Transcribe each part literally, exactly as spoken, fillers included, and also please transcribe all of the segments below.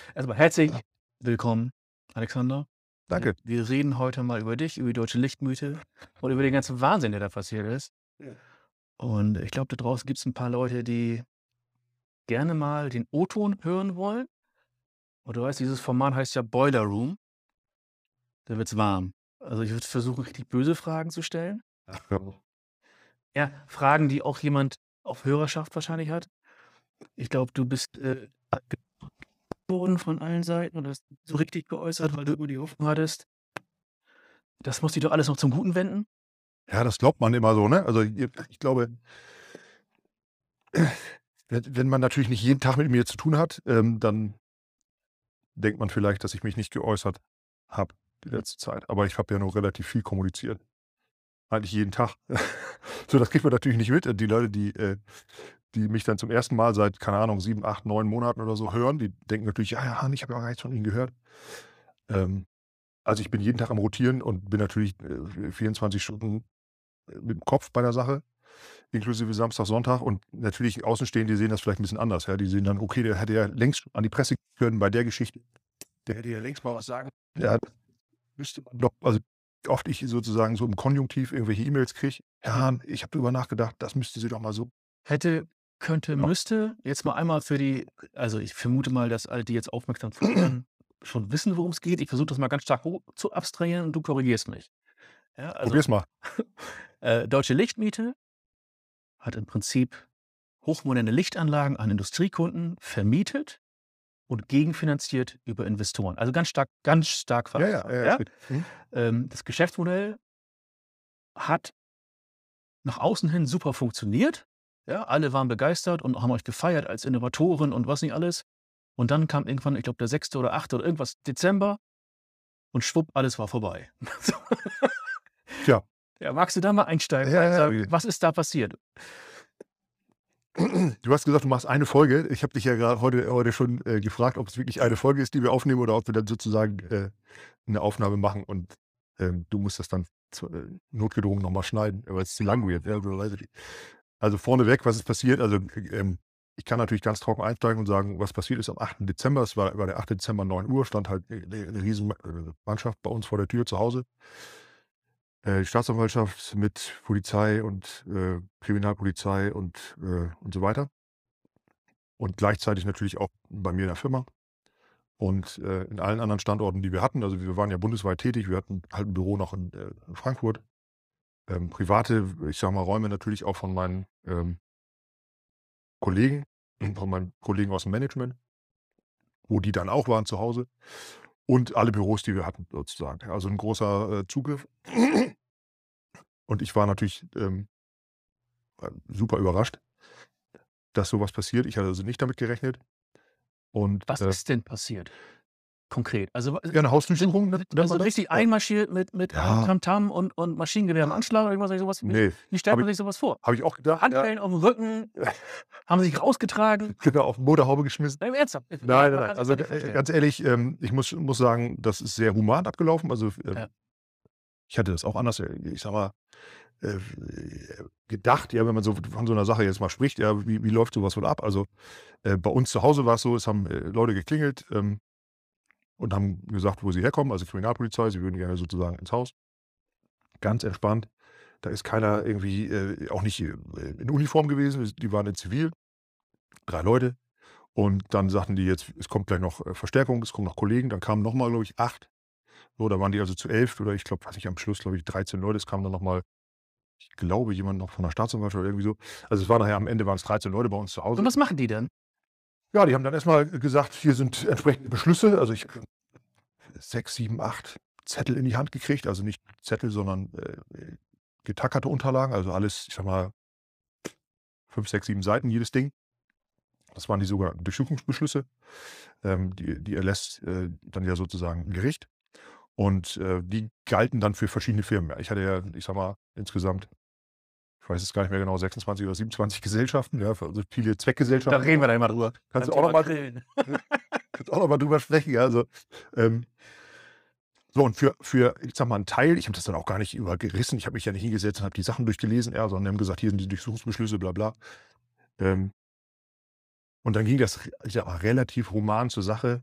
Erstmal herzlich willkommen, Alexander. Danke. Wir reden heute mal über dich, über die deutsche Lichtmythe und über den ganzen Wahnsinn, der da passiert ist. Ja. Und ich glaube, da draußen gibt es ein paar Leute, die gerne mal den O-Ton hören wollen. Und du weißt, dieses Format heißt ja Boiler Room. Da wird's warm. Also ich würde versuchen, richtig böse Fragen zu stellen. Ach, ja. Ja, Fragen, die auch jemand auf Hörerschaft wahrscheinlich hat. Ich glaube, du bist äh, worden von allen Seiten und hast so richtig geäußert, weil du immer die Hoffnung hattest, das muss sich doch alles noch zum Guten wenden. Ja, das glaubt man immer so, ne? Also, ich ich glaube, wenn wenn man natürlich nicht jeden Tag mit mir zu tun hat, ähm, dann denkt man vielleicht, dass ich mich nicht geäußert habe die letzte Zeit. Aber ich habe ja nur relativ viel kommuniziert. Eigentlich jeden Tag. So, das kriegt man natürlich nicht mit. Die Leute, die, äh die mich dann zum ersten Mal seit, keine Ahnung, sieben, acht, neun Monaten oder so hören, die denken natürlich: „Ja, ja, Hahn, ich habe ja gar nichts von Ihnen gehört." Ähm, also, ich bin jeden Tag am Rotieren und bin natürlich, äh, vierundzwanzig Stunden, äh, mit dem Kopf bei der Sache. Inklusive Samstag, Sonntag und natürlich Außenstehende, die sehen das vielleicht 'n bisschen anders, ja. Die sehen dann: „Okay, der hätte ja längst an die Presse gehen können bei der Geschichte. Der hätte ja längst mal was sagen." Ja, müsste man doch, also, wie oft ich sozusagen so im Konjunktiv irgendwelche E-Mails kriege: „Herr Hahn, ich habe drüber nachgedacht, das müssten Sie doch mal so." Hätte, könnte, Genau. müsste. Jetzt mal einmal für die, also ich vermute mal, dass alle, die jetzt aufmerksam zuhören, schon wissen, worum es geht. Ich versuche das mal ganz stark hoch zu abstrahieren und du korrigierst mich. Ja, also Probier's mal. äh, Deutsche Lichtmiete hat im Prinzip hochmoderne Lichtanlagen an Industriekunden vermietet und gegenfinanziert über Investoren. Also ganz stark, ganz stark Ja, ja, vereinfacht. ja, ja, ist Ja? richtig. Mhm. Ähm, das Geschäftsmodell hat nach außen hin super funktioniert. Ja, alle waren begeistert und haben euch gefeiert als Innovatoren und was nicht alles. Und dann kam irgendwann, ich glaube, der sechste oder achte oder irgendwas Dezember und schwupp, alles war vorbei. So. Tja. Ja, magst du da mal einsteigen Ja, und ja, sagen, ja. was ist da passiert? Du hast gesagt, du machst eine Folge. Ich habe dich ja grad heute heute schon, äh, gefragt, ob es wirklich eine Folge ist, die wir aufnehmen oder ob wir dann sozusagen, äh, 'ne Aufnahme machen und, ähm, du musst das dann zu äh, notgedrungen noch mal schneiden, weil es zu lang wird, ja, so weiß ich nicht. Also, vorneweg, was ist passiert? Also, ähm, ich kann natürlich ganz trocken einsteigen und sagen, was passiert ist am achten Dezember. Es war war der achte Dezember, neun Uhr, stand halt 'ne 'ne 'ne riesen, äh, Mannschaft bei uns vor der Tür zu Hause. Äh, Staatsanwaltschaft mit Polizei und, äh, Kriminalpolizei und, äh und so weiter. Und gleichzeitig natürlich auch bei mir in der Firma und, äh, in allen anderen Standorten, die wir hatten. Also, wir waren ja bundesweit tätig. Wir hatten halt 'n Büro noch in, äh, in Frankfurt. Ähm, private, ich sage mal, Räume natürlich auch von meinen, ähm Kollegen, von meinen Kollegen aus'm Management, wo die dann auch waren zu Hause und alle Büros, die wir hatten sozusagen. Also, 'n großer, äh, Zugriff. Und ich war natürlich, ähm, äh, super überrascht, dass so was passiert. Ich hatte also nicht damit gerechnet und, Was äh ist denn passiert konkret? Also, wa ja, 'ne sind Hausdurchsuchung nennt sind nennt also man das. richtig Ja. einmarschiert mit mit allem Ja, Tamtam und und Maschinengewehr im Anschlag oder irgendwas so was? Wie ne, wie stellt habe man ich sich so was vor? habe ich auch gedacht, ja. Handschellen aufm Rücken, haben sich rausgetragen? Genau, auf Motorhaube geschmissen. Nein, ernsthaft? Ja, Nein, nein, man nein. kann sich Also, gar nicht äh, vorstellen. ganz ehrlich, ähm, ich muss muss sagen, das ist sehr human abgelaufen. Also, Ja. ähm, ich hatte das auch anders, äh, ich sage mal, äh, gedacht, ja, wenn man so von so 'ner Sache jetzt mal spricht, ja, wie wie läuft so was wohl ab? Also, äh, bei uns zu Hause war's so, es haben, äh, Leute geklingelt, ähm, und haben gesagt, wo sie herkommen, also Kriminalpolizei, sie würden gerne sozusagen ins Haus. Ganz entspannt. Da ist keiner irgendwie, äh, auch nicht, äh, in Uniform gewesen. Die waren in Zivil, drei Leute. Und dann sagten die jetzt, es kommt gleich noch, äh, Verstärkung, es kommen noch Kollegen. Dann kamen noch mal, glaube ich, acht. So, da waren die also zu elf oder ich glaube, weiß nicht, am Schluss, glaube ich, dreizehn Leute. Es kam dann noch mal, ich glaube, jemand noch von der Staatsanwaltschaft oder irgendwie so. Also, es war nachher am Ende waren's dreizehn Leute bei uns zu Und Hause. was machen die denn? Ja, die haben dann erst mal gesagt: „Hier sind entsprechende Beschlüsse." Also, ich habe sechs, sieben, acht Zettel in die Hand gekriegt. Also, nicht Zettel, sondern, äh, getackerte Unterlagen. Also, alles, ich sage mal, fünf, sechs, sieben Seiten jedes Ding. Das waren die sogenannten Durchsuchungsbeschlüsse. Ähm, die die erlässt, äh, dann ja sozusagen 'n Gericht. Und, äh, die galten dann für verschiedene Firmen. Ja, ich hatte ja, ich sage mal, insgesamt, ich weiß es gar nicht mehr genau, sechsundzwanzig oder siebenundzwanzig Gesellschaften, ja, also viele Da Zweckgesellschaften reden auch. wir da immer drüber, Kannst beim du auch noch Thema mal Grillen. kannst auch noch mal drüber sprechen, ja, also, ähm so und für für, ich sage mal, 'n Teil, ich habe das dann auch gar nicht übergerissen. Ich habe mich ja nicht hingesetzt und habe die Sachen durchgelesen, ja, sondern die haben gesagt: „Hier sind die Durchsuchungsbeschlüsse, bla bla." Ähm, und dann ging das, ich sage mal, relativ human zur Sache.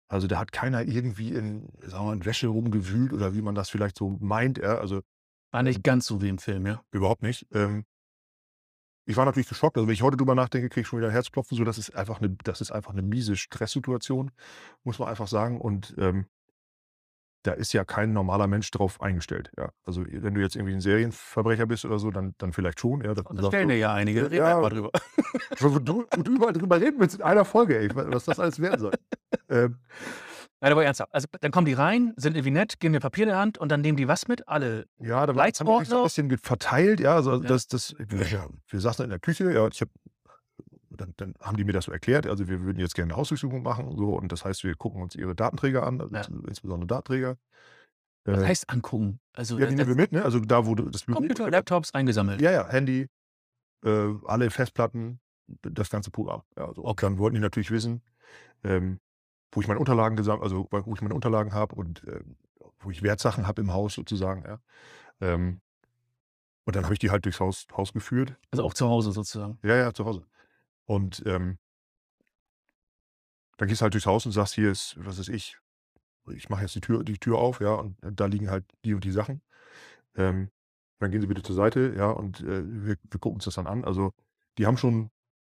Also, da hat keiner irgendwie in, sagen wir mal, in Wäsche rumgewühlt oder wie man das vielleicht so meint, ja, also, War nicht ganz so wie im Film, ja? überhaupt nicht. Ähm ich war natürlich geschockt. Also, wenn ich heute drüber nachdenke, kriege ich schon wieder Herzklopfen, so, das ist einfach 'ne das ist einfach 'ne miese Stresssituation, muss man einfach sagen. Und, ähm da ist ja kein normaler Mensch drauf eingestellt, ja. Also, wenn du jetzt irgendwie 'n Serienverbrecher bist oder so, dann dann vielleicht schon, ja, dass du sagst so Unterstellen dir ja einige. ja, Reden wir ja, mal drüber. wo du wo du überall drüber reden willst in einer Folge, ey, wa was das alles werden soll. Ähm, Nein, aber ernsthaft. Also, dann kommen die rein, sind irgendwie nett, geben dir Papier in der Hand und dann nehmen die was mit? Alle ja, da war das haben die sich so 'n Leitsordner? bisschen ge verteilt, ja, also, Ja. das das ja, wir saßen in der Küche, ja, und ich habe dann dann haben die mir das so erklärt, also, wir würden jetzt gerne 'ne Hausdurchsuchung machen, so, und das heißt, wir gucken uns ihre Datenträger an, also, Ja. insbesondere Datenträger. Was Äh, heißt angucken? Also, ja, das die nehmen wir das mit, ne? Also, da, wo du das Büro Computer, Laptops eingesammelt. ja, ja, Handy, äh, alle Festplatten, d das ganze Programm. Ja, so. Und Okay. dann wollten die natürlich wissen, ähm, wo ich meine Unterlagen gesam also, wo ich meine Unterlagen habe und, ähm, wo ich Wertsachen habe im Haus sozusagen, ja. Ähm, und dann habe ich die halt durchs Haus Haus geführt. Also, auch zu Hause sozusagen. Ja, ja, zu Hause. Und, ähm dann gehst du halt durchs Haus und sagst: „Hier ist, was weiß ich, ich mache jetzt die Tür die Tür auf, ja, und da liegen halt die und die Sachen. Ähm, dann gehen Sie bitte zur Seite, ja, und, äh, wir wir gucken uns das dann an.“ Also, die haben schon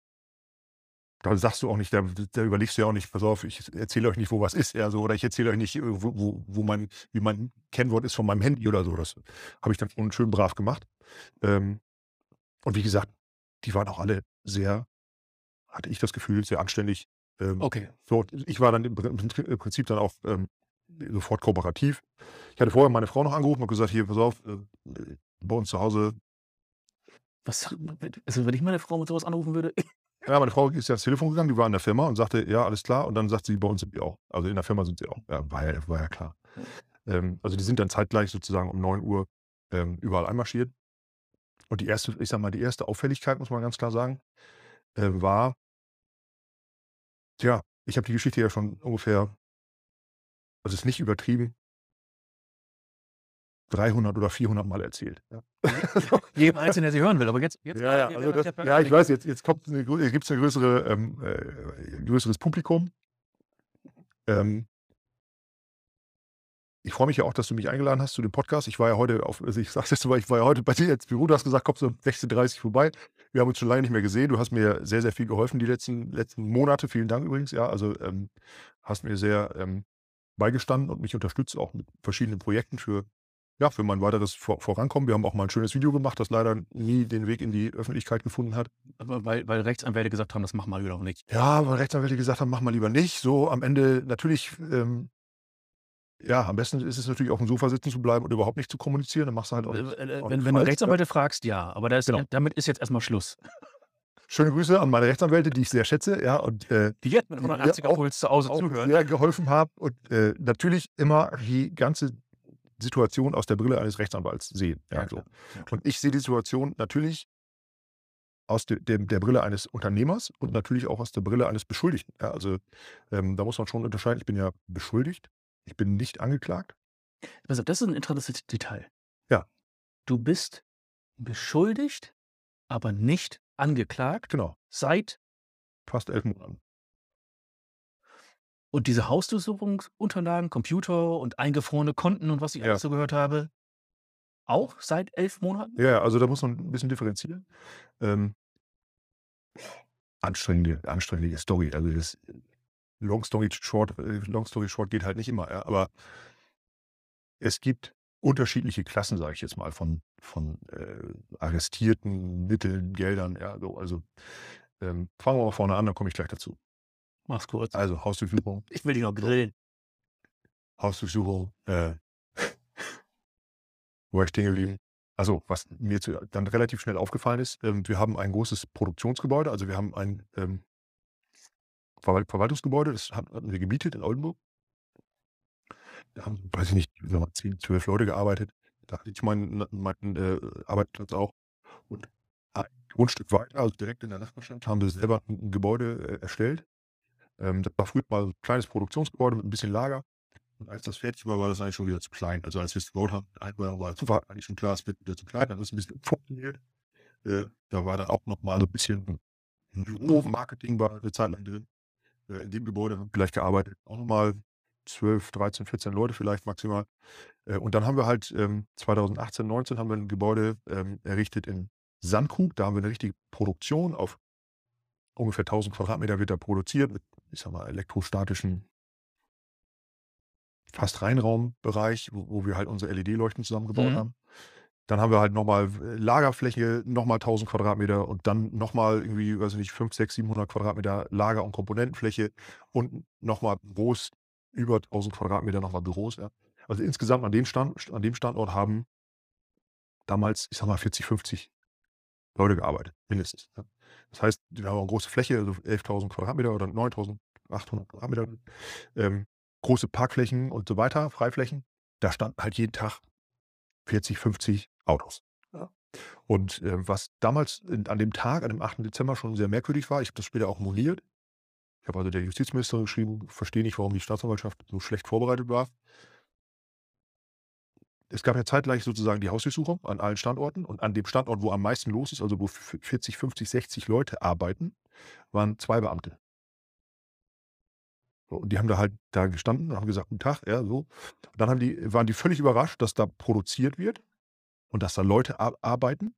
da sagst du auch nicht, da da überlegst du ja auch nicht: „Pass auf, ich erzähle euch nicht, wo was ist“, ja, so, oder ich erzähle euch nicht, äh, wo wo wo mein wie mein Kennwort ist von meinem Handy oder so. Das habe ich dann schon schön brav gemacht. Ähm, und wie gesagt, die waren auch alle sehr, hatte ich das Gefühl, sehr anständig. Ähm, Okay. so, ich war dann im Prin im Prinzip dann auch, ähm, sofort kooperativ. Ich hatte vorher meine Frau noch angerufen und gesagt: „Hier, pass auf, äh, bei uns zu Hause“. Was also, wenn ich meine Frau mit so was anrufen würde? Ja, meine Frau ist ja ans Telefon gegangen, die war in der Firma und sagte: „Ja, alles klar.“ Und dann sagt sie: „Bei uns sind die auch.“ Also, in der Firma sind sie auch. Ja, war ja war ja klar. Ähm, also, die sind dann zeitgleich sozusagen um neun Uhr ähm, überall einmarschiert. Und die erste, ich sage mal, die erste Auffälligkeit, muss man ganz klar sagen, äh, war, tja, ich habe die Geschichte ja schon ungefähr, also, ist nicht übertrieben, dreihundert oder vierhundert Mal erzählt, ja. Je jedem Einzelnen, der sie hören will, aber jetzt jetzt Ja, ja, gerade also, während das der ja, ich Pandemie. weiß, jetzt jetzt kommt 'ne grö gibt's 'ne größere ähm, äh, größeres Publikum. Ähm Ich freue mich ja auch, dass du mich eingeladen hast zu dem Podcast. Ich war ja heute auf, also, ich sage es jetzt mal, ich war ja heute bei dir ins Büro. Du hast gesagt, kommst du um sechzehn Uhr dreißig vorbei. Wir haben uns schon lange nicht mehr gesehen. Du hast mir sehr, sehr viel geholfen die letzten letzten Monate. Vielen Dank übrigens, ja. Also, ähm, hast mir sehr, ähm, beigestanden und mich unterstützt, auch mit verschiedenen Projekten für, ja, für mein weiteres Vor Vorankommen. Wir haben auch mal 'n schönes Video gemacht, das leider nie den Weg in die Öffentlichkeit gefunden hat. Aber weil weil Rechtsanwälte gesagt haben, das machen wir lieber nicht. Ja, weil Rechtsanwälte gesagt haben: „Mach mal lieber nicht.“ So am Ende natürlich, ähm ja, am besten ist es natürlich, aufm Sofa sitzen zu bleiben und überhaupt nicht zu kommunizieren. Dann machst du halt auch Äh, nichts äh, auch wenn nix wenn du falsch, ja. Rechtsanwälte fragst, ja, aber da ist Genau. damit ist jetzt erst mal Schluss. Schöne Grüße an meine Rechtsanwälte, die ich sehr schätze, ja, und, äh, Die jetzt mit die mir hundertachtziger auch Puls zu Hause auch zuhören. sehr geholfen haben und, äh, natürlich immer die ganze Situation aus der Brille eines Rechtsanwalts sehen, Ja ja, so. klar, ja klar. Und ich sehe die Situation natürlich aus de dem der Brille eines Unternehmers und natürlich auch aus der Brille eines Beschuldigten, ja. Also, ähm, da muss man schon unterscheiden. Ich bin ja beschuldigt. Ich bin nicht angeklagt. Pass auf, das ist 'n interessantes Detail. Ja, Du bist beschuldigt, aber nicht angeklagt genau, seit fast elf Monaten. und diese Hausdurchsuchungsunterlagen, Computer und eingefrorene Konten und was ich Ja. alles so gehört habe, auch seit elf Monaten? Ja, ja, also da muss man 'n bisschen differenzieren. Ähm, anstrengende anstrengende Story. Also, das Long Story short äh, Long Story short geht halt nicht immer, ja, aber es gibt unterschiedliche Klassen, sage ich jetzt mal, von von, äh, arrestierten Mitteln, Geldern, ja, so. Also, ähm, fangen wir mal vorne an, dann komme ich gleich dazu. Mach's kurz. Also, Hausdurchsuchung Ich will dich noch so, grillen. Hausdurchsuchung, äh, wo war ich stehen geblieben? Ach so, was mir zu dann relativ schnell aufgefallen ist, ähm, wir haben ein großes Produktionsgebäude, also wir haben ein, ähm, Verwalt Verwaltungsgebäude, das hat hatten wir gemietet in Oldenburg. Da haben, weiß ich nicht, sagen wir mal zehn, zwölf Leute gearbeitet. Da hatte ich meinen meinen, äh, Arbeitsplatz auch. Und ein Grundstück weiter, also direkt in der Nachbarschaft, haben wir selber 'n 'n Gebäude, äh, erstellt. Ähm, das war früher mal 'n kleines Produktionsgebäude mit 'n bisschen Lager. Und als das fertig war, war das eigentlich schon wieder zu klein. Also, als wir's gebaut haben, war war war eigentlich schon klar, es wird wieder zu klein, dann ist es 'n bisschen umfunktioniert. Äh, da war dann auch noch mal so 'n bisschen Büro-Marketing war 'ne Zeit lang drin. Äh, in dem Gebäude haben vielleicht gearbeitet auch noch mal zwölf, dreizehn, vierzehn Leute vielleicht maximal. Äh, und dann haben wir halt, ähm, zweitausendachtzehn, neunzehn haben wir 'n Gebäude, ähm, errichtet in Sandkrug. Da haben wir 'ne richtige Produktion auf ungefähr tausend Quadratmeter wird da produziert mit, ich sage mal, elektrostatischen fast Reinraumbereich, wo wo wir halt unsere L E D-Leuchten zusammengebaut Mhm. haben. Dann haben wir halt noch mal w Lagerfläche, noch mal tausend Quadratmeter und dann noch mal irgendwie, weiß ich nicht, fünf, sechs, siebenhundert Quadratmeter Lager und Komponentenfläche und noch mal Büros, über tausend Quadratmeter noch mal Büros, ja. Also, insgesamt an den Stand an dem Standort haben damals, ich sage mal, vierzig, fünfzig Leute gearbeitet, mindestens, ja. Das heißt, wir haben auch 'ne große Fläche, also elftausend Quadratmeter oder neuntausendachthundert Quadratmeter, ähm, große Parkflächen und so weiter, Freiflächen. Da standen halt jeden Tag vierzig, fünfzig Autos, ja. Und, ähm, was damals in an dem Tag, an dem achten Dezember schon sehr merkwürdig war, ich habe das später auch moniert. Ich habe also der Justizministerin geschrieben, verstehe nicht, warum die Staatsanwaltschaft so schlecht vorbereitet war. Es gab ja zeitgleich sozusagen die Hausdurchsuchung an allen Standorten und an dem Standort, wo am meisten los ist, also wo v vierzig, fünfzig, sechzig Leute arbeiten, waren zwei Beamte. So, und die haben da halt da gestanden und haben gesagt: „Guten Tag“, ja, so. Und dann haben die waren die völlig überrascht, dass da produziert wird und dass da Leute ar arbeiten.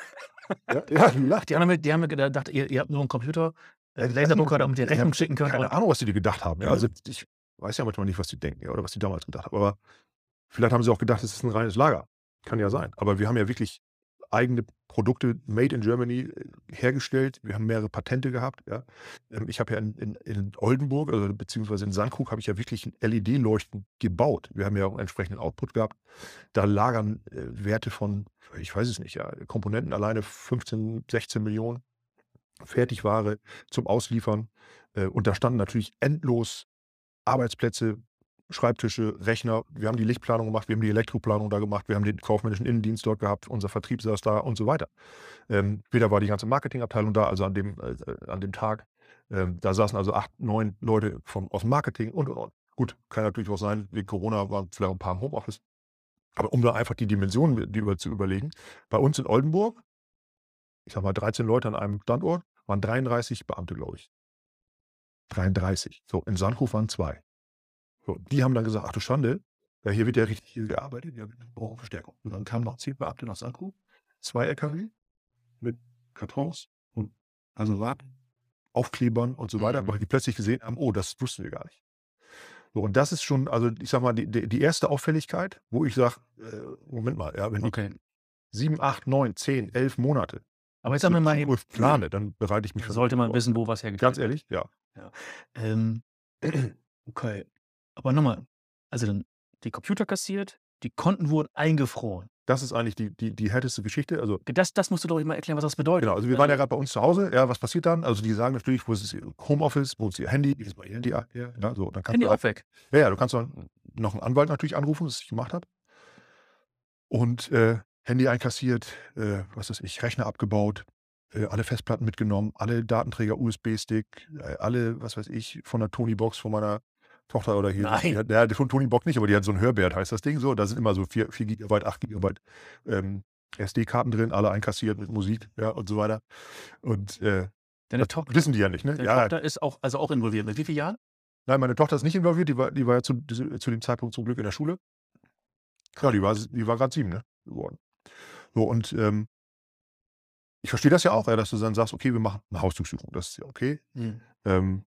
Ja, ja, du Ach, lachst. die haben damit die haben gedacht, ihr ihr habt nur 'n Computer, äh, Äh, Laserdrucker, damit ihr ich habe Rechnung schicken könnt keine und Ahnung, was die da gedacht haben, ja. Also, ich weiß ja manchmal nicht, was die denken, ja, oder was die damals gedacht haben. Aber vielleicht haben sie auch gedacht, es ist 'n reines Lager. Kann ja sein. Aber wir haben ja wirklich eigene Produkte made in Germany, äh, hergestellt. Wir haben mehrere Patente gehabt, ja. Ähm, ich habe ja in in in Oldenburg, also beziehungsweise in Sandkrug habe ich ja wirklich 'n L E D-Leuchten gebaut. Wir haben ja auch 'n entsprechenden Output gehabt. Da lagern, äh, Werte von, ich weiß es nicht, ja, Komponenten alleine fünfzehn, sechzehn Millionen Fertigware zum Ausliefern. Äh, und da standen natürlich endlos Arbeitsplätze, Schreibtische, Rechner. Wir haben die Lichtplanung gemacht, wir haben die Elektroplanung da gemacht, wir haben den kaufmännischen Innendienst dort gehabt, unser Vertrieb saß da und so weiter. Ähm, später war die ganze Marketingabteilung da, also an dem äh, äh, an dem Tag. Ähm, da saßen also acht, neun Leute vom aus'm Marketing und, und, und. Gut, kann natürlich auch sein, wegen Corona waren vielleicht auch 'n paar im Homeoffice. Aber um da einfach die Dimensionen die über zu überlegen, bei uns in Oldenburg ich sage mal, dreizehn Leute an einem Standort, waren dreiunddreißig Beamte, glaube ich. dreiunddreißig. So, in Sandkrug waren zwei. So, die haben dann gesagt: „Ach du Schande, ja, hier wird ja richtig viel gearbeitet, ja, wir brauchen Verstärkung.“ Und dann kamen noch zehn Beamte nach Sandkrug, zwei L K W mit Kartons und Asservaten, Aufklebern und so weiter, weil Mhm. die plötzlich gesehen haben: „Oh, das wussten wir gar nicht.“ So, und das ist schon also, ich sage mal, die die die erste Auffälligkeit, wo ich sage: „Äh, Moment mal, ja, wenn ich Okay. sieben, acht, neun, zehn, elf Monate Aber jetzt sagen für wir die mal eben Zukunft plane, dann bereite ich mich Da vernünftig sollte man vor.“ wissen, wo was Ganz hergestellt wird. ehrlich, ja. Ja. Ähm, okay. Aber noch mal, also dann die Computer kassiert, die Konten wurden eingefroren. Das ist eigentlich die die die härteste Geschichte. Also Das das musst du doch eben mal erklären, was das genau, bedeutet. also wir waren ja Also grad bei uns zu Hause. Ja, was passiert dann? Also, die sagen natürlich: „Wo ist das Ihr Homeoffice? Wo ist Ihr Handy? Gib mal Ihr Handy a her.“ Ja, so. Dann kannst Handy du halt auch weg? ja, ja, du kannst dann noch 'n Anwalt natürlich anrufen, was ich gemacht habe. Und, äh, Handy einkassiert, äh, was weiß ich, Rechner abgebaut, äh, alle Festplatten mitgenommen, alle Datenträger, USB-Stick, äh, alle, was weiß ich, von der Tonybox von meiner Tochter oder hier, die Nein. hat ja, von Tonybox nicht, aber die hat so 'n Hörbert, heißt das Ding so. Da sind immer so vier vier Gigabyte, acht Gigabyte, ähm, SD-Karten drin, alle einkassiert mit Musik, ja, und so weiter. Und, äh, Deine das Tochter wissen die ja nicht, ne? deine Ja. Tochter ist auch also auch involviert. Mit wie viel Jahren? Nein, meine Tochter ist nicht involviert, die war die war ja zu dis zu dem Zeitpunkt zum Glück in der Schule. Ja, die war s die war grad sieben, ne, geworden. So und, ähm ich verstehe das ja auch, ja, dass du dann sagst: „Okay, wir machen 'ne Hausdurchsuchung.“ Das ist ja okay. Mhm. Ähm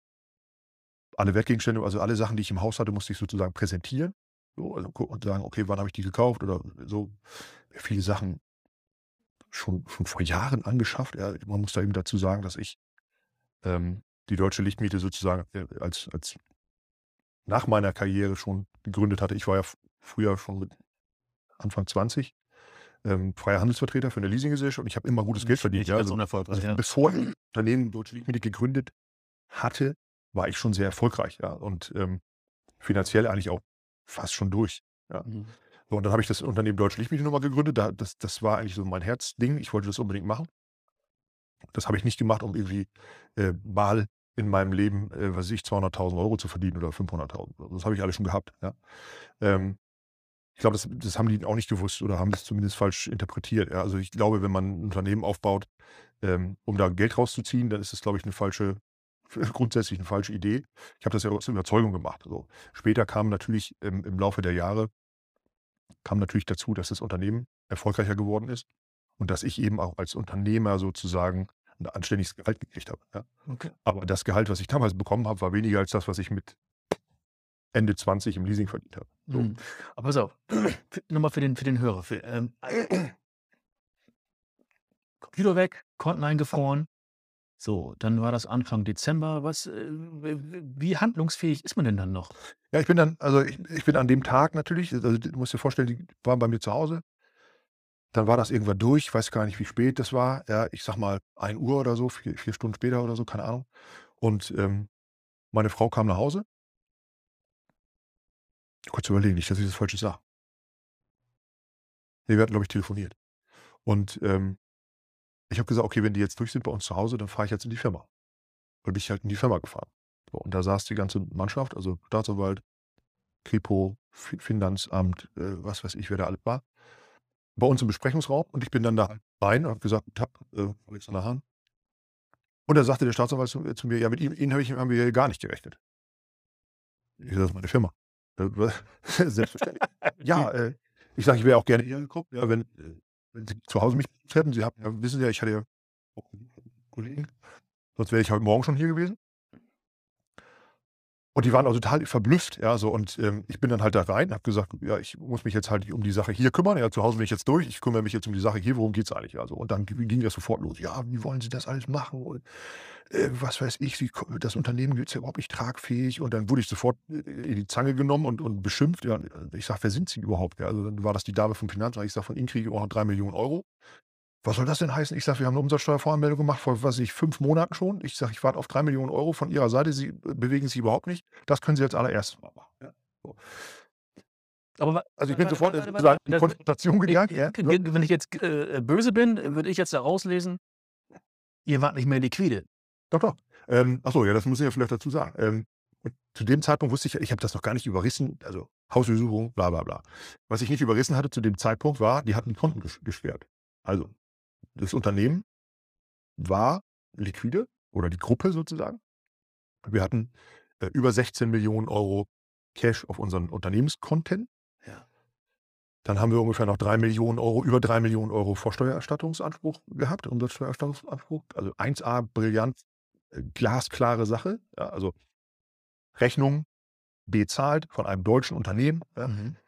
alle Wertgegenstände, also alle Sachen, die ich im Haus hatte, musste ich sozusagen präsentieren. So, also gucken und sagen: „Okay, wann habe ich die gekauft?“ Oder so. Viele Sachen schon schon vor Jahren angeschafft, ja. Man muss da eben dazu sagen, dass ich, ähm, die Deutsche Lichtmiete sozusagen, äh, als als nach meiner Karriere schon gegründet hatte. Ich war ja f früher schon mit Anfang zwanzig, ähm, freier Handelsvertreter für 'ne Leasinggesellschaft und ich habe immer gutes Geld Nicht verdient, nicht ja. ganz Also unerfolgreich, also ja. bevor ich Unternehmen Deutsche Lichtmiete gegründet hatte, war ich schon sehr erfolgreich, ja, und, ähm, finanziell eigentlich auch fast schon durch, ja. Mhm. So, und dann habe ich das Unternehmen Deutsche Lichtmiete noch mal gegründet. Da das das war eigentlich so mein Herzding. Ich wollte das unbedingt machen. Das habe ich nicht gemacht, um irgendwie, äh, mal in meinem Leben, äh, was weiß ich, zweihunderttausend Euro zu verdienen oder fünfhunderttausend. Das habe ich alles schon gehabt, ja. Ähm, ich glaube, das das haben die auch nicht gewusst oder haben das zumindest falsch interpretiert, ja. Also, ich glaube, wenn man 'n Unternehmen aufbaut, ähm, um da Geld rauszuziehen, dann ist das, glaube ich, 'ne falsche grundsätzlich eine falsche Idee. Ich habe das ja aus Überzeugung gemacht. So. Später kam natürlich im im Laufe der Jahre kam natürlich dazu, dass das Unternehmen erfolgreicher geworden ist und dass ich eben auch als Unternehmer sozusagen 'n anständiges Gehalt gekriegt habe, ja. Okay. Aber das Gehalt, was ich damals bekommen habe, war weniger als das, was ich mit Ende zwanzig im Leasing verdient habe. So. Mhm. Aber pass auf, noch mal für den für den Hörer, für, ähm Computer weg, Konten eingefroren. So, dann war das Anfang Dezember. Was, äh, w w wie handlungsfähig ist man denn dann noch? Ja, ich bin dann also, ich ich bin an dem Tag natürlich also, du musst dir vorstellen, die waren bei mir zu Hause. Dann war das irgendwann durch, ich weiß gar nicht, wie spät das war. Ja, ich sage mal ein Uhr oder so, vier vier Stunden später oder so, keine Ahnung. Und, ähm, meine Frau kam nach Hause. Kurz überlegen, nicht, dass ich das Falsches sage. Ne, wir hatten, glaube ich, telefoniert. Und, ähm, ich habe gesagt: „Okay, wenn die jetzt durch sind bei uns zu Hause, dann fahre ich jetzt in die Firma.“ Dann bin ich halt in die Firma gefahren. So, und da saß die ganze Mannschaft, also Staatsanwalt, Kripo, Fi Finanzamt, äh, was weiß ich, wer da alles war, bei uns im Besprechungsraum und ich bin dann da halt rein und habe gesagt: „Guten Tag, äh, Alexander Hahn.“ Und da sagte der Staatsanwalt zu zu mir: „Ja, mit Ihnen Ihnen habe ich haben wir ja gar nicht gerechnet.“ Ich sage: „Das ist meine Firma.“ Äh, wa selbstverständlich. Ja, äh, ich sage: „Ich wäre auch gerne eher gekommen, ja, wenn äh, wenn Sie zu Hause mich besucht hätten. Sie haben ja wissen ja, ich hatte ja auch Kollegen, sonst wäre ich heute Morgen schon hier gewesen.“ Und die waren also total verblüfft, ja, so und, ähm, ich bin dann halt da rein, habe gesagt: „Ja, ich muss mich jetzt halt um die Sache hier kümmern. Ja, zu Hause bin ich jetzt durch. Ich kümmere mich jetzt um die Sache hier. Worum geht's eigentlich?“ Also, und dann g ging das sofort los. „Ja, wie wollen Sie das alles machen und, äh, was weiß ich, wie ko das Unternehmen ist ja überhaupt nicht tragfähig.“ Und dann wurde ich sofort, äh, in die Zange genommen und und beschimpft. Ja, ich sage: „Wer sind Sie überhaupt?“ Ja, also, dann war das die Dame vom Finanzamt. Ich sage: „Von Ihnen kriege ich auch noch drei Millionen Euro.“ „Was soll das denn heißen?“ Ich sage: „Wir haben 'ne Umsatzsteuervoranmeldung gemacht vor, weiß ich, fünf Monaten schon.“ Ich sage: „Ich warte auf drei Millionen Euro von Ihrer Seite. Sie, äh, bewegen sich überhaupt nicht. Das können Sie als Allererstes mal machen.“ Ja, so. Aber wa Also, ich wa bin warte, sofort warte, in warte, sozusagen warte. in Das Konfrontation äh, gegangen, ja, g ne? g wenn ich jetzt, äh, böse bin, würde ich jetzt da rauslesen, ihr wart nicht mehr liquide. Doch, doch. Ähm, ach so, ja, das muss ich ja vielleicht dazu sagen. Ähm, und zu dem Zeitpunkt wusste ich ja ich habe das noch gar nicht überrissen, also Hausdurchsuchung, bla bla bla. Was ich nicht überrissen hatte zu dem Zeitpunkt war, die hatten die Konten ges gesperrt. Also, das Unternehmen war liquide oder die Gruppe sozusagen. Wir hatten, äh, über sechzehn Millionen Euro Cash auf unseren Unternehmenskonten. Ja. Dann haben wir ungefähr noch drei Millionen Euro über drei Millionen Euro Vorsteuererstattungsanspruch gehabt, Umsatzsteuererstattungsanspruch. Also eins A, brillant, äh, glasklare Sache, ja, also Rechnung bezahlt von einem deutschen Unternehmen, ja, Mhm.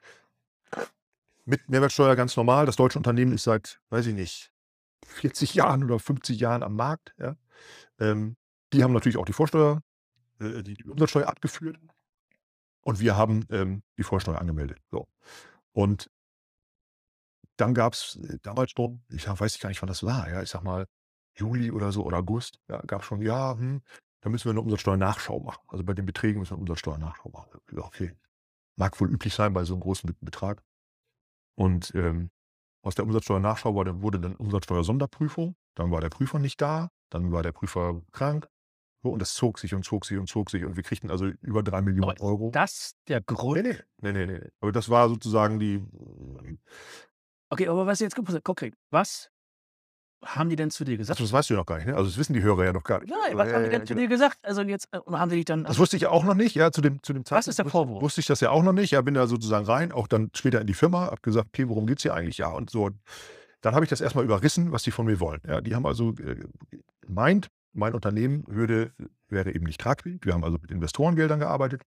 mit Mehrwertsteuer ganz normal. Das deutsche Unternehmen ist seit, weiß ich nicht, vierzig Jahren oder fünfzig Jahren am Markt, ja. Ähm, die haben natürlich auch die Vorsteuer äh, die die Umsatzsteuer abgeführt und wir haben, ähm, die Vorsteuer angemeldet, so. Und dann gab's, äh, damals schon, ich sage weiß ich gar nicht, wann das war, ja, ich sage mal Juli oder so oder August, ja, gab's schon: „Ja, hm, da müssen wir 'ne Umsatzsteuernachschau machen. Also, bei den Beträgen müssen wir 'ne Umsatzsteuernachschau machen.“ Ich gesagt: „Okay, mag wohl üblich sein bei so 'nem großen Be Betrag.“ Und, ähm, aus der Umsatzsteuernachschau war dann wurde dann Umsatzsteuersonderprüfung. Dann war der Prüfer nicht da, dann war der Prüfer krank. So, und das zog sich und zog sich und zog sich und wir kriegten also über drei Aber Millionen ist Euro. das der Ne, Grund? ne, ne, ne, ne. Aber das war sozusagen die hm, Okay, aber was jetzt konkret, was haben die denn zu dir ach so, gesagt? das weißt du ja noch gar nicht, ne? Also, das wissen die Hörer ja noch gar nicht, ne? Nein, Also, was ja, haben die ja, ja, denn zu genau. dir gesagt? Also, jetzt äh, und haben sie dich dann Das also, wusste ich ja auch noch nicht, ja, zu dem zu dem was ist Zeitpunkt der wusste Vorwurf? wusste ich das ja auch noch nicht. Ja, bin da sozusagen rein, auch dann später in die Firma, habe gesagt: „Okay, worum geht's hier eigentlich?“ Ja, und so. Dann habe ich das erst mal überrissen, was die von mir wollen. Ja, die haben also, äh, gemeint, mein Unternehmen würde wäre eben nicht tragfähig. Wir haben also mit Investorengeldern gearbeitet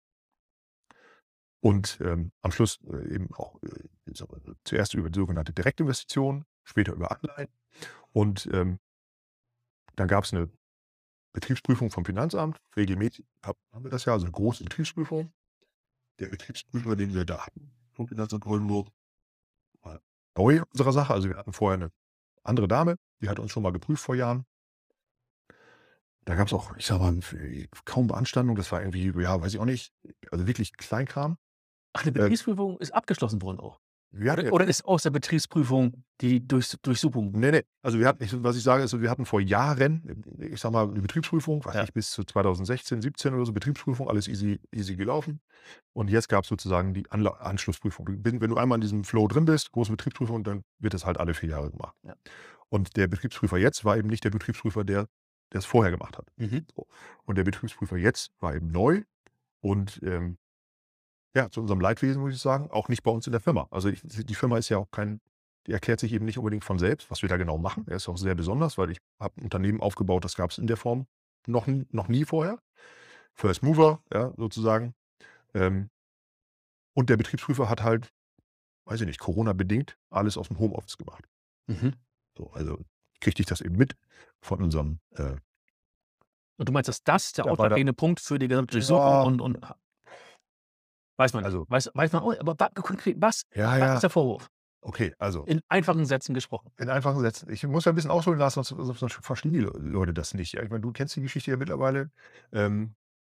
und, ähm, am Schluss, äh, eben auch, äh, so zuerst über die sogenannte Direktinvestition, später über Anleihen und, ähm, dann gab's 'ne Betriebsprüfung vom Finanzamt. Regelmäßig hab haben wir das ja, also 'ne große Betriebsprüfung. Der Betriebsprüfer, den wir da hatten vom Finanzamt Oldenburg, war neu in unserer Sache. Also, wir hatten vorher 'ne andere Dame, die hat uns schon mal geprüft vor Jahren. Da gab's auch, ich sage mal, f kaum Beanstandung. Das war irgendwie, ja, weiß ich auch nicht, also wirklich Kleinkram. Ach, 'ne Äh, Betriebsprüfung ist abgeschlossen worden auch? wir hatten Oder ja oder ist aus der Betriebsprüfung die Durchs Durchsuchung? ne, ne, also wir hatten ich was ich sage, ist so, wir hatten vor Jahren, ich sage mal, 'ne Betriebsprüfung, weiß Ja. nicht, bis zu zweitausendsechzehn, siebzehn oder so Betriebsprüfung, alles easy easy gelaufen. Und jetzt gab's sozusagen die Anla Anschlussprüfung. Du bin wenn du einmal in diesem Flow drin bist, große Betriebsprüfung, dann wird das halt alle vier Jahre gemacht. Ja. Und der Betriebsprüfer jetzt war eben nicht der Betriebsprüfer, der der es vorher gemacht hat. Mhm. So. Und der Betriebsprüfer jetzt war eben neu und ähm, ja, zu unserem Leidwesen muss ich sagen, auch nicht bei uns in der Firma. Also ich, die Firma ist ja auch kein, die erklärt sich eben nicht unbedingt von selbst, was wir da genau machen. Er ist auch sehr besonders, weil ich habe ein Unternehmen aufgebaut, das gab es in der Form noch, n- noch nie vorher. First Mover, ja, sozusagen. Ähm, und der Betriebsprüfer hat halt, weiß ich nicht, Corona-bedingt alles aus dem Homeoffice gemacht. Mhm. So, also kriegte ich das eben mit von unserem äh, Und du meinst, dass das der Mitarbeiter. ausschlaggebende Punkt für die gesamte Durchsuchung Ja, und, und weiß man nicht. also, Weiß, weiß man auch, aber wa- konkret, was, ja, was ja, ist der Vorwurf? okay, also In einfachen Sätzen gesprochen. in einfachen Sätzen. Ich muss ja ein bisschen ausholen lassen, sonst, sonst verstehen die Le- Leute das nicht. Ja, ich meine, du kennst die Geschichte ja mittlerweile. Ähm,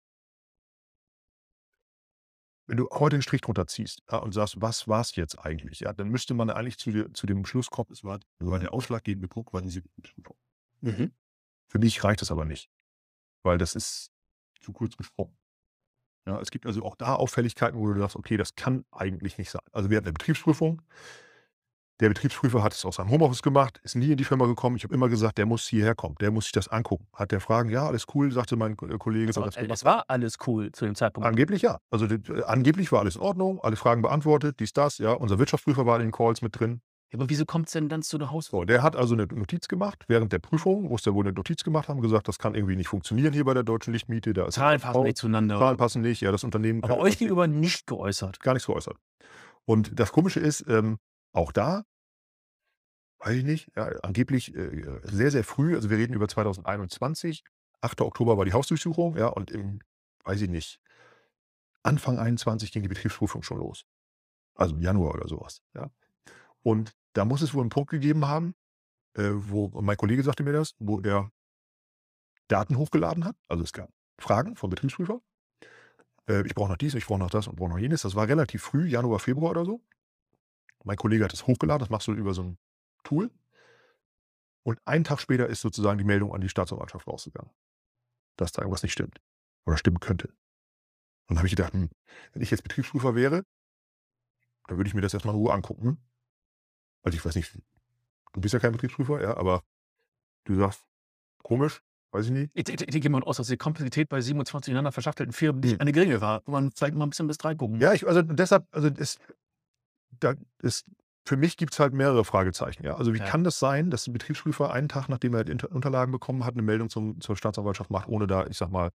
wenn du heute einen Strich drunter ziehst, ja, und sagst, was war es jetzt eigentlich, ja, dann müsste man eigentlich zu, dir, zu dem Schluss kommen, es war, war der ausschlaggebende Punkt, war diese Betriebsprüfung. Mhm. Für mich reicht das aber nicht, weil das ist zu kurz gesprochen. Ja, es gibt also auch da Auffälligkeiten, wo du sagst, okay, das kann eigentlich nicht sein. Also wir hatten eine Betriebsprüfung. Der Betriebsprüfer hat es aus seinem Homeoffice gemacht, ist nie in die Firma gekommen. Ich habe immer gesagt, der muss hierher kommen, der muss sich das angucken. Hat der Fragen, ja, alles cool, sagte mein Ko- äh, Kollege. Also, der das äh, gemacht es hat. war alles cool zu dem Zeitpunkt. Angeblich ja. Also äh, angeblich war alles in Ordnung, alle Fragen beantwortet, dies, das, ja. Unser Wirtschaftsprüfer war in den Calls mit drin. Ja, aber wieso kommt es denn dann zu einer Haus? So, der hat also eine Notiz gemacht während der Prüfung, muss der wohl eine Notiz gemacht haben, gesagt, das kann irgendwie nicht funktionieren hier bei der Deutschen Lichtmiete. Da ist Zahlen passen nicht zueinander. Zahlen passen nicht, ja, das Unternehmen Aber kann euch gegenüber nicht geäußert. gar nichts geäußert. Und das Komische ist, ähm, auch da, weiß ich nicht, ja, angeblich äh, sehr, sehr früh, also wir reden über zweitausendeinundzwanzig, achter Oktober war die Hausdurchsuchung, ja, und im, weiß ich nicht, Anfang einundzwanzig ging die Betriebsprüfung schon los. Also im Januar oder sowas, ja. Und da muss es wohl einen Punkt gegeben haben, äh, wo, und mein Kollege sagte mir das, wo der Daten hochgeladen hat. Also es gab Fragen vom Betriebsprüfer. Äh, ich brauche noch dies, ich brauche noch das und brauche noch jenes. Das war relativ früh, Januar, Februar oder so. Mein Kollege hat das hochgeladen, das machst du über so ein Tool. Und einen Tag später ist sozusagen die Meldung an die Staatsanwaltschaft rausgegangen, dass da irgendwas nicht stimmt oder stimmen könnte. Und dann habe ich gedacht, hm, wenn ich jetzt Betriebsprüfer wäre, dann würde ich mir das erstmal in Ruhe angucken. Also ich weiß nicht, du bist ja kein Betriebsprüfer, ja, aber du sagst, komisch, weiß ich nicht. Ich, ich, ich gehe mal aus, dass die Komplexität bei siebenundzwanzig ineinander verschachtelten Firmen nicht Hm. eine geringe war. Wo man vielleicht mal ein bisschen bis drei gucken. Ja, ich, also deshalb, also es, da ist, für mich gibt es halt mehrere Fragezeichen. Ja? Also wie Ja. kann das sein, dass ein Betriebsprüfer einen Tag, nachdem er die Inter- Unterlagen bekommen hat, eine Meldung zum, zur Staatsanwaltschaft macht, ohne da, ich sag mal,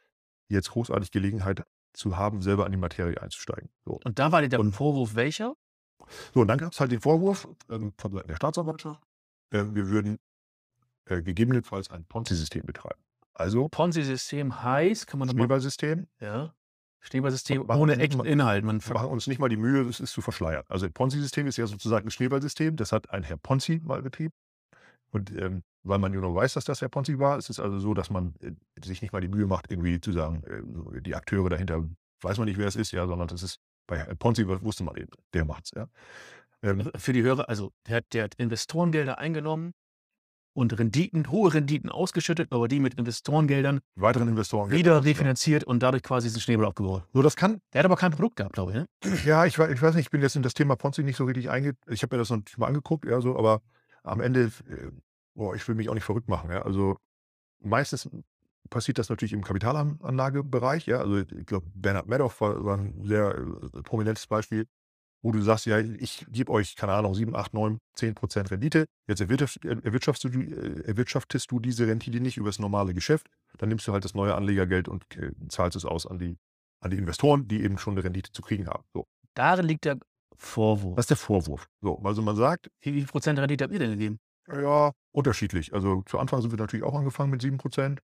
jetzt großartig Gelegenheit zu haben, selber an die Materie einzusteigen. So, Und da war dir der Und- Vorwurf welcher? so und dann gab es halt den Vorwurf ähm, von Seiten der Staatsanwaltschaft, äh, wir würden äh, gegebenenfalls ein Ponzi-System betreiben. Also Ponzi-System heißt, kann man nochmal. Schneeballsystem. Ja. Schneeballsystem Machen ohne Sie nicht echten mal- Inhalt. Man Wir ver machen uns nicht mal die Mühe, es ist zu verschleiern. Also ein Ponzi-System ist ja sozusagen ein Schneeballsystem. Das hat ein Herr Ponzi mal betrieben. Und ähm, weil man ja nur weiß, dass das Herr Ponzi war, ist es also so, dass man äh, sich nicht mal die Mühe macht, irgendwie zu sagen, äh, so, die Akteure dahinter, weiß man nicht, wer es ist, ja, sondern das ist, bei Herr Ponzi wusste man eben, der macht's, ja. Ähm, für die Hörer, also der hat, der hat Investorengelder eingenommen und Renditen, hohe Renditen ausgeschüttet, aber die mit Investorengeldern die weiteren Investoren. wieder refinanziert und dadurch quasi diesen Schneeball aufgebaut. So, das kann, Der hat aber kein Produkt gehabt, glaube ich. Ne? ja, ich, wei- ich weiß nicht, ich bin jetzt in das Thema Ponzi nicht so richtig einge... Ich habe mir das noch nicht mal angeguckt, ja, so, aber am Ende, äh, boah, ich will mich auch nicht verrückt machen, ja. Also meistens passiert das natürlich im Kapitalanlagebereich, ja. Also ich glaube, Bernhard Madoff war, war ein sehr äh, prominentes Beispiel, wo du sagst, ja, ich gebe euch, keine Ahnung, sieben, acht, neun, zehn Prozent Rendite. Jetzt erwirtschaft, erwirtschaftest, du, äh, erwirtschaftest du diese Rendite nicht über das normale Geschäft. Dann nimmst du halt das neue Anlegergeld und äh, zahlst es aus an die, an die Investoren, die eben schon eine Rendite zu kriegen haben. So. Darin liegt der Vorwurf. Das ist der Vorwurf. So, also man sagt, Wie viel Prozent Rendite habt ihr denn gegeben? ja, unterschiedlich. Also zu Anfang sind wir natürlich auch angefangen mit sieben Prozent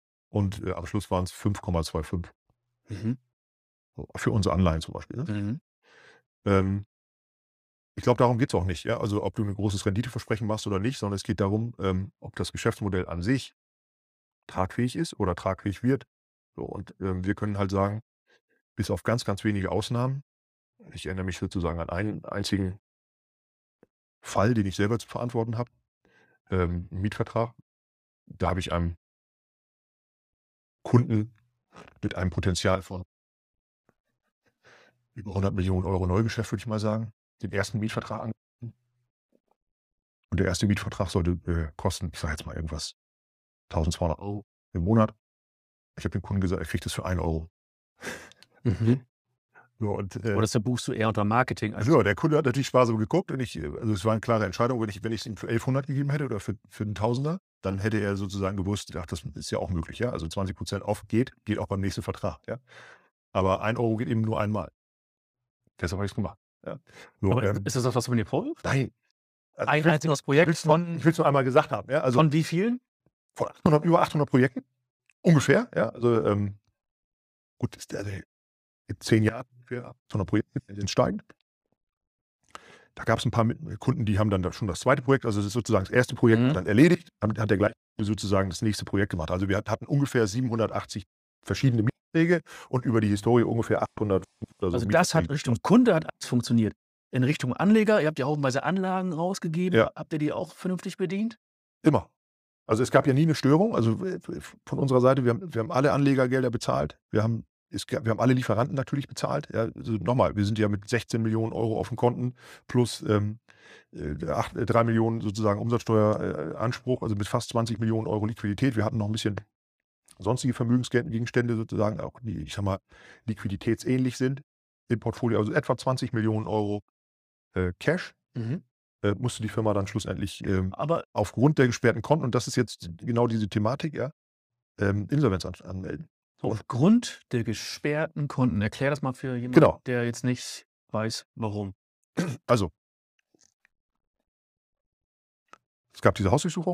und äh, am Schluss waren es fünf Komma fünfundzwanzig. Mhm. So, für unsere Anleihen zum Beispiel. Ne? Mhm. Ähm, ich glaube, darum geht es auch nicht. Ja? Also ob du ein großes Renditeversprechen machst oder nicht, sondern es geht darum, ähm, ob das Geschäftsmodell an sich tragfähig ist oder tragfähig wird. So, und ähm, wir können halt sagen, bis auf ganz, ganz wenige Ausnahmen, ich erinnere mich sozusagen an einen einzigen Fall, den ich selber zu verantworten habe, ähm, einen Mietvertrag. Da habe ich einem Kunden mit einem Potenzial von über hundert Millionen Euro Neugeschäft, würde ich mal sagen, den ersten Mietvertrag angeboten. Und der erste Mietvertrag sollte äh, kosten, ich sage jetzt mal irgendwas, tausendzweihundert Euro im Monat. Ich habe dem Kunden gesagt, er kriegt das für einen Euro. Mhm. So, und, äh, Oder das verbuchst du eher unter Marketing. Als so, der Kunde hat natürlich sparsam geguckt und ich, also es war eine klare Entscheidung, wenn ich, wenn ich es ihm für elfhundert gegeben hätte oder für, für einen Tausender, dann hätte er sozusagen gewusst, ach, das ist ja auch möglich, ja. Also zwanzig Prozent off geht, geht auch beim nächsten Vertrag, ja. Aber ein Euro geht eben nur einmal. Deshalb habe ich es gemacht. Ja. So, aber ähm, ist das das, was du mir vorwirfst? nein. Also Ein ich will's einziges nur- Projekt will's nur- von, Ich will es nur einmal gesagt haben, ja. Also von wie vielen? von achthundert, über achthundert Projekten, ungefähr, ja. Also ähm, gut, ist, also, in zehn Jahren ungefähr achthundert Projekte, die sind steigend. Da gab es ein paar mit- Kunden, die haben dann da schon das zweite Projekt, also das ist sozusagen das erste Projekt Mhm. dann erledigt, dann hat der gleich sozusagen das nächste Projekt gemacht. Also wir hat- hatten ungefähr siebenhundertachtzig verschiedene Mietverträge und über die Historie ungefähr achthundert oder so. Also das hat Mietverträge. Richtung Kunde hat alles funktioniert. In Richtung Anleger, ihr habt ja haufenweise Anlagen rausgegeben. Ja. Habt ihr die auch vernünftig bedient? Immer. Also es gab ja nie eine Störung. Also äh, von unserer Seite, wir haben, wir haben alle Anlegergelder bezahlt. Wir haben, es, gab- wir haben alle Lieferanten natürlich bezahlt. Ja, also nochmal, wir sind ja mit sechzehn Millionen Euro auf dem Konten plus ähm, äh, acht, äh, drei Millionen sozusagen Umsatzsteueranspruch, äh, Anspruch, also mit fast zwanzig Millionen Euro Liquidität. Wir hatten noch ein bisschen sonstige Vermögensgegenstände sozusagen, auch die, ich sag mal, liquiditätsähnlich sind im Portfolio. Also etwa zwanzig Millionen Euro äh, Cash Mhm. äh, musste die Firma dann schlussendlich ähm, Aber aufgrund der gesperrten Konten, und das ist jetzt genau diese Thematik, ja, ähm, Insolvenz an, anmelden. So, und aufgrund der gesperrten Konten, erklär das mal für jemanden, Genau. der jetzt nicht weiß, warum. also, es gab diese Hausdurchsuchung.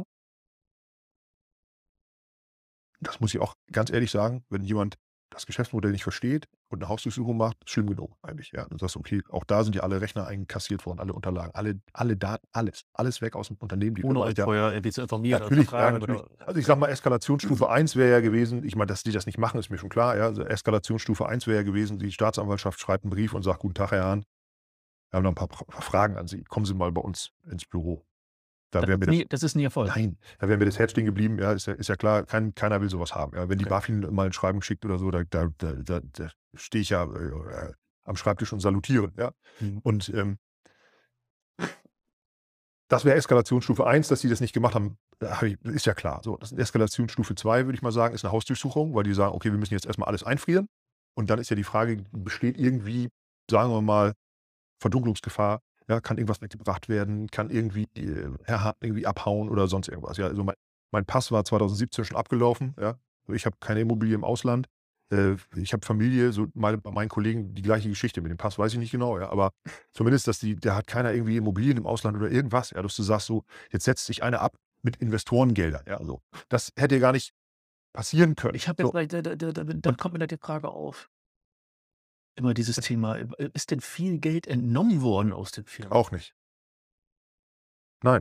Das muss ich auch ganz ehrlich sagen, wenn jemand das Geschäftsmodell nicht versteht und eine Hausdurchsuchung macht, ist schlimm genug eigentlich. Ja, du sagst, okay, auch da sind ja alle Rechner einkassiert worden, alle Unterlagen, alle, alle Daten, alles, alles weg aus dem Unternehmen. Die Ohne Firma euch hat ja, vorher irgendwie zu informieren natürlich, oder ja, fragen. natürlich. Oder, Also ich sag mal, Eskalationsstufe eins wäre ja gewesen, ich meine, dass die das nicht machen, ist mir schon klar. Ja, also Eskalationsstufe eins wäre ja gewesen, die Staatsanwaltschaft schreibt einen Brief und sagt, guten Tag, Herr Hahn, wir haben noch ein paar, paar Fragen an Sie. Kommen Sie mal bei uns ins Büro. Da das, wäre ist mir nie, das, das ist nie Erfolg. nein, da wäre mir das Herz stehen geblieben. Ja, ist ja, ist ja klar, kein, keiner will sowas haben. Ja, wenn die Okay. BaFin mal ein Schreiben schickt oder so, da, da, da, da, da stehe ich ja äh, am Schreibtisch und salutiere. Ja, Mhm. und ähm, das wäre Eskalationsstufe eins, dass sie das nicht gemacht haben, da hab ich, ist ja klar. So, das ist Eskalationsstufe zwei, würde ich mal sagen, ist eine Hausdurchsuchung, weil die sagen, okay, wir müssen jetzt erstmal alles einfrieren. Und dann ist ja die Frage, besteht irgendwie, sagen wir mal, Verdunklungsgefahr? Ja, kann irgendwas weggebracht werden? Kann irgendwie äh, Herr Hahn irgendwie abhauen oder sonst irgendwas? Ja, also mein, mein Pass war zweitausendsiebzehn schon abgelaufen. Ja, also ich habe keine Immobilie im Ausland. Äh, ich habe Familie, so meine, bei meinen Kollegen die gleiche Geschichte. Mit dem Pass weiß ich nicht genau, ja, aber zumindest, dass die, da hat keiner irgendwie Immobilien im Ausland oder irgendwas. Ja, dass du sagst so, jetzt setzt sich einer ab mit Investorengeldern. Ja, also das hätte gar nicht passieren können. Ich habe jetzt So, gleich, da, da, da, da da Und- kommt mir da die Frage auf. Immer dieses Thema, äh, ist denn viel Geld entnommen worden aus den Firmen? auch nicht. Nein.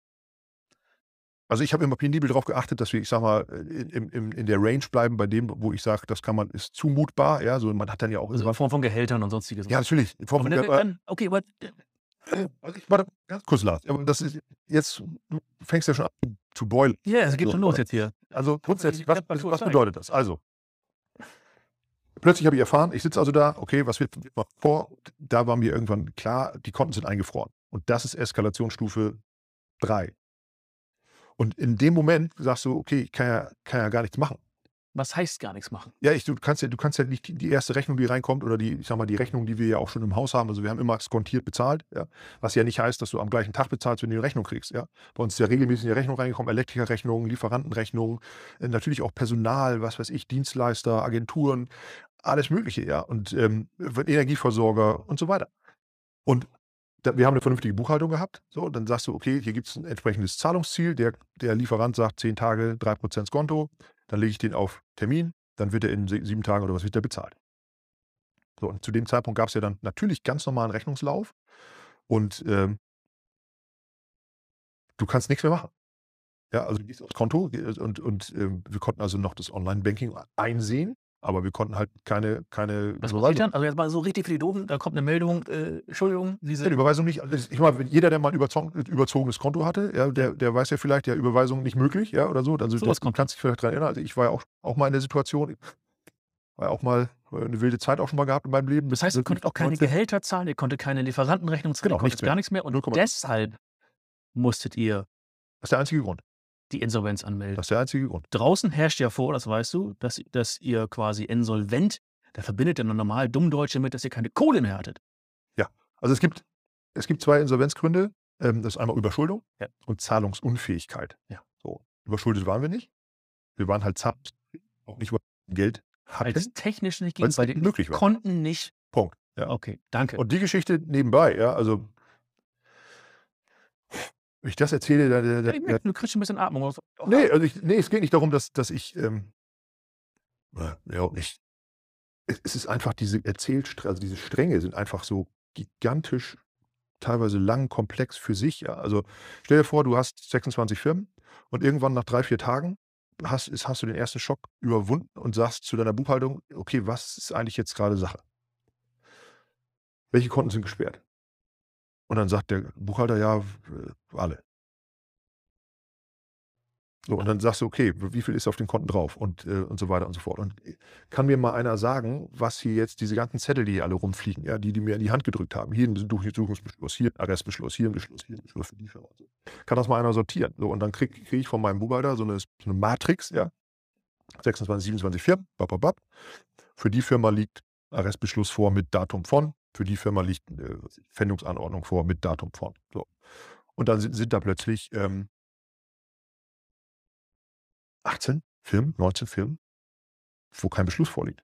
Also ich habe immer penibel darauf geachtet, dass wir, ich sage mal, in, in, in in der Range bleiben bei dem, wo ich sage, das kann man, ist zumutbar. Ja, so man hat dann ja auch Also in irgendwann, Form von Gehältern und sonstiges. ja natürlich, in Form Aber von, dann, aber, dann, okay, aber also ich, warte, ganz kurz, Lars, aber das ist jetzt, du fängst ja schon an zu boilen. ja, es geht So, schon los jetzt hier. Also grundsätzlich, die was, Temperatur was steigt. bedeutet das? Also, plötzlich habe ich erfahren, ich sitze also da, okay, was wird wird mal vor? Da war mir irgendwann klar, die Konten sind eingefroren. Und das ist Eskalationsstufe drei. Und in dem Moment sagst du, okay, ich kann ja, kann ja gar nichts machen. Was heißt gar nichts machen? Ja, ich, du kannst ja, du kannst ja nicht die, die erste Rechnung, die reinkommt, oder die, ich sag mal, die Rechnung, die wir ja auch schon im Haus haben. Also wir haben immer skontiert bezahlt, ja. Was ja nicht heißt, dass du am gleichen Tag bezahlst, wenn du die Rechnung kriegst, ja. Bei uns ist ja regelmäßig eine Rechnung reingekommen, Elektrikerrechnungen, Lieferantenrechnungen, äh, natürlich auch Personal, was weiß ich, Dienstleister, Agenturen, alles Mögliche, ja. Und ähm, Energieversorger und so weiter. Und da, wir haben eine vernünftige Buchhaltung gehabt. So, und dann sagst du, okay, hier gibt es ein entsprechendes Zahlungsziel. Der, der Lieferant sagt zehn Tage, drei Prozent Skonto. Dann lege ich den auf Termin. Dann wird er in sie- sieben Tagen oder was wird der bezahlt. So, und zu dem Zeitpunkt gab es ja dann natürlich ganz normalen Rechnungslauf. Und ähm, du kannst nichts mehr machen. Ja, also du gehst aufs Konto äh, und, und ähm, wir konnten also noch das Online-Banking einsehen, aber wir konnten halt keine, keine Was Überweisung. passiert dann? Also jetzt mal so richtig für die Doofen, da kommt eine Meldung, äh, Entschuldigung, Ja, diese die Überweisung nicht. Also ich meine, jeder, der mal ein überzong- überzogenes Konto hatte, ja, der, der weiß ja vielleicht, ja, Überweisung nicht möglich, ja, oder so. Also Sowas das, du kommt. kannst dich vielleicht daran erinnern. Also ich war ja auch, auch mal in der Situation, war ja auch mal äh, eine wilde Zeit auch schon mal gehabt in meinem Leben. Das heißt, ihr konntet auch keine neunzehn Gehälter zahlen, ihr konntet keine Lieferantenrechnung zahlen, Genau, ihr konntet nichts mehr. gar nichts mehr. Und null Komma fünf. deshalb musstet ihr, Das ist der einzige Grund. die Insolvenz anmelden. Das ist der einzige Grund. Draußen herrscht ja vor, das weißt du, dass, dass ihr quasi insolvent, da verbindet ihr normal Dummdeutsche mit, dass ihr keine Kohle mehr hattet. Ja, also es gibt, es gibt zwei Insolvenzgründe. Ähm, das ist einmal Überschuldung Ja. und Zahlungsunfähigkeit. Ja. So, überschuldet waren wir nicht. Wir waren halt zahlungsfähig, auch nicht, weil wir Geld Weil es hatten, technisch nicht weil ging, es weil nicht die möglich war. konnten nicht. Punkt. Ja. Okay, danke. Und die Geschichte nebenbei, ja, also wenn ich das erzähle, da, da, Ja, da, ich da merke, du kriegst ein bisschen Atmung. aus. nee, also ich, nee, es geht nicht darum, dass, dass ich, ähm, äh, ja, nicht. Es, es ist einfach diese Erzählstränge, also diese Stränge sind einfach so gigantisch, teilweise lang, komplex für sich. Ja. Also stell dir vor, du hast sechsundzwanzig Firmen und irgendwann nach drei, vier Tagen hast, ist, hast du den ersten Schock überwunden und sagst zu deiner Buchhaltung, okay, was ist eigentlich jetzt gerade Sache? Welche Konten sind gesperrt? Und dann sagt der Buchhalter, ja, äh, alle. So, und dann sagst du, okay, wie viel ist auf den Konten drauf und, äh, und so weiter und so fort. Und äh, kann mir mal einer sagen, was hier jetzt diese ganzen Zettel, die hier alle rumfliegen, ja, die, die mir in die Hand gedrückt haben, hier ein Durchsuchungsbeschluss, hier ein Arrestbeschluss, hier ein Beschluss, hier ein Beschluss für die Firma. Und so. Kann das mal einer sortieren? So, und dann kriege krieg ich von meinem Buchhalter so eine, so eine Matrix, ja, sechsundzwanzig, siebenundzwanzig Firmen, bap, bap, bap. Für die Firma liegt Arrestbeschluss vor mit Datum von, für die Firma liegt äh, Pfändungsanordnung vor mit Datum von. So. Und dann sind, sind da plötzlich ähm, achtzehn Firmen, neunzehn Firmen, wo kein Beschluss vorliegt.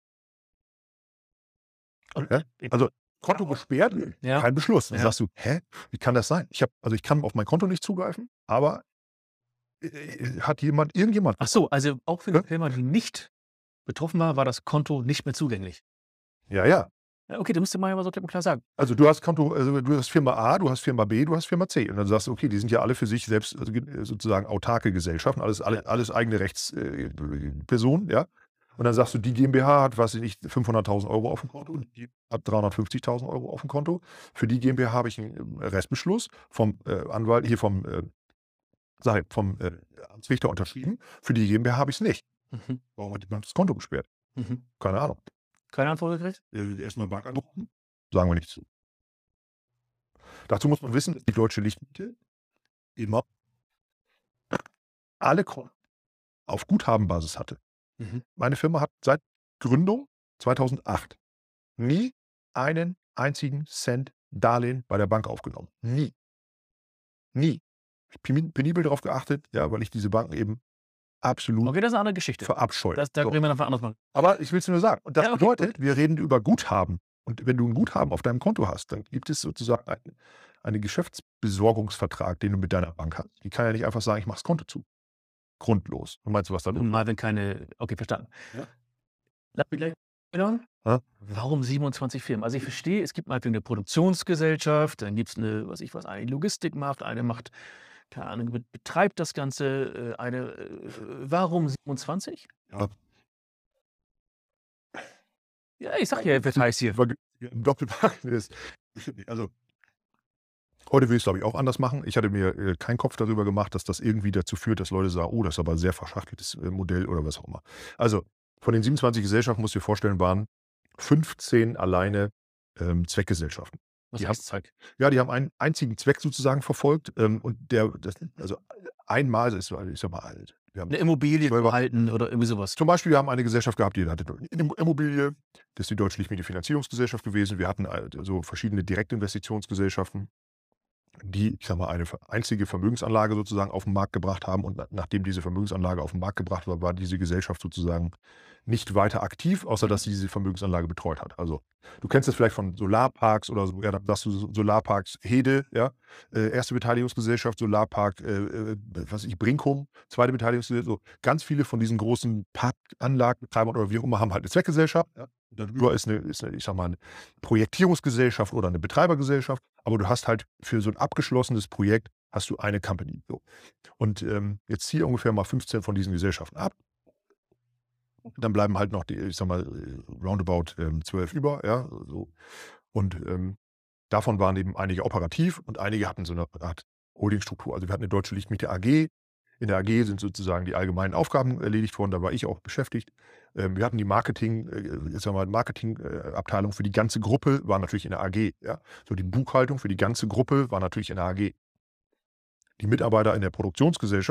Und Ja? Also Konto gesperrt, Ja. kein Beschluss. Dann Ja. sagst du, hä, wie kann das sein? Ich habe, also ich kann auf mein Konto nicht zugreifen, aber äh, hat jemand, irgendjemand, Ach so, also auch für eine Ja. Firma, die nicht betroffen war, war das Konto nicht mehr zugänglich. ja, ja. Ja, okay, du musst dir mal so klipp und klar sagen. Also du hast Konto, also du hast Firma A, du hast Firma B, du hast Firma C. Und dann sagst du, okay, die sind ja alle für sich selbst, also ge- sozusagen autarke Gesellschaften, alles, alle, alles eigene Rechtspersonen, ja. Und dann sagst du, die GmbH hat, weiß ich nicht, fünfhunderttausend Euro auf dem Konto, und die hat dreihundertfünfzigtausend Euro auf dem Konto. Für die GmbH habe ich einen ähm, Restbeschluss vom äh, Anwalt, hier vom, äh, sag ich, vom äh, Amtsrichter unterschrieben. Für die GmbH habe ich es nicht. Mhm. Warum hat die Bank das Konto gesperrt? Mhm. Keine Ahnung. Keine Antwort gekriegt? Äh, Erstmal Bank anrufen, sagen wir nicht zu. Dazu muss man wissen, dass die Deutsche Lichtmiete immer alle Konten auf Guthabenbasis hatte. Mhm. Meine Firma hat seit Gründung zweitausendacht nie einen einzigen Cent Darlehen bei der Bank aufgenommen. Nie. Nie. Ich bin penibel darauf geachtet, ja, weil ich diese Banken eben absolut Okay, das ist eine andere Geschichte. verabscheue. Das, da So. reden wir einfach anders mal. Aber ich will es nur sagen. Und das Ja, okay, bedeutet, wir reden über Guthaben. Und wenn du ein Guthaben auf deinem Konto hast, dann gibt es sozusagen einen, einen Geschäftsbesorgungsvertrag, den du mit deiner Bank hast. Die kann ja nicht einfach sagen, ich mache das Konto zu. Grundlos. Und meinst du, was da los ist? Mal, wenn keine. Okay, verstanden. Ja. Lass mich gleich erinnern. Hä? Warum siebenundzwanzig Firmen? Also ich verstehe, es gibt mal eine Produktionsgesellschaft, dann gibt es eine, was ich was, eine Logistik macht, eine macht, keine Ahnung, be- betreibt das Ganze, äh, eine, äh, warum siebenundzwanzig? Ja. Ja, ich sag ja, was heißt hier. Weil im Doppelpack ist. Also, heute will ich es, glaube ich, auch anders machen. Ich hatte mir äh, keinen Kopf darüber gemacht, dass das irgendwie dazu führt, dass Leute sagen, oh, das ist aber ein sehr verschachteltes äh, Modell oder was auch immer. Also, von den siebenundzwanzig Gesellschaften, musst du dir vorstellen, waren fünfzehn alleine ähm, Zweckgesellschaften. Was Die heißt Zeug? Ja, die haben einen einzigen Zweck sozusagen verfolgt. Ähm, und der, das, also einmal, ist, ich sag mal, wir haben Eine Immobilie Selber- halten oder irgendwie sowas. Zum Beispiel, wir haben eine Gesellschaft gehabt, die hatte eine Immobilie. Das ist die Deutsche Lichtmiete Finanzierungsgesellschaft gewesen. Wir hatten also verschiedene Direktinvestitionsgesellschaften, die, ich sag mal, eine ver- einzige Vermögensanlage sozusagen auf den Markt gebracht haben. Und na- nachdem diese Vermögensanlage auf den Markt gebracht war, war diese Gesellschaft sozusagen nicht weiter aktiv, außer dass sie diese Vermögensanlage betreut hat. Also, du kennst das vielleicht von Solarparks oder so, ja, dann sagst du so- Solarparks Hede, ja, äh, erste Beteiligungsgesellschaft, Solarpark, äh, äh, was weiß ich, Brinkum, zweite Beteiligungsgesellschaft, so ganz viele von diesen großen Parkanlagenbetreibern oder wie auch immer haben halt eine Zweckgesellschaft. Ja. Und darüber ist eine, ist eine, ich sag mal, eine Projektierungsgesellschaft oder eine Betreibergesellschaft, aber du hast halt für so ein abgeschlossenes Projekt hast du eine Company. So. Und ähm, jetzt ziehe ungefähr mal fünfzehn von diesen Gesellschaften ab. Dann bleiben halt noch die, ich sag mal, äh, roundabout ähm, zwölf über, ja, so. Und ähm, davon waren eben einige operativ und einige hatten so eine Art Holdingstruktur. Also wir hatten eine Deutsche Lichtmiete A G. In der A G sind sozusagen die allgemeinen Aufgaben erledigt worden, da war ich auch beschäftigt. Ähm, wir hatten die Marketing, äh, ich sag mal, Marketingabteilung für die ganze Gruppe, war natürlich in der A G. Ja. So die Buchhaltung für die ganze Gruppe war natürlich in der A G. Die Mitarbeiter in der Produktionsgesellschaft,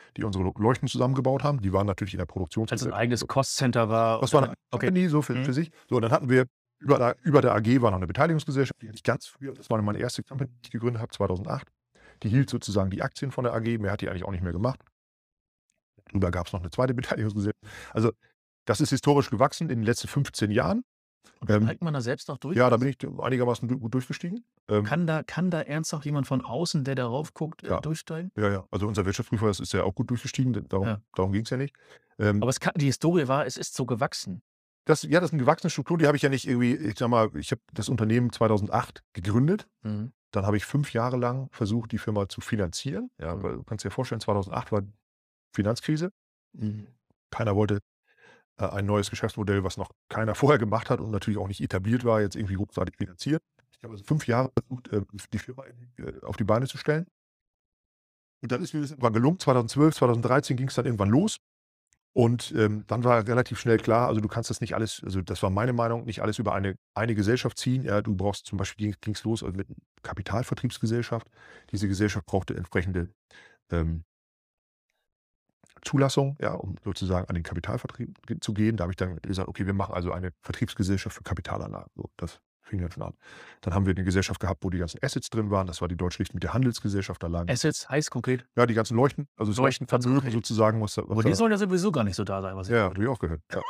die unsere Leuchten zusammengebaut haben. Die waren natürlich in der Produktion. Also ein eigenes Cost-Center war. Das war eine Okay. Company so für, Mhm. für sich. So, und dann hatten wir über der, über der A G war noch eine Beteiligungsgesellschaft, die hatte ich ganz früher, das war meine erste Company, die ich gegründet habe, zweitausendacht. Die hielt sozusagen die Aktien von der A G, mehr hat die eigentlich auch nicht mehr gemacht. Darüber gab es noch eine zweite Beteiligungsgesellschaft. Also das ist historisch gewachsen in den letzten fünfzehn Jahren. Ähm, Steigt man da selbst noch durch? ja, da bin ich einigermaßen du- gut durchgestiegen. Ähm, Kann da, kann da ernsthaft jemand von außen, der darauf guckt, äh, Ja. durchsteigen? ja, ja. Also unser Wirtschaftsprüfer das ist ja auch gut durchgestiegen, denn darum, Ja. darum ging es ja nicht. Ähm, Aber es kann, die Historie war, es ist so gewachsen. das, ja, das ist eine gewachsene Struktur, die habe ich ja nicht irgendwie, ich sag mal, ich habe das Unternehmen zweitausendacht gegründet. Mhm. Dann habe ich fünf Jahre lang versucht, die Firma zu finanzieren. Ja, Mhm. weil du kannst dir vorstellen, zweitausendacht war Finanzkrise. Mhm. Keiner wollte äh, ein neues Geschäftsmodell, was noch keiner vorher gemacht hat und natürlich auch nicht etabliert war, jetzt irgendwie großartig finanzieren. Ich habe also fünf Jahre versucht, äh, die Firma äh, auf die Beine zu stellen. Und dann ist mir das irgendwann gelungen. zweitausendzwölf, zweitausenddreizehn ging es dann irgendwann los. Und ähm, dann war relativ schnell klar, also du kannst das nicht alles, also das war meine Meinung, nicht alles über eine, eine Gesellschaft ziehen. Ja, du brauchst zum Beispiel, ging es los mit einer Kapitalvertriebsgesellschaft. Diese Gesellschaft brauchte entsprechende ähm, Zulassung, ja, um sozusagen an den Kapitalvertrieb ge- zu gehen. Da habe ich dann gesagt, okay, wir machen also eine Vertriebsgesellschaft für Kapitalanlagen. So, das fing dann schon an. Dann haben wir eine Gesellschaft gehabt, wo die ganzen Assets drin waren. Das war die Deutschlicht mit der Handelsgesellschaft. Da lagen Assets heißt konkret. ja die ganzen Leuchten, also das Leuchten, Vermögen okay. sozusagen. Was, da- was Aber die da, sollen ja sowieso gar nicht so da sein. Was ich ja, habe ich auch gehört. Ja.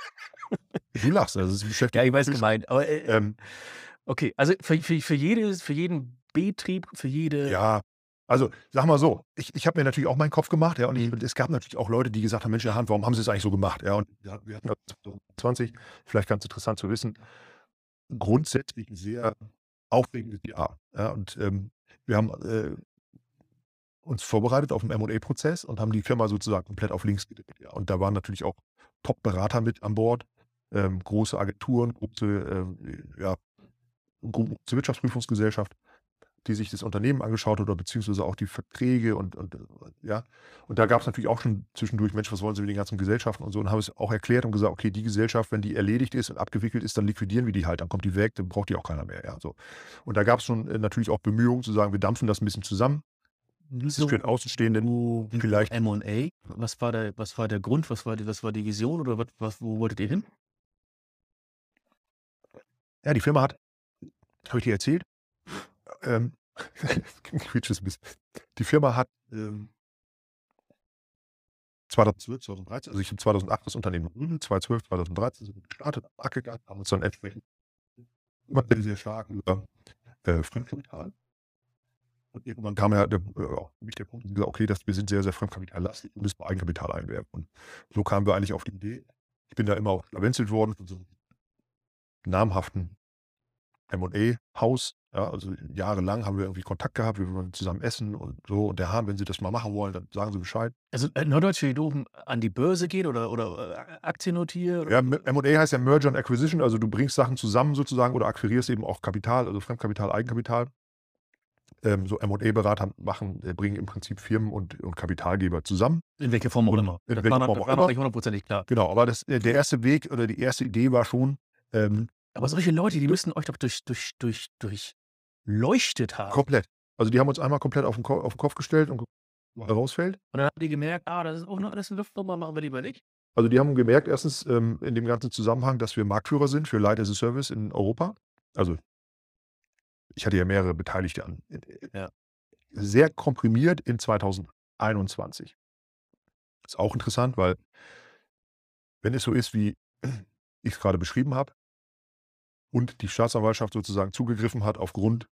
Du lachst, also es beschäftigt ja, ich weiß mich. gemeint. Aber äh, Ähm, okay, also für, für, für, jedes, für jeden Betrieb, für jede. ja, also sag mal so, ich, ich habe mir natürlich auch meinen Kopf gemacht, ja, und ich, Mhm. es gab natürlich auch Leute, die gesagt haben, Mensch, Herr Hand, warum haben Sie es eigentlich so gemacht? Ja, und wir hatten wir hatten zwanzig zwanzig, vielleicht ganz interessant zu wissen, grundsätzlich ein sehr aufregendes Jahr. Ja, und ähm, wir haben äh, uns vorbereitet auf den M und A-Prozess und haben die Firma sozusagen komplett auf links gedreht. Ja. Und da waren natürlich auch Top-Berater mit an Bord, ähm, große Agenturen, große, ähm, ja, große Wirtschaftsprüfungsgesellschaft, die sich das Unternehmen angeschaut hat oder beziehungsweise auch die Verträge und, und äh, ja. Und da gab es natürlich auch schon zwischendurch, Mensch, was wollen Sie mit den ganzen Gesellschaften und so, und haben es auch erklärt und gesagt, okay, die Gesellschaft, wenn die erledigt ist und abgewickelt ist, dann liquidieren wir die halt, dann kommt die weg, dann braucht die auch keiner mehr. Ja, so. Und da gab es schon äh, natürlich auch Bemühungen zu sagen, wir dampfen das ein bisschen zusammen. Das ist für den Außenstehenden Wieso vielleicht. M und A? Was war der, was war der Grund? Was war die, was war die Vision oder was, was, wo wolltet ihr hin? Ja, die Firma hat, habe ich dir erzählt, ähm, ich quietsche es ein bisschen. Die Firma hat ähm, zweitausendzwölf, zweitausenddreizehn, also ich habe zweitausendacht das Unternehmen gegründet, zweitausendzwölf, zweitausenddreizehn sind wir gestartet, am Markt gegangen, haben uns dann entsprechend immer sehr, sehr stark über äh, Fremdkapital. Und irgendwann kam ja der, äh, auch für mich der Punkt, gesagt, okay, das, wir sind sehr, sehr fremdkapitallastig, wir müssen Eigenkapital einwerben. Und so kamen wir eigentlich auf die Idee. Ich bin da immer auch erwähnt worden von so einem namhaften M und A-Haus. Ja, also jahrelang haben wir irgendwie Kontakt gehabt, wir wollen zusammen essen und so. Und der Hahn, wenn Sie das mal machen wollen, dann sagen Sie Bescheid. Also äh, Norddeutsche Doofen an die Börse geht oder, oder äh, Aktien notiert? Ja, M und A heißt ja Merger and Acquisition, also du bringst Sachen zusammen sozusagen oder akquirierst eben auch Kapital, also Fremdkapital, Eigenkapital. Ähm, so M und A-Berater machen, äh, bringen im Prinzip Firmen und, und Kapitalgeber zusammen. In welcher Form auch Und immer. in Das welcher war, Form das auch war noch immer. nicht hundertprozentig klar. Genau, aber das, äh, der erste Weg oder die erste Idee war schon, ähm, Aber solche Leute, die müssen euch doch durch, durch, durch, durchleuchtet haben. komplett. Also die haben uns einmal komplett auf den, Ko auf den Kopf gestellt und geguckt, was rausfällt. Und dann haben die gemerkt, ah, das ist auch noch alles eine Luftnummer, machen wir lieber nicht. Also die haben gemerkt, erstens ähm, in dem ganzen Zusammenhang, dass wir Marktführer sind für Light as a Service in Europa. Also ich hatte ja mehrere Beteiligte an. Ja. Sehr komprimiert in zweitausendeinundzwanzig. Ist auch interessant, weil wenn es so ist, wie ich es gerade beschrieben habe und die Staatsanwaltschaft sozusagen zugegriffen hat aufgrund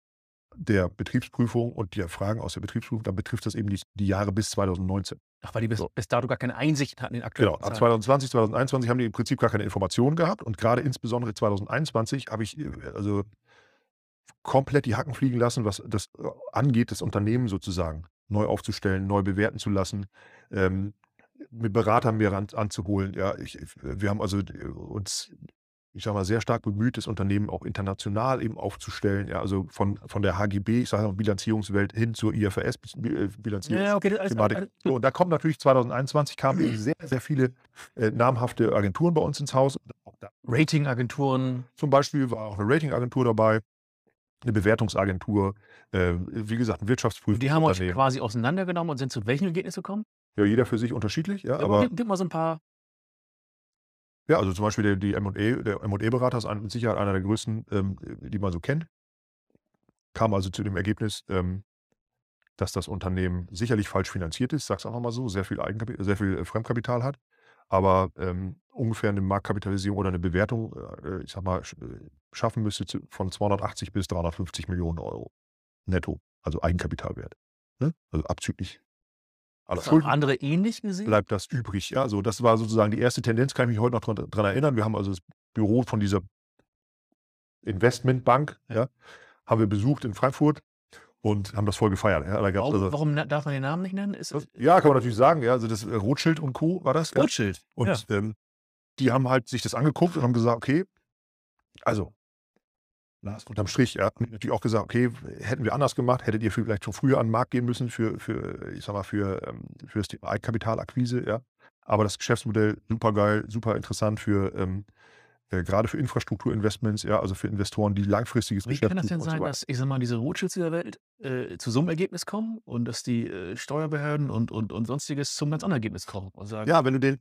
der Betriebsprüfung und der Fragen aus der Betriebsprüfung, dann betrifft das eben die, die Jahre bis zweitausendneunzehn. Ach, weil die bis, So. bis dato gar keine Einsicht hatten in aktuellen Genau, ab Zahlen. zweitausendzwanzig, zweitausendeinundzwanzig haben die im Prinzip gar keine Informationen gehabt und gerade insbesondere zweitausendeinundzwanzig habe ich äh, also komplett die Hacken fliegen lassen, was das äh, angeht, das Unternehmen sozusagen neu aufzustellen, neu bewerten zu lassen, ähm, mit Beratern mehr ran, anzuholen. Ja, ich, ich- wir haben also äh, uns, ich sage mal, sehr stark bemüht, das Unternehmen auch international eben aufzustellen. Ja, also von, von der H G B, ich sage mal, Bilanzierungswelt hin zur I F R S-Bilanzierung. Ja, okay, das alles, Thematik. alles, So, und da kommen natürlich zweitausendeinundzwanzig kamen sehr, sehr viele äh, namhafte Agenturen bei uns ins Haus. Auch da Ratingagenturen. zum Beispiel war auch eine Ratingagentur dabei. 'ne Bewertungsagentur, äh, wie gesagt, 'n Und die haben euch Wirtschaftsprüfungsunternehmen. quasi auseinandergenommen und sind zu welchem Ergebnis gekommen? Ja, jeder für sich unterschiedlich, ja, Ja, aber gib gib mal so 'n paar ja, also zum Beispiel der die M und E der M und E-Berater ist ein mit Sicherheit einer der größten, ähm, die man so kennt. Kam also zu dem Ergebnis, ähm, dass das Unternehmen sicherlich falsch finanziert ist, sage es einfach mal so, sehr viel Eigenkapi sehr viel, äh, Fremdkapital hat, aber, ähm, ungefähr 'ne Marktkapitalisierung oder 'ne Bewertung, äh, ich sage mal, sch äh, schaffen müsste zu von zweihundertachtzig bis dreihundertfünfzig Millionen Euro netto, also Eigenkapitalwert, ne? Also abzüglich aller Das haben Schulden andere ähnlich gesehen? bleibt das übrig. Ja, so das war sozusagen die erste Tendenz, kann ich mich heute noch dran dran erinnern. Wir haben also das Büro von dieser Investmentbank, ja, haben wir besucht in Frankfurt und haben das voll gefeiert, ja. Da gab's Warum also warum na darf man den Namen nicht nennen? Ist Was? Ja, kann man natürlich sagen, ja, also das, äh, Rothschild und Co. war das, ja. Rothschild, ja. Und, ähm, die haben halt sich das angeguckt und haben gesagt: „Okay, also Lars unterm Strich, ja, haben die natürlich auch gesagt: „Okay, hätten wir anders gemacht, hättet ihr vielleicht schon früher an 'n Markt gehen müssen für für, ich sage mal, für, ähm für das Thema Eigenkapitalakquise, ja. Aber das Geschäftsmodell supergeil, super interessant für, ähm äh, grade für Infrastrukturinvestments, ja, also für Investoren, die langfristiges Wie Geschäft kann das suchen denn und so sein, weiter.“ dass, ich sage mal, diese Rothschilds dieser Welt, äh, zu so 'nem Ergebnis kommen und dass die, äh, Steuerbehörden und und und Sonstiges zum ganz anderen Ergebnis kommen und sagen Ja, wenn du den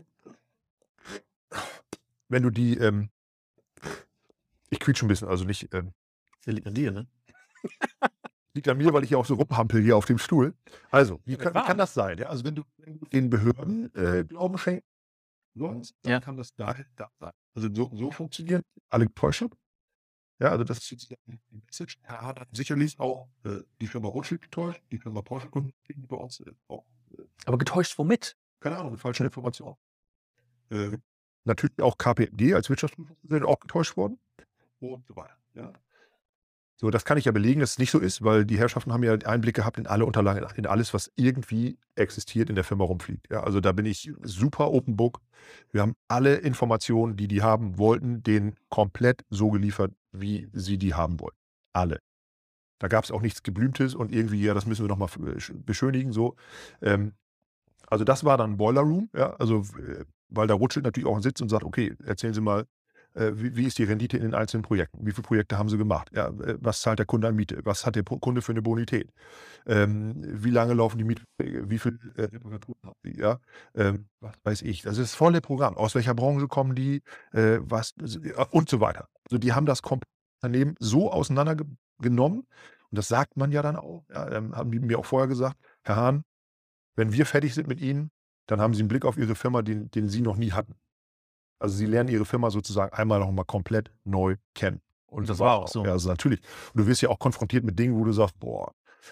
wenn du die, ähm ich quietsche 'n bisschen, also nicht, ähm Der liegt an dir, ne? Liegt an mir, weil ich hier auch so rumhampel hier auf dem Stuhl. Also, wie Ja, wird kann wie kann warm. das sein, ja? Also, wenn du wenn du den Behörden, äh, Glauben schenken sollst, dann Ja. kann das daher da sein. Also, so so funktioniert alle getäuscht habe. Ja, also das ist sozusagen die Message. Herr Hahn hat sicherlich auch, äh, die Firma Rothschild getäuscht, die Firma Porsche Kunden bei uns, äh, auch, äh Aber getäuscht womit? keine Ahnung, mit falschen Informationen. Äh, natürlich auch K P M G als Wirtschaftsprüfungsunternehmen auch getäuscht worden und so weiter, ja. So, das kann ich ja belegen, dass es nicht so ist, weil die Herrschaften haben ja Einblick gehabt in alle Unterlagen, in alles, was irgendwie existiert, in der Firma rumfliegt, ja. Also, da bin ich super Open Book. Wir haben alle Informationen, die die haben wollten, denen komplett so geliefert, wie sie die haben wollten. Alle. Da gab's auch nichts Geblümtes und irgendwie: „Ja, das müssen wir noch mal f äh, sch beschönigen“, so. Ähm, also, das war dann Boiler Room, ja, also, w äh, weil da Rothschild natürlich auch sitzt und sagt: „Okay, erzählen Sie mal, äh, wie wie ist die Rendite in den einzelnen Projekten? Wie viel Projekte haben Sie gemacht? Ja, äh, was zahlt der Kunde an Miete? Was hat der P Kunde für 'ne Bonität? Ähm, wie lange laufen die Mietverträge? Wie viel, äh, Reparaturen haben die, ja? Ähm, was weiß ich. Das ist das volle Programm. Aus welcher Branche kommen die? Äh, was s und so weiter. Also, die haben das komplette Unternehmen so auseinander ge genommen und das sagt man ja dann auch, ja, ähm, haben die mir auch vorher gesagt: „Herr Hahn, wenn wir fertig sind mit Ihnen, dann haben Sie 'n Blick auf Ihre Firma, den den Sie noch nie hatten.“ Also, Sie lernen Ihre Firma sozusagen einmal noch mal komplett neu kennen und Und so das war weiter auch auch. so. Ja, also natürlich. Und du wirst ja auch konfrontiert mit Dingen, wo du sagst: „Boah“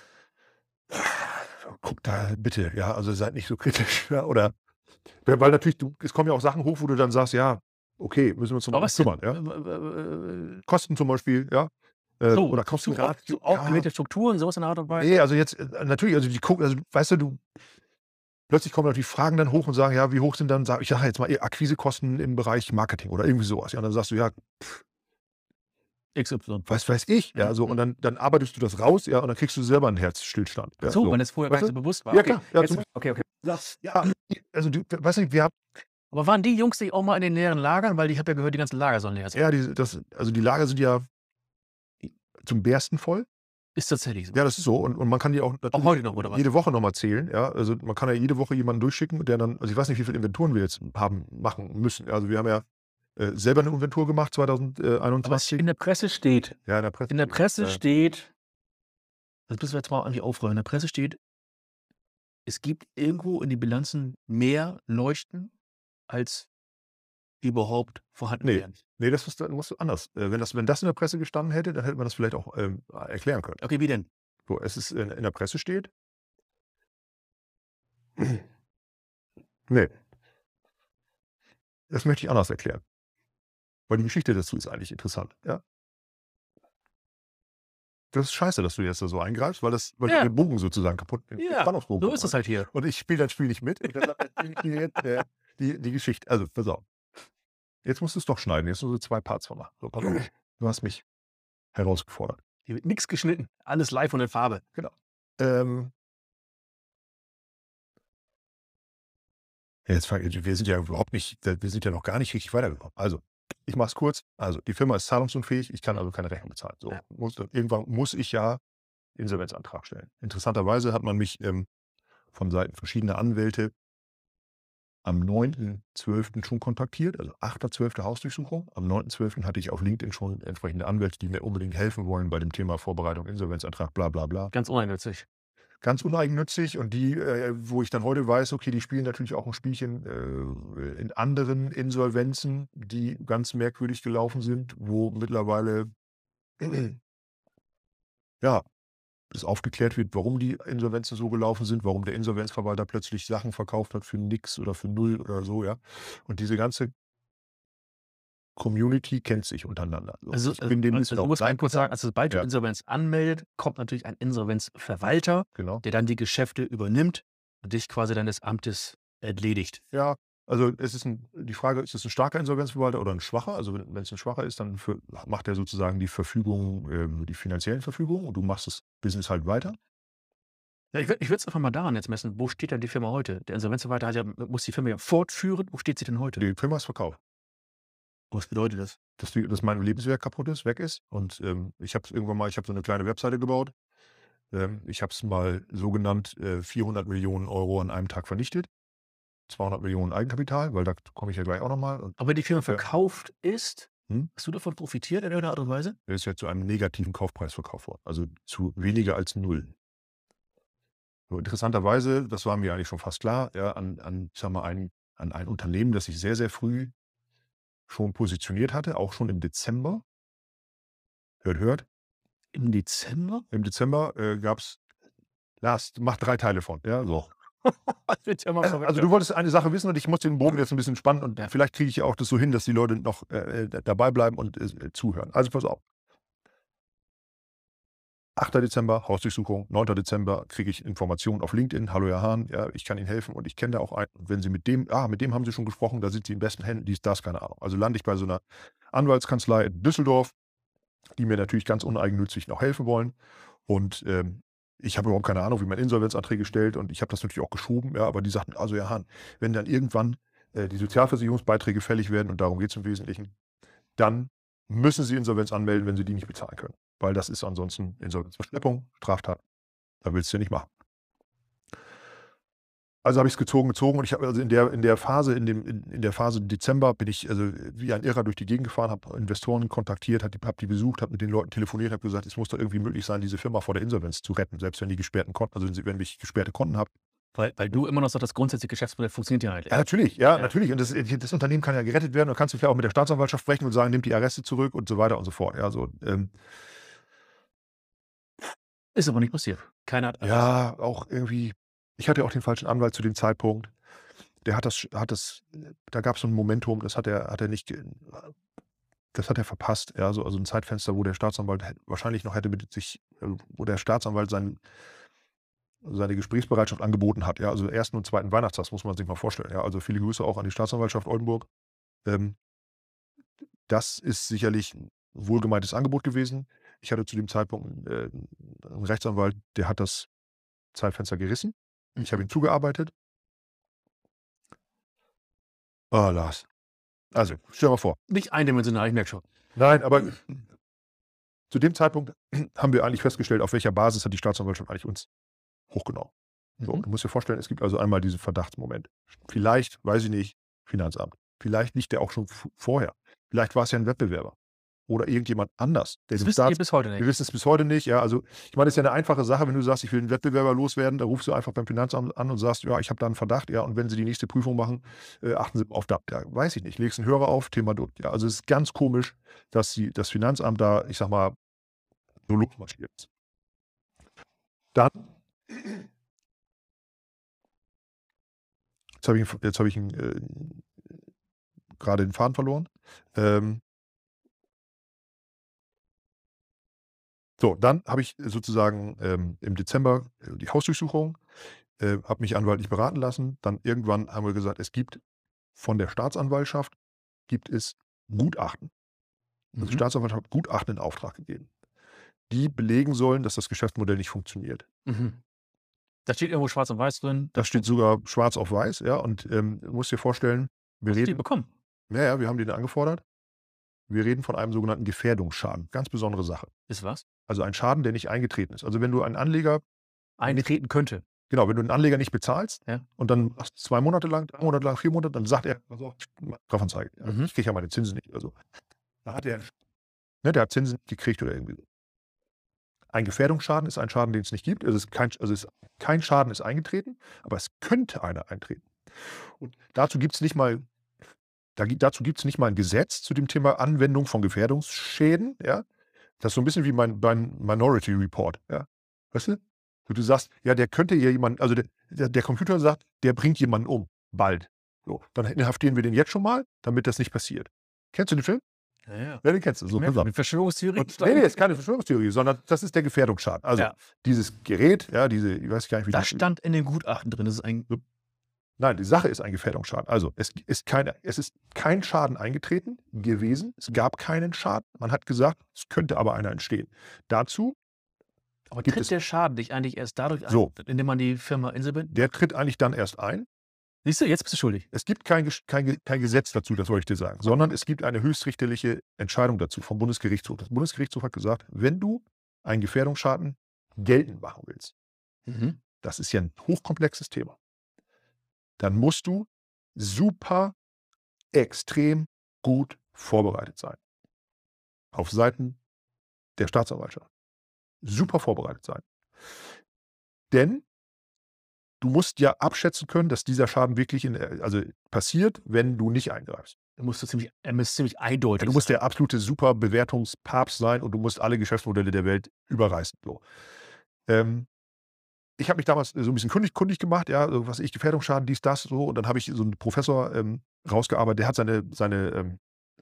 „guckt da bitte, ja, also seid nicht so kritisch“, ja, oder ja, weil natürlich du es kommen ja auch Sachen hoch, wo du dann sagst: „Ja, okay, müssen wir uns noch mal Aber drum was denn? kümmern“, ja? W w w äh Kosten zum Beispiel, ja, äh, So, oder so auf Kostenratio so ja. aufgeblähte Strukturen, so was in der Art und Weise? Ne, also jetzt, äh, natürlich, also die gucken also weißt du, du plötzlich kommen natürlich Fragen dann hoch und sagen: „Ja, wie hoch sind dann“ sage ich sage jetzt mal, äh, „Akquisekosten im Bereich Marketing“ oder irgendwie so was. Ja, und dann sagst du: „Ja, pff“ X Y. „was weiß ich“, Mhm, ja, so und mhm. dann dann arbeitest du das raus, ja, und dann kriegst du selber 'n Herzstillstand, Ach ja, so, so. wenn das vorher gar Weißt nicht du? so bewusst war. Ja Okay, klar, ja, jetzt zum okay, okay. sagst ja, also du weißt du, wir haben Aber waren die Jungs nicht auch mal in den leeren Lagern? Weil ich habe ja gehört, die ganzen Lager sollen leer sein. Ja, diese das also die Lager sind ja zum Bersten voll. Ist tatsächlich so. Ja, das ist so und und man kann die auch Auch natürlich heute noch, oder was? jede Woche noch mal zählen, ja? Also, man kann ja jede Woche jemanden durchschicken, der dann also ich weiß nicht, wie viele Inventuren wir jetzt haben machen müssen. Also, wir haben ja, äh, selber 'ne Inventur gemacht zwanzig äh, Aber es einundzwanzig. in der Presse steht Ja, in der Presse in der steht's, Presse ja. steht das müssen wir jetzt mal irgendwie aufrollen. In der Presse steht es gibt irgendwo in den Bilanzen mehr Leuchten, als überhaupt vorhanden Ne, wären. ne, das musst du musst du anders äh, wenn das wenn das in der Presse gestanden hätte, dann hätte man das vielleicht auch, ähm, erklären können. Okay, wie denn? So, es ist in in der Presse steht Ne. Das möchte ich anders erklären. Weil die Geschichte dazu ist eigentlich interessant, ja? Das ist scheiße, dass du jetzt da so eingreifst, weil das weil du Ja. den Bogen sozusagen kaputt den Ja, Spannungsbogen so ist kaputt das machst. halt hier. Und ich spiele das Spiel nicht mit und deshalb erzähle ich dir jetzt, äh, die die Geschichte. Also, pass auf. Jetzt musst du's doch schneiden. Jetzt musst du zwei Parts von machen. So, pass auf. Du hast mich herausgefordert. Hier wird nix geschnitten. Alles live und in Farbe. Genau. Ähm Ja, jetzt fange wir sind ja überhaupt nicht wir sind ja noch gar nicht richtig weitergekommen. Also Ich mache es kurz. Also, die Firma ist zahlungsunfähig, ich kann also keine Rechnung bezahlen. So, Ja. muss irgendwann muss ich ja Insolvenzantrag stellen. Interessanterweise hat man mich, ähm, von Seiten verschiedener Anwälte am neunten zwölften schon kontaktiert, also achter zwölfter Hausdurchsuchung. Am neunten zwölften hatte ich auf LinkedIn schon entsprechende Anwälte, die mir unbedingt helfen wollen bei dem Thema Vorbereitung, Insolvenzantrag, bla bla bla. Ganz uneigennützig. Ganz uneigennützig und die, äh, wo ich dann heute weiß, okay, die spielen natürlich auch ein Spielchen äh, in anderen Insolvenzen, die ganz merkwürdig gelaufen sind, wo mittlerweile ja, es aufgeklärt wird, warum die Insolvenzen so gelaufen sind, warum der Insolvenzverwalter plötzlich Sachen verkauft hat für nix oder für null oder so, ja. Und diese ganze Community kennt sich untereinander. So, Also, ich äh, bin demnächst also auf muss man kurz Seite sagen, also sobald du ja, Insolvenz anmeldet, kommt natürlich ein Insolvenzverwalter, genau. der dann die Geschäfte übernimmt und dich quasi dann des Amtes entledigt. Ja, also es ist 'n die Frage, ist es 'n starker Insolvenzverwalter oder 'n schwacher? Also, wenn wenn's 'n schwacher ist, dann für macht er sozusagen die Verfügung ähm, die finanziellen Verfügungen und du machst das Business halt weiter. Ja, ich würde ich würde es einfach mal daran jetzt messen, wo steht denn die Firma heute? Der Insolvenzverwalter hat ja muss die Firma ja fortführen. Wo steht sie denn heute? Die Firma ist verkauft. Was bedeutet das? Dass die dass mein Lebenswerk kaputt ist, weg ist und, ähm, ich habe es irgendwann mal ich habe so 'ne kleine Webseite gebaut. Ähm, ich habe es mal so genannt, äh, vierhundert Millionen Euro an einem Tag vernichtet. zweihundert Millionen Eigenkapital, weil da komme ich ja gleich auch noch mal und Aber die Firma ja. verkauft ist, Mhm. hast du davon profitiert in irgendeiner Art und Weise? Der ist ja zu einem negativen Kaufpreis verkauft worden, also zu weniger als null. So interessanterweise, das war mir eigentlich schon fast klar, ja, an an, ich sage mal, ein an ein Unternehmen, das sich sehr, sehr früh schon positioniert hatte, auch schon im Dezember. Hört, hört. Im Dezember? Im Dezember, äh, gab's Lars, mach drei Teile von, ja, so. Das wird ja immer Äh, also, verrückter. du wolltest eine Sache wissen und ich muss den Bogen jetzt 'n bisschen spannen und Ja. vielleicht kriege ich ja auch das so hin, dass die Leute noch, äh, äh, dabei bleiben und, äh, zuhören. Also, pass auf. achter Dezember, Hausdurchsuchung. neunter Dezember kriege ich Informationen auf LinkedIn. „Hallo, Herr Hahn, ja, ich kann Ihnen helfen und ich kenne da auch einen. Wenn Sie mit dem ah, mit dem haben Sie schon gesprochen, da sind Sie in besten Händen“, dies, das, keine Ahnung. Also, lande ich bei so 'ner Anwaltskanzlei in Düsseldorf, die mir natürlich ganz uneigennützig noch helfen wollen. Und, ähm, ich habe überhaupt keine Ahnung, wie man Insolvenzanträge stellt und ich habe das natürlich auch geschoben, ja, aber die sagten: „Also, Herr Hahn, wenn dann irgendwann, äh, die Sozialversicherungsbeiträge fällig werden“, und darum geht's im Wesentlichen, „dann müssen Sie Insolvenz anmelden, wenn Sie die nicht bezahlen können, weil das ist ansonsten Insolvenzverschleppung, Straftat. Da willst du nicht machen.“ Also, habe ich's gezogen, gezogen und ich habe also in der in der Phase in dem in in der Phase Dezember bin ich also wie ein Irrer durch die Gegend gefahren, habe Investoren kontaktiert, habe die habe die besucht, habe mit den Leuten telefoniert, habe gesagt: „Es muss doch irgendwie möglich sein, diese Firma vor der Insolvenz zu retten, selbst wenn die gesperrten Konten also, wenn sie wenn ich gesperrte Konten habe.“ Weil weil du immer noch sagst, das grundsätzliche Geschäftsmodell funktioniert ja eigentlich. Ja, natürlich, ja, Ja. natürlich. Und das äh, das Unternehmen kann ja gerettet werden. Da kannst du vielleicht auch mit der Staatsanwaltschaft sprechen und sagen: „Nimmt die Arreste zurück“ und so weiter und so fort. Ja, so, ähm Ist aber nicht passiert. Keiner hat Arrest. ja, auch irgendwie ich hatte auch den falschen Anwalt zu dem Zeitpunkt. Der hat das sch hat das da gab's so 'n Momentum, das hat er hat er nicht ge das hat er verpasst, ja, so also 'n Zeitfenster, wo der Staatsanwalt hä wahrscheinlich noch hätte mit sich äh, wo der Staatsanwalt sein seine Gesprächsbereitschaft angeboten hat, ja, also ersten und zweiten Weihnachtstags, muss man sich mal vorstellen, ja. Also, viele Grüße auch an die Staatsanwaltschaft Oldenburg. Ähm, das ist sicherlich 'n wohlgemeintes Angebot gewesen. Ich hatte zu dem Zeitpunkt, äh, 'n Rechtsanwalt, der hat das Zeitfenster gerissen. Ich habe Mhm. ihm zugearbeitet. Oh, Lars. Also, stell dir mal vor. Nicht eindimensional, ich merke schon. Nein, aber zu dem Zeitpunkt haben wir eigentlich festgestellt, auf welcher Basis hat die Staatsanwaltschaft eigentlich uns hochgenommen. So, Mhm. du musst dir vorstellen, es gibt also einmal diesen Verdachtsmoment. Vielleicht, weiß ich nicht, Finanzamt. Vielleicht liegt der auch schon v vorher. Vielleicht war es ja 'n Wettbewerber oder irgendjemand anders, der Das dem wisst ihr Staats bis heute wir nicht. wissen es bis heute nicht, ja. Also, ich meine, das ist ja 'ne einfache Sache, wenn du sagst: „Ich will 'n Wettbewerber loswerden“, da rufst du einfach beim Finanzamt an und sagst: „Ja, ich habe da 'n Verdacht, ja, und wenn Sie die nächste Prüfung machen, äh, achten Sie auf da“, ja, weiß ich nicht, legst 'n Hörer auf, Thema durch. Ja, also, es ist ganz komisch, dass sie das Finanzamt da, ich sage mal, so losmarschiert. Dann jetzt habe ich 'n v jetzt habe ich 'n, äh grade den Faden verloren. Ähm So, dann habe ich sozusagen, ähm, im Dezember, äh, die Hausdurchsuchung, äh, habe mich anwaltlich beraten lassen. Dann irgendwann haben wir gesagt, es gibt von der Staatsanwaltschaft gibt es Gutachten. Also, die Mhm. Staatsanwaltschaft hat Gutachten in Auftrag gegeben, die belegen sollen, dass das Geschäftsmodell nicht funktioniert. Mhm. Da steht irgendwo schwarz und weiß drin, Das das steht funktioniert. sogar schwarz auf weiß, ja, und, ähm, du musst dir vorstellen, wir Hast du die reden bekommen? ja, ja, wir haben die dann angefordert. Wir reden von einem sogenannten Gefährdungsschaden. Ganz besondere Sache. Ist was? Also ein Schaden, der nicht eingetreten ist. Also wenn du einen Anleger Eintreten könnte. Genau, wenn du einen Anleger nicht bezahlst Ja. und dann machst du zwei Monate lang, drei Monate lang, vier Monate, dann sagt er: „Pass auf, Strafanzeige. Mhm. Ich kriege ja meine Zinsen nicht“, oder so. Da hat er ne, der hat Zinsen nicht gekriegt oder irgendwie so. Ein Gefährdungsschaden ist ein Schaden, den es nicht gibt. Es ist kein also es kein Schaden ist eingetreten, aber es könnte einer eintreten. Und dazu gibt's nicht mal da gi dazu gibt's nicht mal 'n Gesetz zu dem Thema Anwendung von Gefährdungsschäden, ja? Das ist so 'n bisschen wie mein mein Minority Report, ja? Weißt du? Wo du sagst: „Ja, der könnte ja jemanden also der der der Computer sagt, der bringt jemanden um, bald.“ So, dann inhaftieren wir den jetzt schon mal, damit das nicht passiert. Kennst du den Film? Ja, ja. Ja, den kennst du. So, pass auf. Mit Verschwörungstheorie. Und ne, ne, ist keine Verschwörungstheorie, sondern das ist der Gefährdungsschaden. Also, Ja. dieses Gerät, ja, diese ich weiß gar nicht, wie Das die stand in dem Gutachten drin. Das ist ein Nein, die Sache ist ein Gefährdungsschaden. Also, es ist keine es ist kein Schaden eingetreten gewesen. Es gab keinen Schaden. Man hat gesagt, es könnte aber einer entstehen. Dazu Aber gibt tritt es der Schaden nicht eigentlich erst dadurch ein, So. indem man die Firma insolvent Der tritt eigentlich dann erst ein. Siehst du, jetzt bist du schuldig. Es gibt kein Gesch kein Ge kein Gesetz dazu, das wollte ich dir sagen, sondern es gibt eine höchstrichterliche Entscheidung dazu vom Bundesgerichtshof. Das Bundesgerichtshof hat gesagt, wenn du einen Gefährdungsschaden geltend machen willst, Mhm. das ist ja 'n hochkomplexes Thema, dann musst du super extrem gut vorbereitet sein. Auf Seiten der Staatsanwaltschaft. Super vorbereitet sein. Denn du musst ja abschätzen können, dass dieser Schaden wirklich in äh, also passiert, wenn du nicht eingreifst. Da musst du ziemlich er müsste ziemlich Ja, eindeutig du musst sein. der absolute Superbewertungspapst sein und du musst alle Geschäftsmodelle der Welt überreißen, so. Ähm, ich habe mich damals so 'n bisschen kundig kundig gemacht, ja, so was weiß ich, Gefährdungsschaden, dies, das, so. Und dann habe ich so 'n Professor, ähm, rausgearbeitet, der hat seine seine, ähm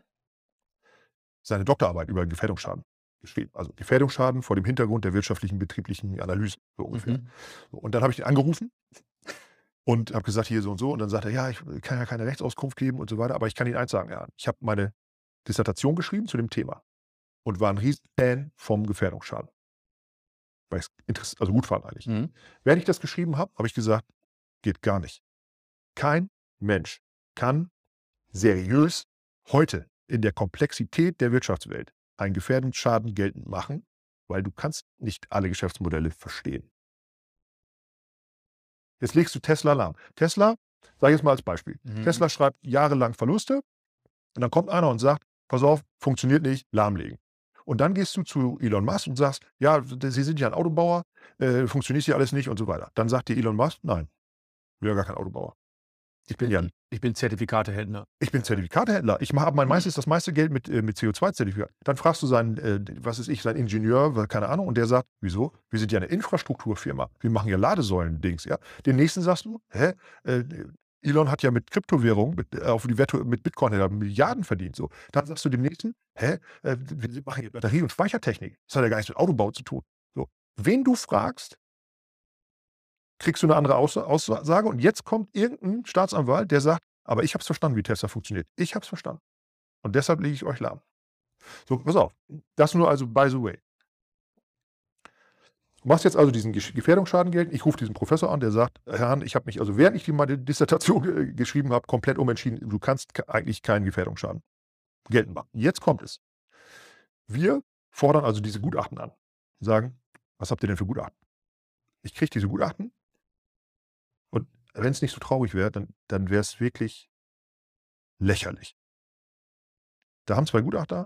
seine Doktorarbeit über Gefährdungsschaden geschrieben. Also, Gefährdungsschaden vor dem Hintergrund der wirtschaftlichen, betrieblichen Analyse, so ungefähr. Mhm. So, und dann habe ich ihn angerufen und habe gesagt: „Hier so und so.“ Und dann sagt er: „Ja, ich kann ja keine Rechtsauskunft geben und so weiter, aber ich kann Ihnen eins sagen, ja, ich habe meine Dissertation geschrieben zu dem Thema und war 'n Riesenfan vom Gefährdungsschaden.“ Weil ich's interess also gut fand eigentlich. Mhm. Während ich das geschrieben habe, habe ich gesagt: „Geht gar nicht. Kein Mensch kann seriös heute in der Komplexität der Wirtschaftswelt einen Gefährdungsschaden geltend machen, weil du kannst nicht alle Geschäftsmodelle verstehen.“ Jetzt legst du Tesla lahm. Tesla, sage ich jetzt mal als Beispiel. Mhm. Tesla schreibt jahrelang Verluste und dann kommt einer und sagt: „Pass auf, funktioniert nicht, lahmlegen.“ Und dann gehst du zu Elon Musk und sagst: „Ja, d Sie sind ja 'n Autobauer, äh, funktioniert hier alles nicht“ und so weiter. Dann sagt dir Elon Musk: „Nein, bin ja gar kein Autobauer. Ich bin ja 'n Ich bin Zertifikatehändler. ich bin Zertifikatehändler. Ich mache habe mein meistes das meiste Geld mit äh, mit C O zwei Zertifikaten.“ Dann fragst du seinen, äh, was weiß ich, seinen Ingenieur, weil keine Ahnung, und der sagt: „Wieso? Wir sind ja 'ne Infrastrukturfirma. Wir machen ja Ladesäulen-Dings“, ja? Den nächsten sagst du: „Hä, äh, Elon hat ja mit Kryptowährungen, mit äh, auf die Virtu mit Bitcoin hat er Milliarden verdient“, so. Dann sagst du dem nächsten: „Hä, äh, wir machen hier Batterie und Speichertechnik. Das hat ja gar nichts mit Autobau zu tun.“ So. Wen du fragst kriegst du 'ne andere Aussa Aussage und jetzt kommt irgend 'n Staatsanwalt, der sagt: „Aber ich habe es verstanden, wie Tesla funktioniert. Ich habe es verstanden. Und deshalb lege ich euch lahm.“ So, pass auf. Das nur also by the way. Du machst jetzt also diesen Gesch Gefährdungsschaden geltend. Ich rufe diesen Professor an, der sagt: „Herr Hahn, ich habe mich also während ich die meine Dissertation ge geschrieben habe, komplett umentschieden. Du kannst k eigentlich keinen Gefährdungsschaden geltend machen.“ Jetzt kommt es. Wir fordern also diese Gutachten an, sagen: „Was habt ihr denn für Gutachten?“ Ich kriege diese Gutachten und wenn's nicht so traurig wäre, dann dann wäre es wirklich lächerlich. Da haben zwei Gutachter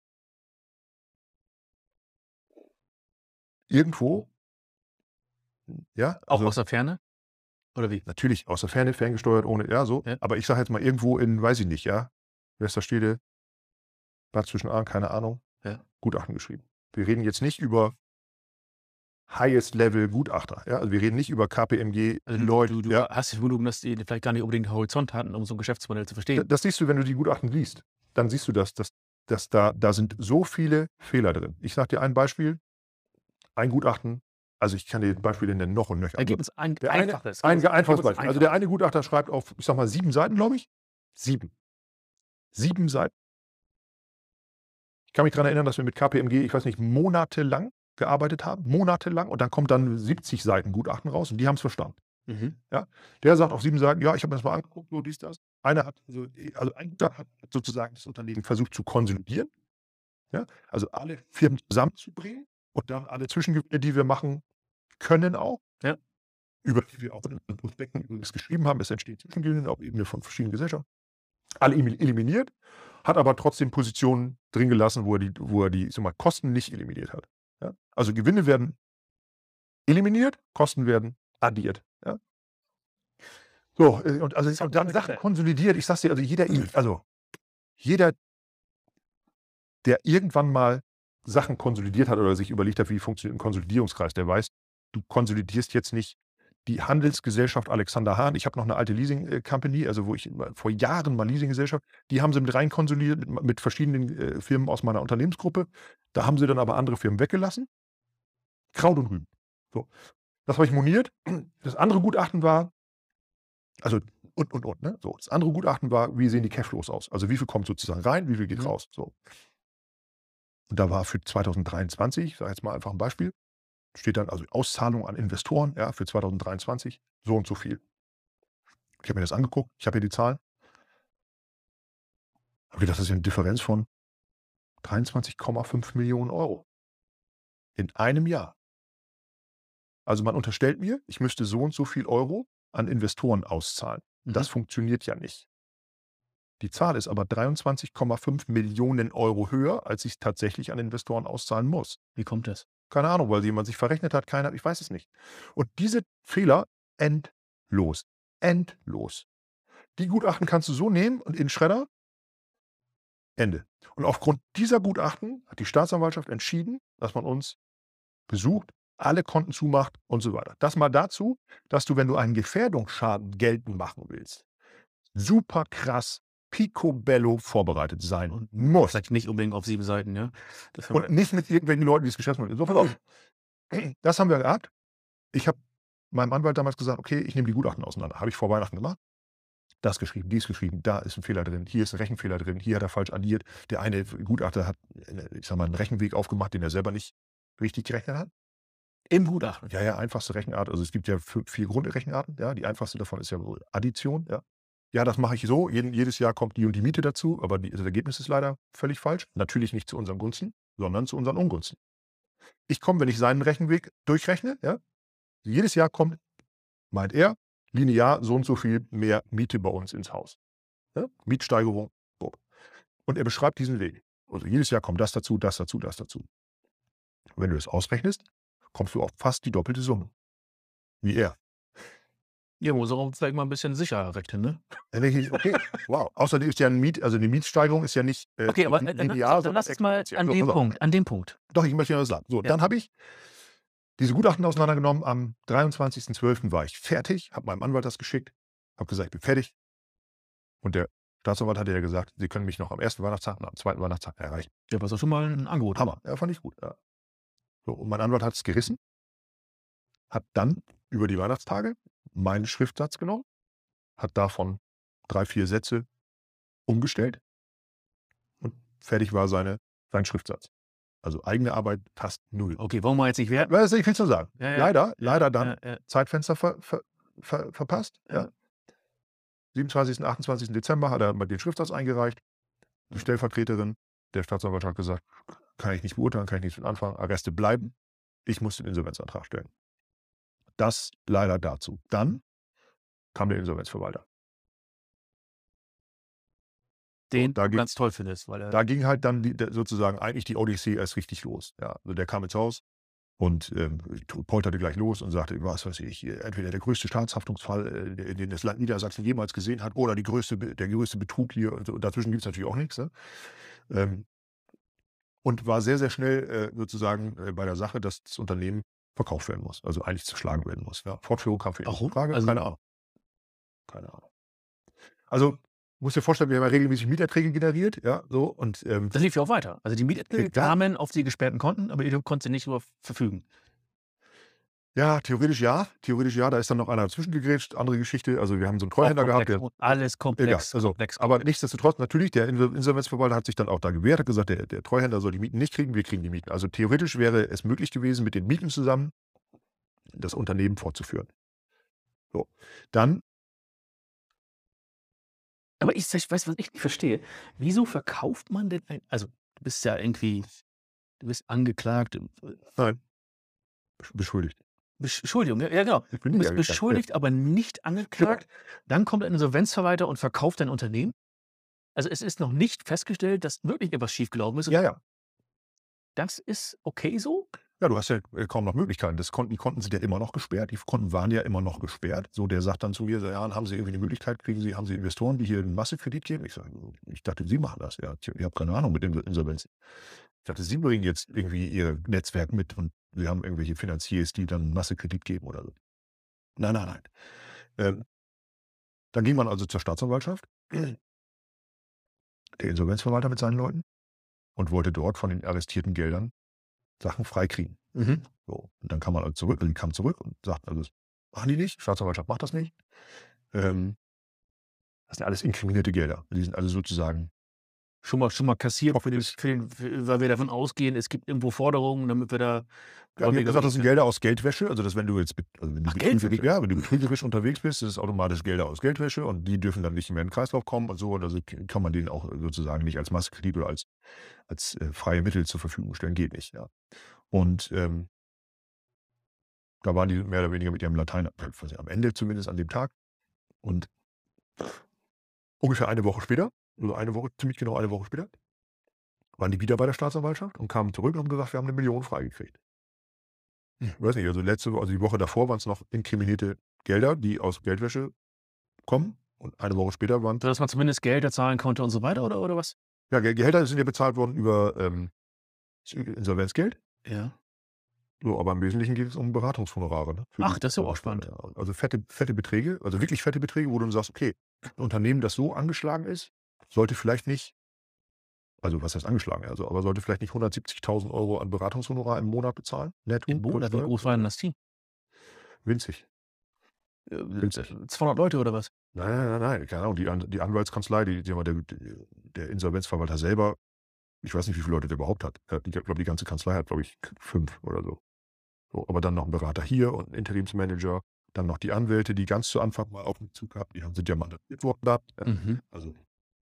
irgendwo ja, Auch also aus der Ferne? Oder wie? natürlich aus der Ferne, ferngesteuert, ohne ja, so. Ja. Aber ich sage jetzt mal irgendwo in, weiß ich nicht, ja, Westerstede Bad Zwischenahn, keine Ahnung, Ja. Gutachten geschrieben. Wir reden jetzt nicht über Highest Level Gutachter, ja? Also, wir reden nicht über K P M G Also, du Leute, du du ja? hast die Vermutung, dass die vielleicht gar nicht unbedingt den Horizont hatten, um so 'n Geschäftsmodell zu D verstehen. das siehst du, wenn du die Gutachten liest. Dann siehst du das, dass dass da da sind so viele Fehler drin. Ich sage dir ein Beispiel. Ein Gutachten also, ich kann dir Beispiele nennen, noch und nöcher. Ja, Also, gib uns ein der eine einfaches. ein Gib uns einfaches gib uns Beispiel. Also, der eine Gutachter schreibt auf, ich sage mal, sieben Seiten, glaube ich. sieben. sieben Seiten. Ich kann mich dran erinnern, dass wir mit K P M G, ich weiß nicht, monatelang gearbeitet haben, monatelang und dann kommt dann siebzig Seiten Gutachten raus und die haben's verstanden. Mhm. Ja? Der sagt auf sieben Seiten: „Ja, ich habe mir das mal angeguckt, so dies, das.“ einer hat so also ein Gutachter hat sozusagen das Unternehmen versucht zu konsolidieren, ja? Also alle Firmen zusammenzubringen und dann alle Zwischengewinne, die wir machen können auch, Ja. über die wir auch in unseren Prospekten übrigens geschrieben haben. Es entstehen Zwischengewinne auf Ebene von verschiedenen Gesellschaften. Alle elim eliminiert, hat aber trotzdem Positionen drin gelassen, wo er die wo er die, ich sage mal, Kosten nicht eliminiert hat, ja? Also Gewinne werden eliminiert, Kosten werden addiert, ja? So, äh, und also und dann Sachen konsolidiert. Ich sage dir, also jeder also jeder der irgendwann mal Sachen konsolidiert hat oder sich überlegt hat, wie funktioniert 'n Konsolidierungskreis, der weiß, du konsolidierst jetzt nicht die Handelsgesellschaft Alexander Hahn. Ich habe noch 'ne alte Leasing äh, Company, also wo ich mal vor Jahren mal Leasinggesellschaft, die haben sie mit rein konsolidiert mit mit verschiedenen, äh, Firmen aus meiner Unternehmensgruppe. Da haben sie dann aber andere Firmen weggelassen. Kraut und Rüben. So, das habe ich moniert. Das andere Gutachten war also und, und, und, ne? So, das andere Gutachten war, wie sehen die Cashflows aus? Also wie viel kommt sozusagen rein, wie viel geht Mhm. raus, so. Und da war für zweitausenddreiundzwanzig, ich sage jetzt mal einfach 'n Beispiel, steht dann also Auszahlung an Investoren, ja, für zweitausenddreiundzwanzig so und so viel. Ich habe mir das angeguckt, ich habe hier die Zahlen. Habe gedacht, das ist ja 'ne Differenz von dreiundzwanzig Komma fünf Millionen Euro in einem Jahr. Also man unterstellt mir, ich müsste so und so viel Euro an Investoren auszahlen. Das Mhm. funktioniert ja nicht. Die Zahl ist aber dreiundzwanzig Komma fünf Millionen Euro höher, als ich tatsächlich an Investoren auszahlen muss. Wie kommt das? Keine Ahnung, weil jemand sich verrechnet hat, keiner ich weiß es nicht. Und diese Fehler endlos, endlos. Die Gutachten kannst du so nehmen und in 'n Schredder Ende. Und aufgrund dieser Gutachten hat die Staatsanwaltschaft entschieden, dass man uns besucht, alle Konten zumacht und so weiter. Das mal dazu, dass du, wenn du einen Gefährdungsschaden geltend machen willst, super krass picobello vorbereitet sein Und musst. vielleicht nicht unbedingt auf sieben Seiten, ja? Das haben Und wir nicht mit irgendwelchen Leuten, die das Geschäft machen. So, pass auf. Das haben wir gehabt. Ich habe meinem Anwalt damals gesagt: „Okay, ich nehme die Gutachten auseinander.“ Habe ich vor Weihnachten gemacht. Das geschrieben, dies geschrieben, da ist 'n Fehler drin, hier ist 'n Rechenfehler drin, hier hat er falsch addiert. Der eine Gutachter hat, äh, ich sage mal, 'n Rechenweg aufgemacht, den er selber nicht richtig gerechnet hat. Im Gutachten? Ja, ja, einfachste Rechenart. Also, es gibt ja fü vier Grundrechenarten, ja. Die einfachste davon ist ja wohl Addition, ja. Ja, das mache ich so. Jeden jedes Jahr kommt die und die Miete dazu, aber die das Ergebnis ist leider völlig falsch. Natürlich nicht zu unseren Gunsten, sondern zu unseren Ungunsten. Ich komme, wenn ich seinen Rechenweg durchrechne, ja jedes Jahr kommt, meint er, linear so und so viel mehr Miete bei uns ins Haus, ne? Mietsteigerung, so. Und er beschreibt diesen Weg. Also, jedes Jahr kommt das dazu, das dazu, das dazu. Wenn du das ausrechnest, kommst du auf fast die doppelte Summe wie er. Ja, muss auch vielleicht mal 'n bisschen sicherer rechnen, ne? Dann denke ich: „Okay, wow.“ Außerdem ist ja 'n Miet also, die Mietsteigerung ist ja nicht, äh, Okay, aber, li äh, dann linear, dann sondern lass uns mal exponentiell. an So, dem pass auf. Punkt an dem Punkt. Doch, ich möchte ja was sagen. So, Ja. dann habe ich diese Gutachten auseinandergenommen. Am dreiundzwanzigsten zwölften war ich fertig, habe meinem Anwalt das geschickt, habe gesagt: „Ich bin fertig.“ Und der Staatsanwalt hatte ja gesagt: „Sie können mich noch am ersten Weihnachtstag und am zweiten Weihnachtstag erreichen.“ Ja, aber ist doch schon mal 'n Angebot. Hammer. Ja, fand ich gut, ja. So, und mein Anwalt hat's gerissen hat dann über die Weihnachtstage meinen Schriftsatz genommen, hat davon drei, vier Sätze umgestellt und fertig war seine sein Schriftsatz. Also, eigene Arbeit fast null. Okay, wollen wir jetzt nicht werten. Was ich will's nur sagen. Ja, ja, Leider ja, leider dann ja, ja. Zeitfenster ver ver ver verpasst, ja. Ja. siebenundzwanzigsten, achtundzwanzigsten Dezember hat er mal den Schriftsatz eingereicht. Die Ja. Stellvertreterin der Staatsanwalt hat gesagt: „Kann ich nicht beurteilen, kann ich nichts mit anfangen, Arreste bleiben.“ Ich muss den Insolvenzantrag stellen. Das leider dazu. Dann kam der Insolvenzverwalter. So, Den da du ging ganz toll findest, weil er da ging halt dann die der sozusagen eigentlich die Odyssee erst richtig los, ja. Also, der kam ins Haus und, ähm, to polterte gleich los und sagte, was weiß ich, äh, entweder der größte Staatshaftungsfall, äh, de den das Land Niedersachsen jemals gesehen hat oder die größte Be der größte Betrug hier und so. Dazwischen gibt's natürlich auch nix, ne? Ähm und war sehr, sehr schnell, äh, sozusagen, äh, bei der Sache, dass das Unternehmen verkauft werden muss, also eigentlich zerschlagen werden muss, ja. Fortführung kam für ihn nicht Warum? infrage, Also keine Ahnung. Keine Ahnung. Also, musst dir vorstellen, wir haben ja regelmäßig Mieterträge generiert, ja, so und, ähm Das lief ja auch weiter. Also, die Mieterträge Ja. kamen auf die gesperrten Konten, aber ihr konntet nicht über verfügen. Ja, theoretisch ja. Theoretisch ja, da ist dann noch einer dazwischen gegrätscht, andere Geschichte. Also, wir haben so 'n Auch Treuhänder gehabt, komplex der und alles egal, komplex, also komplex, aber komplex. nichtsdestotrotz natürlich, der Insol Insolvenzverwalter hat sich dann auch da gewehrt, hat gesagt, der der Treuhänder soll die Mieten nicht kriegen, wir kriegen die Mieten. Also, theoretisch wäre es möglich gewesen, mit den Mieten zusammen das Unternehmen fortzuführen. So, dann Aber ich ich weiß, was ich nicht verstehe. Wieso verkauft man denn ein also, du bist ja irgendwie du bist angeklagt, äh, Nein. Besch beschuldigt. Besch Entschuldigung, ja, ja genau. Ich bin Du nicht bist angeklagt, ja. beschuldigt, aber nicht Genau. angeklagt. Dann kommt ein Insolvenzverwalter und verkauft dein Unternehmen? Also, es ist noch nicht festgestellt, dass wirklich etwas schiefgelaufen ist und Ja, ja. das ist okay so? Ja, du hast ja, äh, kaum noch Möglichkeiten. Das Konten die Konten sind ja immer noch gesperrt. Die Konten waren ja immer noch gesperrt. So, der sagt dann zu mir so: „Ja, haben Sie irgendwie 'ne Möglichkeit, kriegen Sie haben Sie Investoren, die hier 'n Massekredit geben?“ Ich sage: „Ich dachte, Sie machen das.“ Ja, ich habe keine Ahnung mit Insol Insolvenz. Ich dachte, Sie bringen jetzt irgendwie Ihr Netzwerk mit und Sie haben irgendwelche Finanziers, die dann Massekredit geben oder so. Nein, nein, nein. Ähm, dann ging man also zur Staatsanwaltschaft, der Insolvenzverwalter mit seinen Leuten, und wollte dort von den arrestierten Geldern Sachen freikriegen. Mhm. So, und dann kam man also zurück und kam zurück und sagt: „Also, das machen die nicht. Staatsanwaltschaft macht das nicht.“ Ähm, das sind alles inkriminierte Gelder. Die sind alle sozusagen Schon mal schon mal kassiert für den Cockpits. für den für weil wir davon ausgehen, es gibt irgendwo Forderungen, damit wir da Ja, die haben Gläubiger gesagt, das sind wirklich Gelder aus Geldwäsche. Also, dass wenn du jetzt bet also, wenn du Ach, betrügerisch Geldwäsche. ja, wenn du betrügerisch unterwegs bist, ist es automatisch Gelder aus Geldwäsche und die dürfen dann nicht mehr in den Kreislauf kommen und so. Und also k kann man denen auch sozusagen nicht als Massekredit oder als als, äh, freie Mittel zur Verfügung stellen, geht nicht, ja. Und, ähm da waren die mehr oder weniger mit ihrem Latein quasi am Ende, zumindest an dem Tag. Und ungefähr eine Woche später, also eine Woche, ziemlich genau eine Woche später waren die wieder bei der Staatsanwaltschaft und kamen zurück und haben gesagt: „Wir haben 'ne Million freigekriegt.“ Ich weiß nicht, also letzte Wo also die Woche davor waren's noch inkriminierte Gelder, die aus Geldwäsche kommen, und eine Woche später waren's Sodass man zumindest Gelder zahlen konnte und so weiter oder oder was? Ja, Gel Gehälter sind ja bezahlt worden über, ähm, Insolvenzgeld. Ja. So, aber im Wesentlichen geht es um Beratungshonorare, ne, für Ach, die das ist ja auch spannend. also fette fette Beträge, also wirklich fette Beträge, wo du dann sagst: „Okay, 'n Unternehmen, das so angeschlagen ist, sollte vielleicht nicht“ also was heißt angeschlagen, also aber sollte vielleicht nicht hundertsiebzigtausend Euro an Beratungshonorar im Monat bezahlen, netto, Im plus Monat? Wie Steuern. groß war denn das Team? Winzig. Äh, Winzig. zweihundert Leute oder was? Nein, nein, nein, nein, keine Ahnung, die An die Anwaltskanzlei, die die der der Insolvenzverwalter selber, ich weiß nicht, wie viele Leute der überhaupt hat. Äh, ich glaube, die ganze Kanzlei hat, glaube ich, fünf oder so. So, aber dann noch 'n Berater hier und 'n Interimsmanager, dann noch die Anwälte, die ganz zu Anfang mal aufm Zug hatten, die haben sind ja mandatiert worden da, ja. Mhm. Also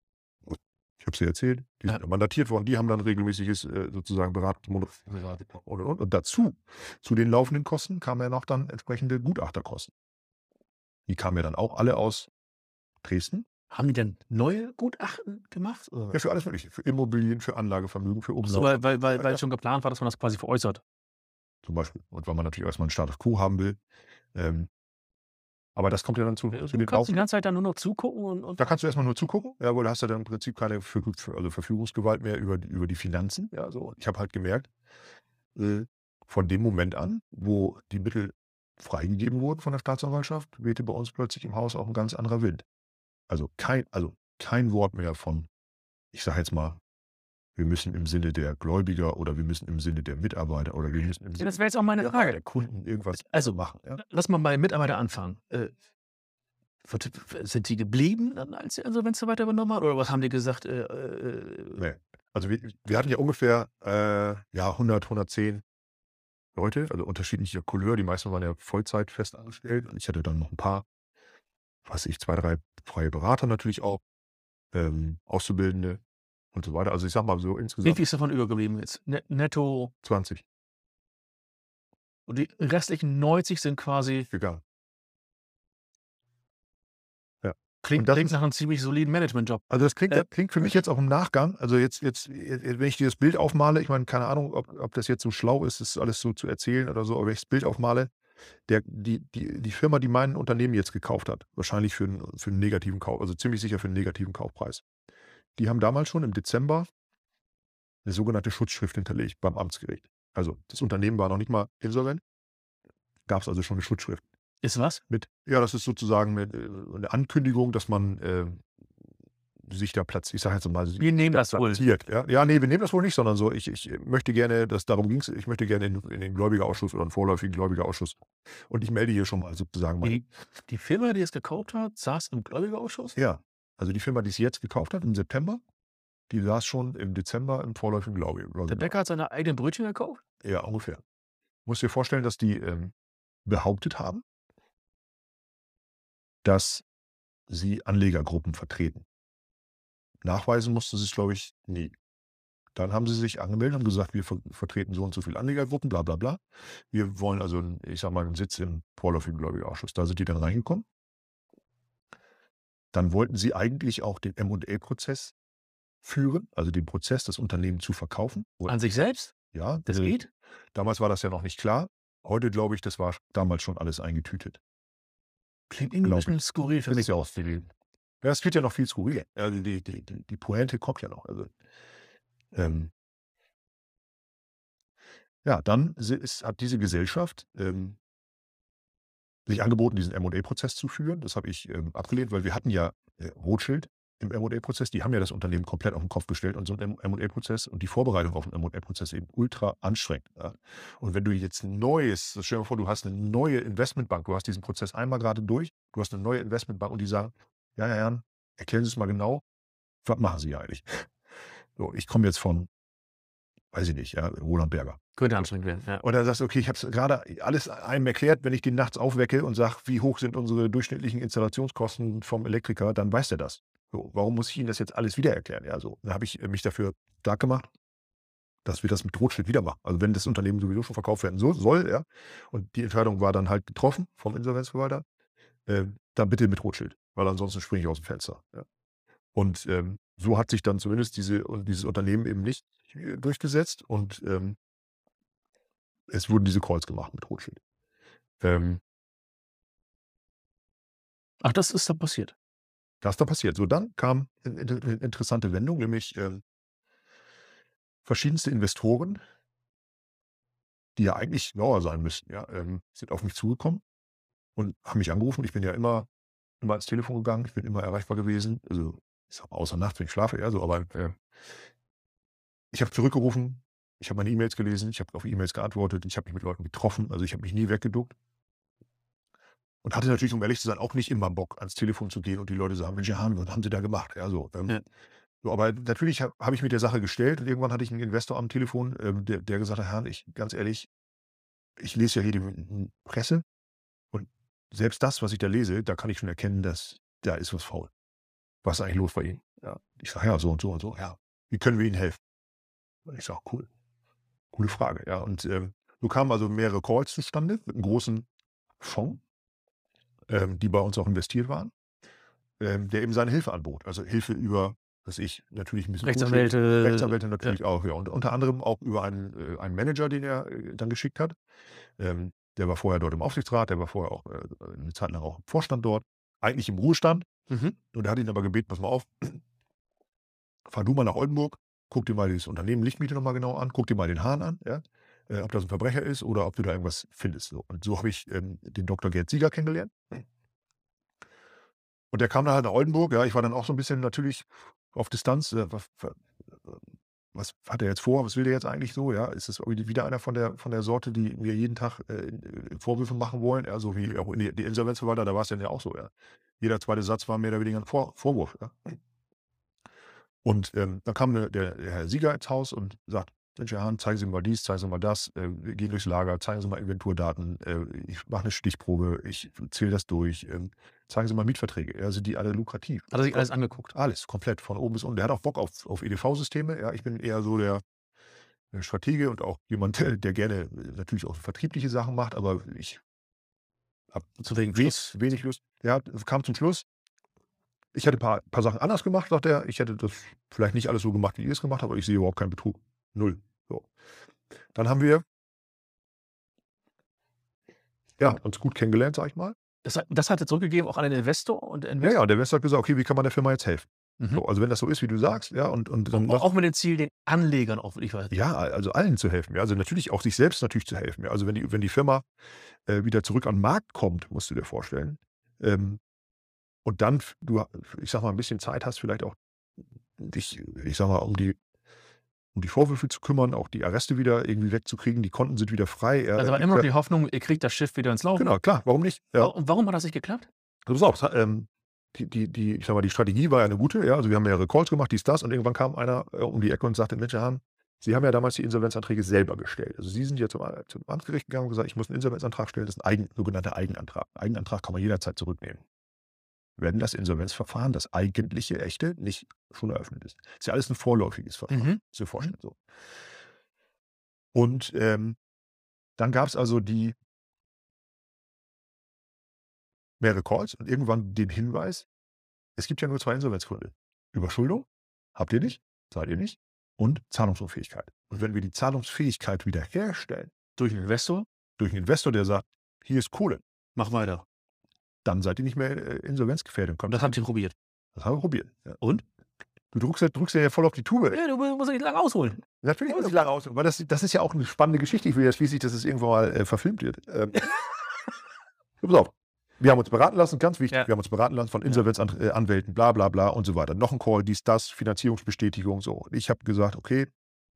ich habe es dir erzählt, die Ja. sind ja mandatiert worden, die haben dann regelmäßiges, äh, sozusagen Berat und, und, und. Dazu, zu den laufenden Kosten kamen ja noch dann entsprechende Gutachterkosten. Die kamen ja dann auch alle aus Dresden. Haben die denn neue Gutachten gemacht oder Ja, was? für alles Mögliche, für Immobilien, für Anlagevermögen, für Ach so, Umlauf. weil weil weil Ja, weil ja. schon geplant war, dass man das quasi veräußert? Zum Beispiel. Und weil man natürlich erst mal 'n Status quo haben will. Ähm aber das kommt ja dann zu Äh, zu du den kannst die laufenden ganze Zeit dann nur noch zugucken und und Da kannst du erst mal nur zugucken, ja, weil da hast du dann im Prinzip keine Vergü also Verfügungsgewalt mehr über die über die Finanzen, ja, so. Ich habe halt gemerkt, äh, von dem Moment an, wo die Mittel freigegeben wurden von der Staatsanwaltschaft, wehte bei uns plötzlich im Haus auch 'n ganz anderer Wind. Also kein also kein Wort mehr von, ich sage jetzt mal: „Wir müssen im Sinne der Gläubiger oder wir müssen im Sinne der Mitarbeiter oder wir müssen im Ja, Sinne das wäre jetzt auch meine der Frage. Kunden irgendwas Also, machen“, ja? lass mal bei Mitarbeiter anfangen. Äh, wird sind die geblieben dann, als der Insolvenzverwalter übernommen hat oder was haben die gesagt, äh, äh Ne. Also wir wir hatten ja ungefähr, äh, ja, hundert, hundertzehn Leute, also unterschiedlicher Couleur. Die meisten waren ja Vollzeit fest angestellt und ich hatte dann noch 'n paar, was weiß ich, zwei, drei freie Berater natürlich auch, ähm, Auszubildende und so weiter. Also ich sage mal so Wie insgesamt viel ist davon übergeblieben jetzt? Net netto zwanzig. Und die restlichen neunzig sind quasi Gegangen. Ja. Und Klingt das klingt ist nach 'nem ziemlich soliden Managementjob. Also das klingt Äh ja klingt für mich jetzt auch im Nachgang also jetzt jetzt, äh, wenn ich dir das Bild aufmale, ich meine, keine Ahnung, ob ob das jetzt so schlau ist, das alles so zu erzählen oder so, aber wenn ich das Bild aufmale, der die die die Firma, die mein Unternehmen jetzt gekauft hat, wahrscheinlich für 'n für 'n negativen Kauf also ziemlich sicher für 'n negativen Kaufpreis. Die haben damals schon im Dezember 'ne sogenannte Schutzschrift hinterlegt beim Amtsgericht. Also, das Unternehmen war noch nicht mal insolvent. Gab's also schon 'ne Schutzschrift. Ist was? Mit ja, das ist sozusagen 'ne äh, 'ne Ankündigung, dass man, ähm, sich da platz ich sage jetzt mal, sich Wir nehmen da das wohl. platziert, ja? Ja, ne, wir nehmen das wohl nicht, sondern so, ich ich möchte gerne, dass darum ging's, ich möchte gerne in in den Gläubigerausschuss oder 'n vorläufigen Gläubigerausschuss. Und ich melde hier schon mal sozusagen mein Die die Firma, die es gekauft hat, saß im Gläubigerausschuss? Ja, also die Firma, die es jetzt gekauft hat im September, die saß schon im Dezember im vorläufigen Gläubi Der Gläubiger Bäcker hat seine eigenen Brötchen gekauft? Ja, ungefähr. Musst dir vorstellen, dass die, ähm, behauptet haben dass sie Anlegergruppen vertreten. nachweisen mussten sie es, glaube ich, nie. Dann haben sie sich angemeldet und gesagt: „Wir ver vertreten so und so viele Anlegergruppen, bla bla bla. Wir wollen also 'n ich sage mal, 'n Sitz im vorläufigen Gläubigerausschuss.“ Da sind die dann reingekommen. Dann wollten sie eigentlich auch den M und A-Prozess führen, also den Prozess, das Unternehmen zu verkaufen. An sich selbst? Ja, Das äh, geht? damals war das ja noch nicht klar. Heute glaube ich, das war damals schon alles eingetütet. Klingt irgendwie 'n Glaube bisschen ich. skurril für Finde mich. ich auch. Ja, es wird ja noch viel skurriler. Also die die die die Pointe kommt ja noch. Also, ähm ja, dann si ist hat diese Gesellschaft, ähm sich angeboten, diesen M und A-Prozess zu führen. Das habe ich, ähm, abgelehnt, weil wir hatten ja, äh, Rothschild im M und A-Prozess. Die haben ja das Unternehmen komplett auf 'n Kopf gestellt und so 'n M M und A-Prozess und die Vorbereitung auf 'n M und A-Prozess eben ultra anstrengend, ja. Und wenn du jetzt 'n neues stell dir mal vor, du hast 'ne neue Investmentbank, du hast diesen Prozess einmal grade durch, du hast 'ne neue Investmentbank und die sagen: „Ja, Herr Herrn, erklären Sie es mal genau. Was machen Sie hier eigentlich?“ So, ich komme jetzt von, weiß ich nicht, ja, Roland Berger. Könnte So. anstrengend werden, ja. Und dann sagst du: „Okay, ich habe es grade alles einem erklärt.“ Wenn ich den nachts aufwecke und sage: „Wie hoch sind unsere durchschnittlichen Installationskosten vom Elektriker?“ Dann weiß der das. So, warum muss ich Ihnen das jetzt alles wieder erklären? Ja, so. Dann habe ich, äh, mich dafür stark gemacht, dass wir das mit Rothschild wieder machen. Also, wenn das Unternehmen sowieso schon verkauft werden so soll, ja, und die Entscheidung war dann halt getroffen vom Insolvenzverwalter, ähm, dann bitte mit Rothschild, weil ansonsten springe ich aus'm Fenster, ja. Und, ähm, so hat sich dann zumindest diese dieses Unternehmen eben nicht, äh, durchgesetzt und, ähm es wurden diese Calls gemacht mit Rothschild. Ähm Ach, das ist da passiert? Das ist da passiert. So, dann kam 'ne inter 'ne interessante Wendung, nämlich, ähm verschiedenste Investoren die ja eigentlich schlauer sein müssten, ja, ähm, sind auf mich zugekommen und haben mich angerufen. Ich bin ja immer immer ans Telefon gegangen. Ich bin immer erreichbar gewesen. Also, ich sage mal, außer nachts, wenn ich schlafe, ja, so, aber, äh ich habe zurückgerufen, ich habe meine E-Mails gelesen, ich habe auf E-Mails geantwortet, ich habe mich mit Leuten getroffen, also, ich habe mich nie weggeduckt. Und hatte natürlich, um ehrlich zu sein, auch nicht immer Bock, ans Telefon zu gehen und die Leute sagen: „Mensch, Herr Hahn, was haben Sie da gemacht?“ Ja, so, ähm. Ja. So, aber natürlich ha habe ich mich der Sache gestellt und irgendwann hatte ich 'n Investor am Telefon, ähm, der der gesagt hat: „Herr Hahn, ich ganz ehrlich, ich lese ja hier die m Presse und selbst das, was ich da lese, da kann ich schon erkennen, dass da ist was faul. Was ist eigentlich los bei Ihnen?“ Ja. Ich sage: „Ja, so und so und so.“ „Ja, wie können wir Ihnen helfen?“ Und ich sage: „Cool. Coole Frage.“ Ja, und, ähm, so kamen also mehrere Calls zustande mit 'nem großen Fonds ähm, die bei uns auch investiert waren, ähm, der eben seine Hilfe anbot. Also, Hilfe über, was weiß ich, natürlich 'n bisschen Coaching, Rechtsanwälte, Rechtsanwälte ja. natürlich auch, ja. Und unter anderem auch über einen äh, einen Manager, den er, äh, dann geschickt hat. Ähm, der war vorher dort im Aufsichtsrat, der war vorher auch, äh, 'ne Zeit lang auch im Vorstand dort, eigentlich im Ruhestand. Mhm. Und er hat ihn aber gebeten: „Pass mal auf fahr du mal nach Oldenburg, guck dir mal dieses Unternehmen Lichtmiete noch mal genau an, guck dir mal den Hahn an, ja, äh, ob das 'n Verbrecher ist oder ob du da irgendwas findest“, so. Und so habe ich, ähm, den Doktor Gerd Sieger kennengelernt. Und der kam dann halt nach Oldenburg, ja. Ich war dann auch so 'n bisschen natürlich auf Distanz. Äh, wa wa was hat er jetzt vor? Was will der jetzt eigentlich so, ja? Ist das irgendwie wieder einer von der von der Sorte, die mir jeden Tag, äh, äh, Vorwürfe machen wollen, ja, so wie auch die die Insolvenzverwalter, da war's dann ja auch so, ja. Jeder zweite Satz war mehr oder weniger 'n Vor Vorwurf, ja. Und, ähm, dann kam der der Herr Sieger ins Haus und sagt: „Mensch, Herr Hahn, zeigen Sie mir mal dies, zeigen Sie mal das. Äh, wir gehen durchs Lager, zeigen Sie mal Inventurdaten. Äh, ich mache 'ne Stichprobe, ich zähle das durch. Ähm, zeigen Sie mal Mietverträge. Ja, sind die alle lukrativ?“ Hat er sich alles angeguckt? Alles, komplett von oben bis unten. Der hat auch Bock auf auf EDV-Systeme, ja. Ich bin eher so der der Stratege und auch jemand, der der gerne natürlich auch vertriebliche Sachen macht, aber ich habe Zu wenig we Schluss. wenig Lust. Ja, kam zum Schluss ich hätte paar paar Sachen anders gemacht, sagt er. Ich hätte das vielleicht nicht alles so gemacht, wie ihr es gemacht habt, aber ich sehe überhaupt keinen Betrug. null. So. Dann haben wir ja, uns gut kennengelernt, sage ich mal. Das hat das hat er zurückgegeben auch an den Investor und der Ja, Investor ja, der Investor hat gesagt: „Okay, wie kann man der Firma jetzt helfen?“ Mhm. So, also, wenn das so ist, wie du sagst, ja, und und Au dann auch mit dem Ziel, den Anlegern auch wirklich weiter Ja, a also, allen zu helfen, ja. Also, natürlich auch sich selbst natürlich zu helfen, ja. Also, wenn die wenn die Firma, äh, wieder zurück an 'n Markt kommt, musst du dir vorstellen, ähm, und dann f du ich sage mal, 'n bisschen Zeit hast, vielleicht auch dich, ich sage mal, um die um die Vorwürfe zu kümmern, auch die Arreste wieder irgendwie wegzukriegen. Die Konten sind wieder frei, ja. Also, Da war gibt's immer noch ja die Hoffnung, ihr kriegt das Schiff wieder ins Laufen? Genau, klar, warum nicht? Wa Ja. und warum hat das nicht geklappt? Pass auf, es ha ähm, die die die ich sage mal, die Strategie war ja 'ne gute, ja. Also, wir haben mehrere Calls gemacht, dies, das und irgendwann kam einer, äh, um die Ecke und sagte: „Mensch, Herr Hahn, Sie haben ja damals die Insolvenzanträge selber gestellt. Also, Sie sind ja zum A zum Amtsgericht gegangen und gesagt: ’Ich muss 'n Insolvenzantrag stellen.' Das ist 'n Eigen sogenannter Eigenantrag. Eigenantrag kann man jederzeit zurücknehmen.“ wenn das Insolvenzverfahren, das eigentliche, echte, nicht schon eröffnet ist. Ist ja alles ein vorläufiges Verfahren, Mhm. zu vorstellen so. Und, ähm, dann gab's also die mehrere Calls und irgendwann den Hinweis: „Es gibt ja nur zwei Insolvenzgründe. Überschuldung habt ihr nicht, zahlt ihr nicht und Zahlungsunfähigkeit. Und wenn wir die Zahlungsfähigkeit wiederherstellen Durch 'n Investor? durch 'n Investor, der sagt: ‚Hier ist Kohle, Mach weiter.‘“ dann seid ihr nicht mehr, äh, insolvenzgefährdet. Und das habt ihr probiert? Das haben wir probiert, ja. Und? Du drückst ja drückst ja voll auf die Tube. Ja, du mu musst ja nicht lange ausholen. Natürlich muss ich lange ausholen, weil das das ist ja auch 'ne spannende Geschichte. Ich will ja schließlich, dass es irgendwann mal, äh, verfilmt wird. Ähm pass auf. Wir haben uns beraten lassen, ganz wichtig, Ja. wir haben uns beraten lassen von Ja. Insolvenzant äh, Anwälten, bla bla bla und so weiter. Noch 'n Call, dies, das, Finanzierungsbestätigung, so. Und ich habe gesagt: „Okay“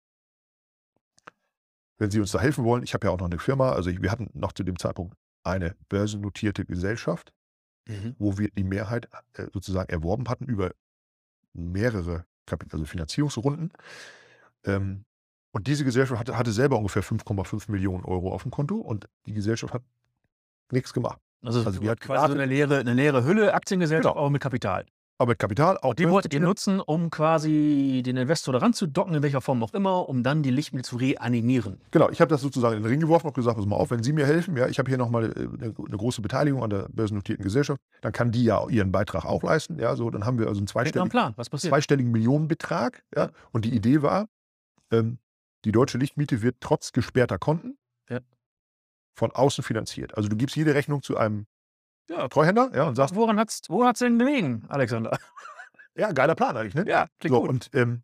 „wenn Sie uns da helfen wollen“ ich habe ja auch noch 'ne Firma, also ich wir hatten noch zu dem Zeitpunkt eine börsennotierte Gesellschaft, Mhm. wo wir die Mehrheit, äh, sozusagen erworben hatten über mehrere Kapi also Finanzierungsrunden. Ähm, und diese Gesellschaft hatte hatte selber ungefähr fünf Komma fünf Millionen Euro auf'm Konto und die Gesellschaft hat nix gemacht. Also, Also, die hat quasi so 'ne gewartet leere 'ne leere Hülle, Aktiengesellschaft, Genau. aber mit Kapital. Aber mit Kapital, auch Und die wolltet ihr börsennotiert. nutzen, um quasi den Investor da ranzudocken, in welcher Form auch immer, um dann die Lichtmittel zu reanimieren. Genau, ich habe das sozusagen in den Ring geworfen, habe gesagt: „Pass mal auf, wenn Sie mir helfen, ja, ich habe hier noch mal, äh, 'ne 'ne große Beteiligung an der börsennotierten Gesellschaft, dann kann die ja ihren Beitrag auch leisten.“ Ja, so, dann haben wir also 'n Habt ihr 'n zweistelligen Plan? Was passiert? zweistelligen Millionenbetrag, ja? Ja. Und die Idee war, ähm, die Deutsche Lichtmiete wird trotz gesperrter Konten Ja. von außen finanziert. Also, du gibst jede Rechnung zu einem Ja. Treuhänder, ja, und sagst Woran hat's woran hat's denn gelegen, Alexander? Ja, geiler Plan eigentlich, ne? Ja, klingt So gut. und, ähm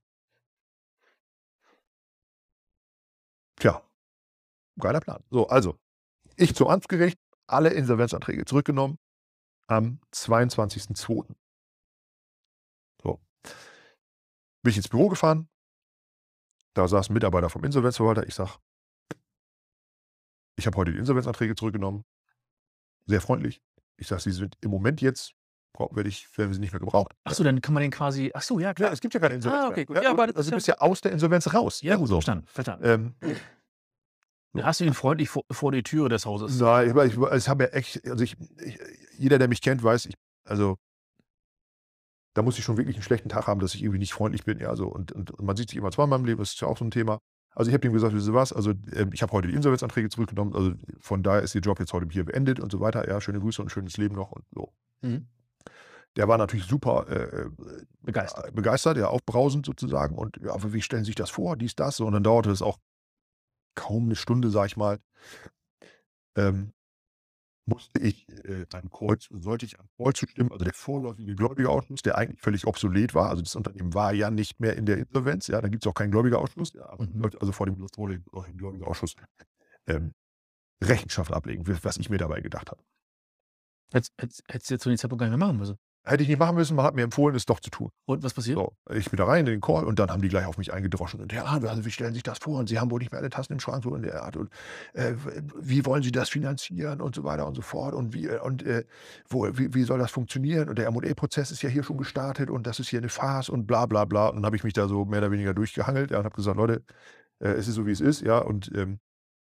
Tja, geiler Plan. So, also, ich zum Amtsgericht, alle Insolvenzanträge zurückgenommen am zweiundzwanzigsten zweiten So. Bin ich ins Büro gefahren. Da saß 'n Mitarbeiter vom Insolvenzverwalter. Ich sage „Ich habe heute die Insolvenzanträge zurückgenommen.“ Sehr freundlich. Ich sage: „Sie sind im Moment jetzt brau werde ich werden Sie nicht mehr gebraucht.“ Ach so, dann kann man den quasi ach so, ja Ja, klar. es gibt ja keine Insolvenz Ah, mehr. okay, gut. Ja, Ja, du aber das also, ist du ja bist ja aus der Insolvenz raus. Ja gut, so. verstanden, verstanden. Ähm Da so. hast du ihn freundlich vor vor die Türe des Hauses Nein, ich ich ich habe ja echt also, ich ich jeder, der mich kennt, weiß, ich also da muss ich schon wirklich 'n schlechten Tag haben, dass ich irgendwie nicht freundlich bin, ja, so. Und und man sieht sich immer zweimal im Leben, das ist ja auch so 'n Thema. Also, ich habe ihm gesagt: „Wissen Sie was, also, ähm, ich habe heute die Insolvenzanträge zurückgenommen, also, von daher ist Ihr Job jetzt heute hier beendet“ und so weiter. Ja, schöne Grüße und 'n schönes Leben noch und so. Mhm. Der war natürlich super, äh, äh, Begeistert. begeistert, ja, aufbrausend sozusagen und: „Ja, aber wie stellen Sie sich das vor, dies, das?“ So, und dann dauerte es auch kaum 'ne Stunde, sage ich mal ähm, musste ich, äh, einem Call sollte ich einem Call zustimmen, also, der vorläufige Gläubigerausschuss, der eigentlich völlig obsolet war. Also, das Unternehmen war ja nicht mehr in der Insolvenz, ja, da gibt's auch keinen Gläubigerausschuss, ja, Mhm. also, vor dem Gläubigerausschuss, ähm, Rechenschaft ablegen, w was ich mir dabei gedacht habe. Hättest hättest hättest du jetzt zu dem Zeitpunkt gar nicht mehr machen müssen. Hätte ich nicht machen müssen, man hat mir empfohlen, es doch zu tun. Und was passiert? So, ich bin da rein in den Call und dann haben die gleich auf mich eingedroschen und: „Ja, also, wie stellen Sie sich das vor und Sie haben wohl nicht mehr alle Tassen im Schrank so in der Art und, äh, w wie wollen Sie das finanzieren?“ und so weiter und so fort und wie äh, und, äh, wo wie wie soll das funktionieren und der M und A-Prozess ist ja hier schon gestartet und das ist hier 'ne Farce und bla bla bla. Und dann habe ich mich da so mehr oder weniger durchgehangelt, ja, und habe gesagt: „Leute, äh, es ist so, wie es ist, ja, und, ähm“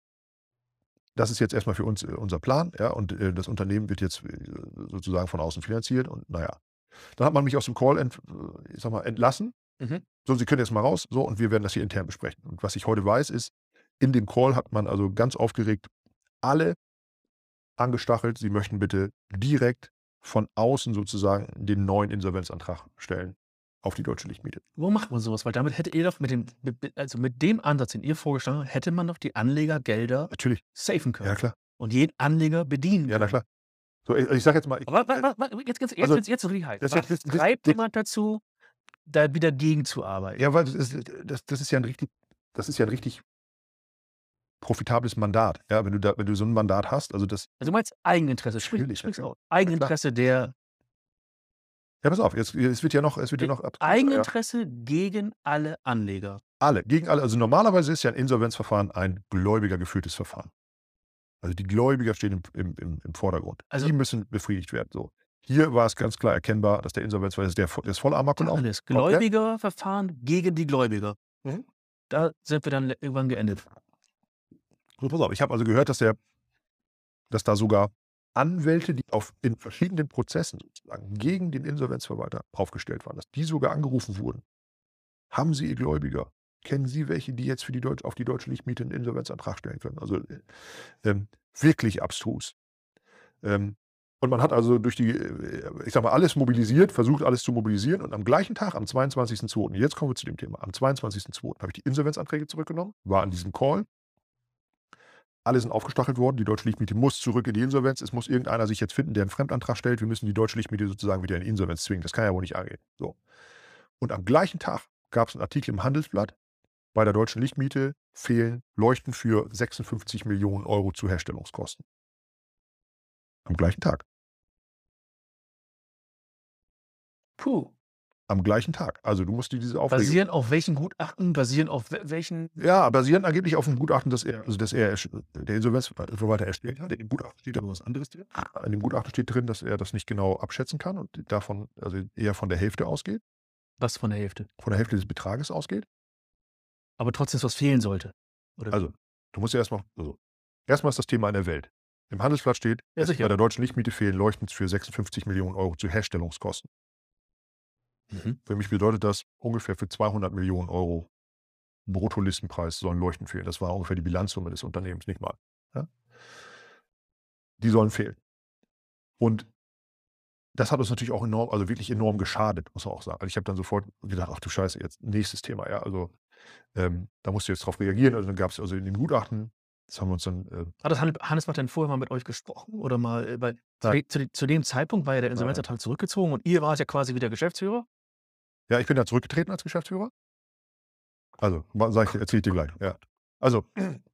„das ist jetzt erst mal für uns, äh, unser Plan, ja, und, äh, das Unternehmen wird jetzt, äh, sozusagen von außen finanziert“ und na ja. Dann hat man mich aus dem Call ent äh, ich sage mal, entlassen. Mhm. „So, Sie können jetzt mal raus, so, und wir werden das hier intern besprechen.“ Und was ich heute weiß, ist, in dem Call hat man also ganz aufgeregt alle angestachelt, sie möchten bitte direkt von außen sozusagen den neuen Insolvenzantrag stellen auf die Deutsche Lichtmiete. Warum macht man so was? Weil damit hättet ihr doch mit dem mit mit also, mit dem Ansatz, den ihr vorgeschlagen habt, hätte man doch die Anlegergelder Natürlich. safen können Ja, klar. und jeden Anleger bedienen Ja, na können. klar. So, i ich sage jetzt mal, ich Aber wa wa wa jetzt jetzt jetzt Also, wird's jetzt wird's richtig heiß. das Was jetzt treibt jemand dazu, da wieder gegenzuarbeiten? Ja, weil das ist das das ist ja 'n richtig das ist ja 'n richtig profitables Mandat, ja, wenn du da wenn du so 'n Mandat hast, also, das Also, du meinst Eigeninteresse, sprich Natürlich, sprich's natürlich. aus. Ja, klar. Eigeninteresse der Ja, pass auf, jetzt es wird ja noch es wird ja de noch abstruser, ja. Eigeninteresse gegen alle Anleger. Alle, gegen alle. Also, normalerweise ist ja 'n Insolvenzverfahren ein gläubigergeführtes Verfahren. Also, die Gläubiger stehen im im im im Vordergrund. Also Die müssen befriedigt werden, so. Hier war es ganz klar erkennbar, dass der Insolvenzverwalter der der ist voll Amok gelaufen. Alles. Komplett. Gläubigerverfahren gegen die Gläubiger. Mhm. Da sind wir dann le irgendwann geendet. So, pass auf, ich habe also gehört, dass der dass da sogar Anwälte, die auf in verschiedenen Prozessen sozusagen gegen den Insolvenzverwalter aufgestellt waren, dass die sogar angerufen wurden. Haben Sie Ihr Gläubiger? Kennen Sie welche, die jetzt für die Deutsch auf die deutsche Lichtmiete einen Insolvenzantrag stellen können? Also, äh, ähm, wirklich abstrus. Ähm, und man hat also durch die, äh, ich sage mal, alles mobilisiert, versucht alles zu mobilisieren und am gleichen Tag, am zweiundzwanzigsten zweiten jetzt kommen wir zu dem Thema, am zweiundzwanzigsten zweiten habe ich die Insolvenzanträge zurückgenommen, war an diesem Call. Alle sind aufgestachelt worden, die deutsche Lichtmiete muss zurück in die Insolvenz. Es muss irgendeiner sich jetzt finden, der einen Fremdantrag stellt. Wir müssen die deutsche Lichtmiete sozusagen wieder in die Insolvenz zwingen. Das kann ja wohl nicht angehen. So. Und am gleichen Tag gab es einen Artikel im Handelsblatt, bei der deutschen Lichtmiete fehlen Leuchten für sechsundfünfzig Millionen Euro zu Herstellungskosten. Am gleichen Tag. Puh. Am gleichen Tag. Also, du musst dir diese Aufregung Basieren auf welchen Gutachten? Basieren auf we welchen Ja, basierend angeblich auf 'nem Gutachten, das er also, das er ersch der Insolvenzverwalter erstellt hat. In dem Gutachten steht aber was anderes drin. In dem Gutachten steht drin, dass er das nicht genau abschätzen kann und davon also, eher von der Hälfte ausgeht. Was von der Hälfte? Von der Hälfte des Betrages ausgeht. Aber trotzdem was fehlen sollte, oder wie? Also, du musst ja erst mal also, erst mal ist das Thema in der Welt. Im Handelsblatt steht, Ja, es bei sicher. der deutschen Lichtmiete fehlen Leuchten für sechsundfünfzig Millionen Euro zu Herstellungskosten. Mhm. Für mich bedeutet das ungefähr für zweihundert Millionen Euro Bruttolistenpreis sollen Leuchten fehlen. Das war ungefähr die Bilanzsumme des Unternehmens, nicht mal, ja? Die sollen fehlen. Und das hat uns natürlich auch enorm also, wirklich enorm geschadet, muss man auch sagen. Also, ich habe dann sofort gedacht: „Ach du Scheiße, jetzt nächstes Thema“, ja, also, ähm, da musst du jetzt drauf reagieren. Also, dann gab's also in dem Gutachten das haben wir uns dann, äh Hat das Handel Handelsblatt denn vorher mal mit euch gesprochen oder mal äh, weil zu Nein. de zu de zu dem Zeitpunkt war ja der Nein, nein. Insolvenzantrag zurückgezogen und ihr wart ja quasi wieder Geschäftsführer? Ja, ich bin da zurückgetreten als Geschäftsführer. Also, ma sage ich dir erzähle ich dir gleich, ja. Also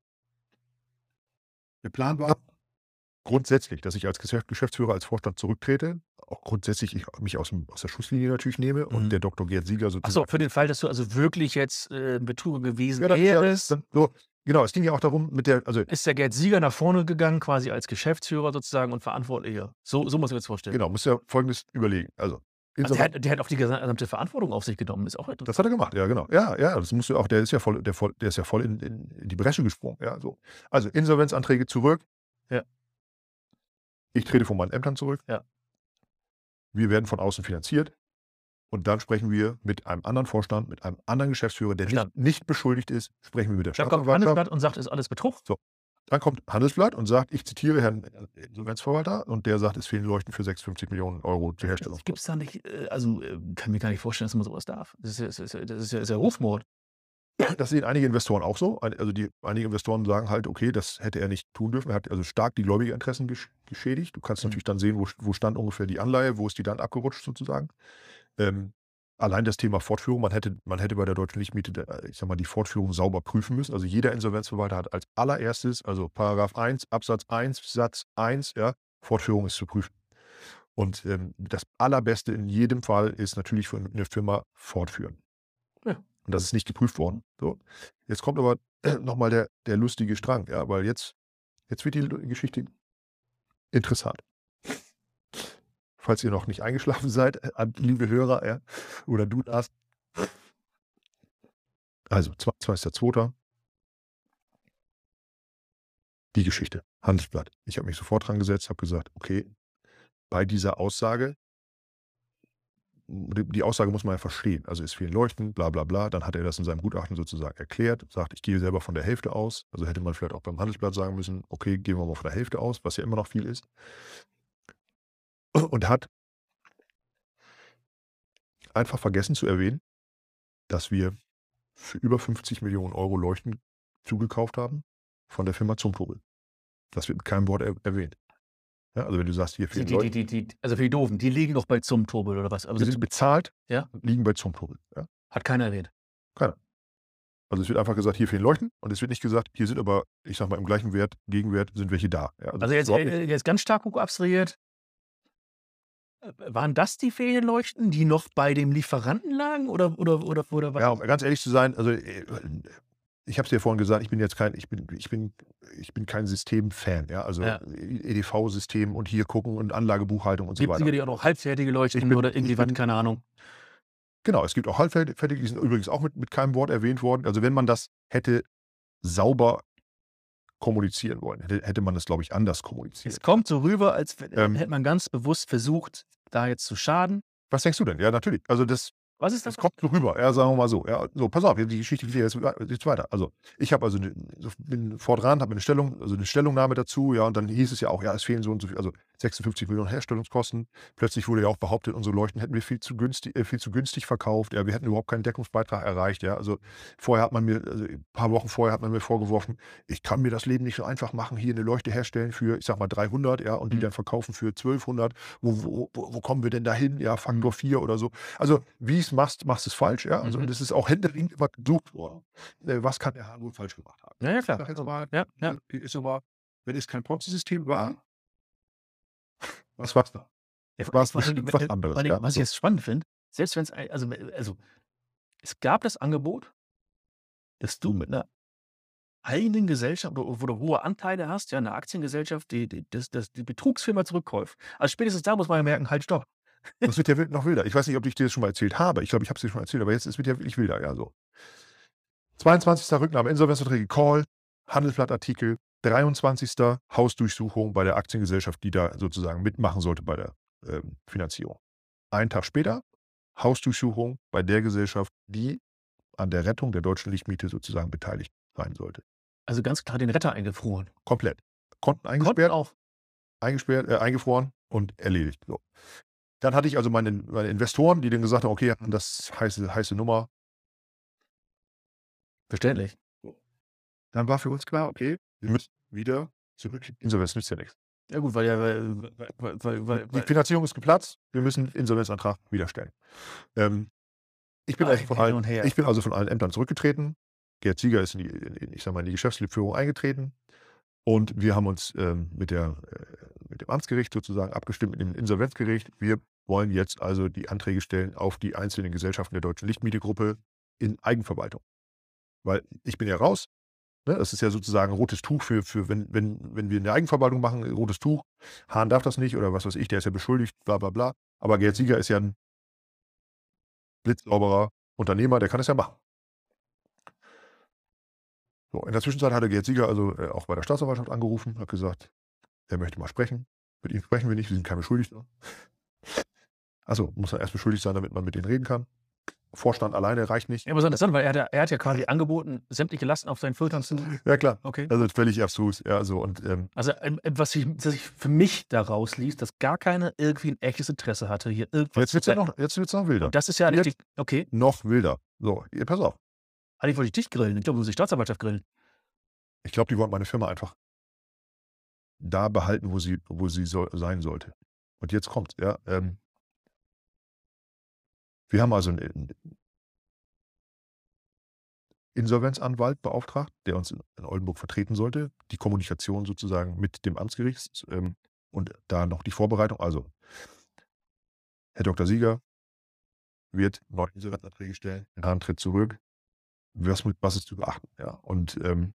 der Plan war grundsätzlich, dass ich als Geschäft Geschäftsführer, als Vorstand zurücktrete, auch grundsätzlich ich mich aus'm aus der Schusslinie natürlich nehme und Mhm. der Doktor Gerd Sieger Ach so, sozusagen für den Fall, dass du also wirklich jetzt, äh, Betrüger gewesen Ja, dann ist ja wärst dann so genau, es ging ja auch darum mit der also ist der Gerd Sieger nach vorne gegangen, quasi als Geschäftsführer sozusagen und Verantwortlicher. So so muss ich mir das vorstellen. Genau, musst dir Folgendes überlegen. Also, Also, der Insolven hat der hat auch die gesamte Verantwortung auf sich genommen, ist auch Das interessant. hat er gemacht, ja genau. Ja, ja, das musst du auch der ist ja voll der voll der ist ja voll in in in die Bresche gesprungen, ja, so. Also, Insolvenzanträge zurück. Ja. Ich trete von meinen Ämtern zurück. Ja. Wir werden von außen finanziert und dann sprechen wir mit einem anderen Vorstand, mit einem anderen Geschäftsführer, der nicht Verstanden. nicht beschuldigt ist, sprechen wir mit der Dann kommt Staatsanwaltschaft. Handelsblatt und sagt, ist alles Betrug? So, dann kommt Handelsblatt und sagt, ich zitiere Herrn Insolvenzverwalter und der sagt, es fehlen Leuchten für sechsundfünfzig Millionen Euro zur Herstellungskosten. Gibt's da nicht äh, also, äh, kann mir gar nicht vorstellen, dass man so was darf. Das ist ja das ist ja das ist ja ist ja Rufmord. Das sehen einige Investoren auch so. Ein also, die einige Investoren sagen halt: „Okay, das hätte er nicht tun dürfen.“ Er hat also stark die Gläubigerinteressen gesch geschädigt. Du kannst Mhm. natürlich dann sehen, wo wo stand ungefähr die Anleihe, wo ist die dann abgerutscht sozusagen. Ähm, allein das Thema Fortführung, man hätte man hätte bei der deutschen Lichtmiete, da ich sage mal, die Fortführung sauber prüfen müssen. Also, jeder Insolvenzverwalter hat als allererstes, also, Paragraph eins Absatz eins Satz eins, ja, Fortführung ist zu prüfen. Und, ähm, das Allerbeste in jedem Fall ist natürlich für 'ne Firma fortführen. Ja. Und das ist nicht geprüft worden. So, jetzt kommt aber noch mal der der lustige Strang, ja, weil jetzt jetzt wird die l Geschichte interessant. Falls ihr noch nicht eingeschlafen seid, äh, an liebe Hörer, ja, oder du darfst. Also, zweiundzwanzigster zweiter Die Geschichte, Handelsblatt. Ich habe mich sofort dran gesetzt, habe gesagt: „Okay, bei dieser Aussage“ Die die Aussage muss man ja verstehen. Also, es fehlen Leuchten, bla bla bla. Dann hat er das in seinem Gutachten sozusagen erklärt, sagt: „Ich gehe selber von der Hälfte aus.“ Also, hätte man vielleicht auch beim Handelsblatt sagen müssen: „Okay, gehen wir mal von der Hälfte aus“, was ja immer noch viel ist. Und hat einfach vergessen zu erwähnen, dass wir für über fünfzig Millionen Euro Leuchten zugekauft haben von der Firma Zumtobel. Das wird mit keinem Wort er erwähnt. Ja, also, wenn du sagst, hier Die fehlen die Leuchten die die die also, für die Doofen, die liegen doch bei Zumtobel oder was? Aber Die sind bezahlt, ja? liegen bei Zumtobel, ja? Hat keiner erwähnt? Keiner. Also, es wird einfach gesagt: „Hier fehlen Leuchten“ und es wird nicht gesagt: „Hier sind aber, ich sage mal, im gleichen Wert Gegenwert sind welche da.“ Ja, Also, jetzt überhaupt nicht. äh, jetzt ganz stark abstrahiert äh, waren das die Ferienleuchten, die noch bei dem Lieferanten lagen oder oder oder oder was? Ja, um ganz ehrlich zu sein, also, äh, ich habe es dir vorhin gesagt, ich bin jetzt kein ich bin ich bin ich bin kein Systemfan, ja, also, Ja. E EDV-System und hier gucken und Anlagebuchhaltung und so Gibt weiter. sicherlich auch noch halbfertige Ich Leuchten bin oder ich irgendwie was, bin keine Ahnung. Genau, es gibt auch halbfert fertige, die sind übrigens auch mit mit keinem Wort erwähnt worden. Also, wenn man das hätte sauber kommunizieren wollen, hätte, hätte man es, glaube ich, anders kommuniziert. Es kommt so rüber, als w Ähm. hätte man ganz bewusst versucht, da jetzt zu schaden. Was denkst du denn? Ja, natürlich. Also das Was ist das das? kommt so rüber. Ja, sagen wir mal so. Ja, so, pass auf, die Geschichte geht jetzt jetzt weiter. Also, ich habe also 'ne so bin fortran, habe mir 'ne Stellung also 'ne Stellungnahme dazu, ja, und dann hieß es ja auch, ja, es fehlen so und so viel, also sechsundfünfzig Millionen Herstellungskosten. Plötzlich wurde ja auch behauptet, unsere Leuchten hätten wir viel zu günstig äh, viel zu günstig verkauft. Ja, wir hätten überhaupt keinen Deckungsbeitrag erreicht, ja. Also, vorher hat man mir also, paar Wochen vorher hat man mir vorgeworfen, ich kann mir das Leben nicht so einfach machen, hier 'ne Leuchte herstellen für, ich sage mal, dreihundert, ja, und die Mhm. dann verkaufen für zwölfhundert. Wo wo wo wo kommen wir denn da hin? Ja, Mhm. Faktor vier oder so. Also, wie ich's machst, machst du's falsch, ja. Also, Mhm. und es ist auch händeringend immer gesucht worden, äh, was kann der Hahn wohl falsch gemacht haben? Ja, ja, Ich klar. sage jetzt mal, Ja, ja. ne, ist aber wenn es kein Ponzi-System war was war's dann? Ja, vor War's vor allen Dingen, was äh, vor anderes, allen Dingen, ja, was ich so. jetzt spannend finde, selbst wenn's ei also äh, also, es gab das Angebot dass du mit 'ner eigenen Gesellschaft, wo wo du hohe Anteile hast, ja, 'ne Aktiengesellschaft, die die das das die Betrugsfirma zurückkauft. Also, spätestens da muss man ja merken: „Halt, stopp.“ Das wird ja wild noch wilder. Ich weiß nicht, ob ich dir das schon mal erzählt habe. Ich glaube, ich habe es dir schon mal erzählt, aber jetzt es wird ja wirklich wilder, ja, so. zweiundzwanzigster Rücknahme Insolvenzverträge, Call, Handelsblattartikel, dreiundzwanzigster Hausdurchsuchung bei der Aktiengesellschaft, die da sozusagen mitmachen sollte bei der, ähm, Finanzierung. Einen Tag später Hausdurchsuchung bei der Gesellschaft, die an der Rettung der Deutschen Lichtmiete sozusagen beteiligt sein sollte. Also, ganz klar den Retter eingefroren. Komplett. Konten Konten eingesperrt auch. eingesperrt äh, eingefroren und erledigt, so. Dann hatte ich also meine meine Investoren, die dann gesagt haben: „Okay, das heiße heiße Nummer.“ Verständlich. So. Dann war für uns klar: „Okay, wir müssen wieder zurück Insolvenz nützt ja nix.“ Ja gut, weil ja weil weil weil weil Die weil Finanzierung ist geplatzt, wir müssen Insolvenzantrag wieder stellen. Ähm, ich bin also Ein von Hin allen und her. ich bin also von allen Ämtern zurückgetreten. Gerd Ziegler ist in die in in ich sage mal, in die Geschäftsführung eingetreten und wir haben uns, ähm, mit der äh, mit dem Amtsgericht sozusagen abgestimmt, mit dem Insolvenzgericht. Wir wollen jetzt also die Anträge stellen auf die einzelnen Gesellschaften der Deutschen Lichtmiete-Gruppe in Eigenverwaltung. Weil ich bin ja raus, ne? Das ist ja sozusagen rotes Tuch für für wenn wenn wenn wir 'ne Eigenverwaltung machen, rotes Tuch. Hahn darf das nicht oder was weiß ich, der ist ja beschuldigt, bla bla bla. Aber Gerd Ziegler ist ja 'n blitzsauberer Unternehmer, der kann das ja machen. So, in der Zwischenzeit hatte Gerd Ziegler also, äh, auch bei der Staatsanwaltschaft angerufen, hat gesagt, er möchte mal sprechen. Mit ihm sprechen wir nicht, wir sind kein Beschuldigter. Ach so, muss er erst beschuldigt sein, damit man mit denen reden kann. Vorstand alleine reicht nicht. Ja, aber ist interessant, weil er hat ja er hat ja quasi angeboten, sämtliche Lasten auf seinen Schultern zu Ja klar, okay. also völlig abstrus, ja, so und, ähm Also, ähm, ähm, was sich was sich für mich da rausliest, dass gar keiner irgendwie 'n echtes Interesse hatte, hier irgendwas Jetzt zu wird's ja retten. noch jetzt wird's noch wilder. Und das ist ja Jetzt richtig okay. noch wilder. So, j pass auf. Eigentlich wollte ich dich grillen. Ich glaube, du willst die Staatsanwaltschaft grillen. Ich glaube, die wollten meine Firma einfach da behalten, wo sie wo sie soll sein sollte. Und jetzt kommt's, ja, ähm wir haben also 'n in Insolvenzanwalt beauftragt, der uns in in Oldenburg vertreten sollte. Die Kommunikation sozusagen mit dem Amtsgericht, ähm, und da noch die Vorbereitung. Also Herr Doktor Sieger wird neue Insolvenzanträge stellen. Hahn tritt zurück. Was mit was ist zu beachten, ja? Und, ähm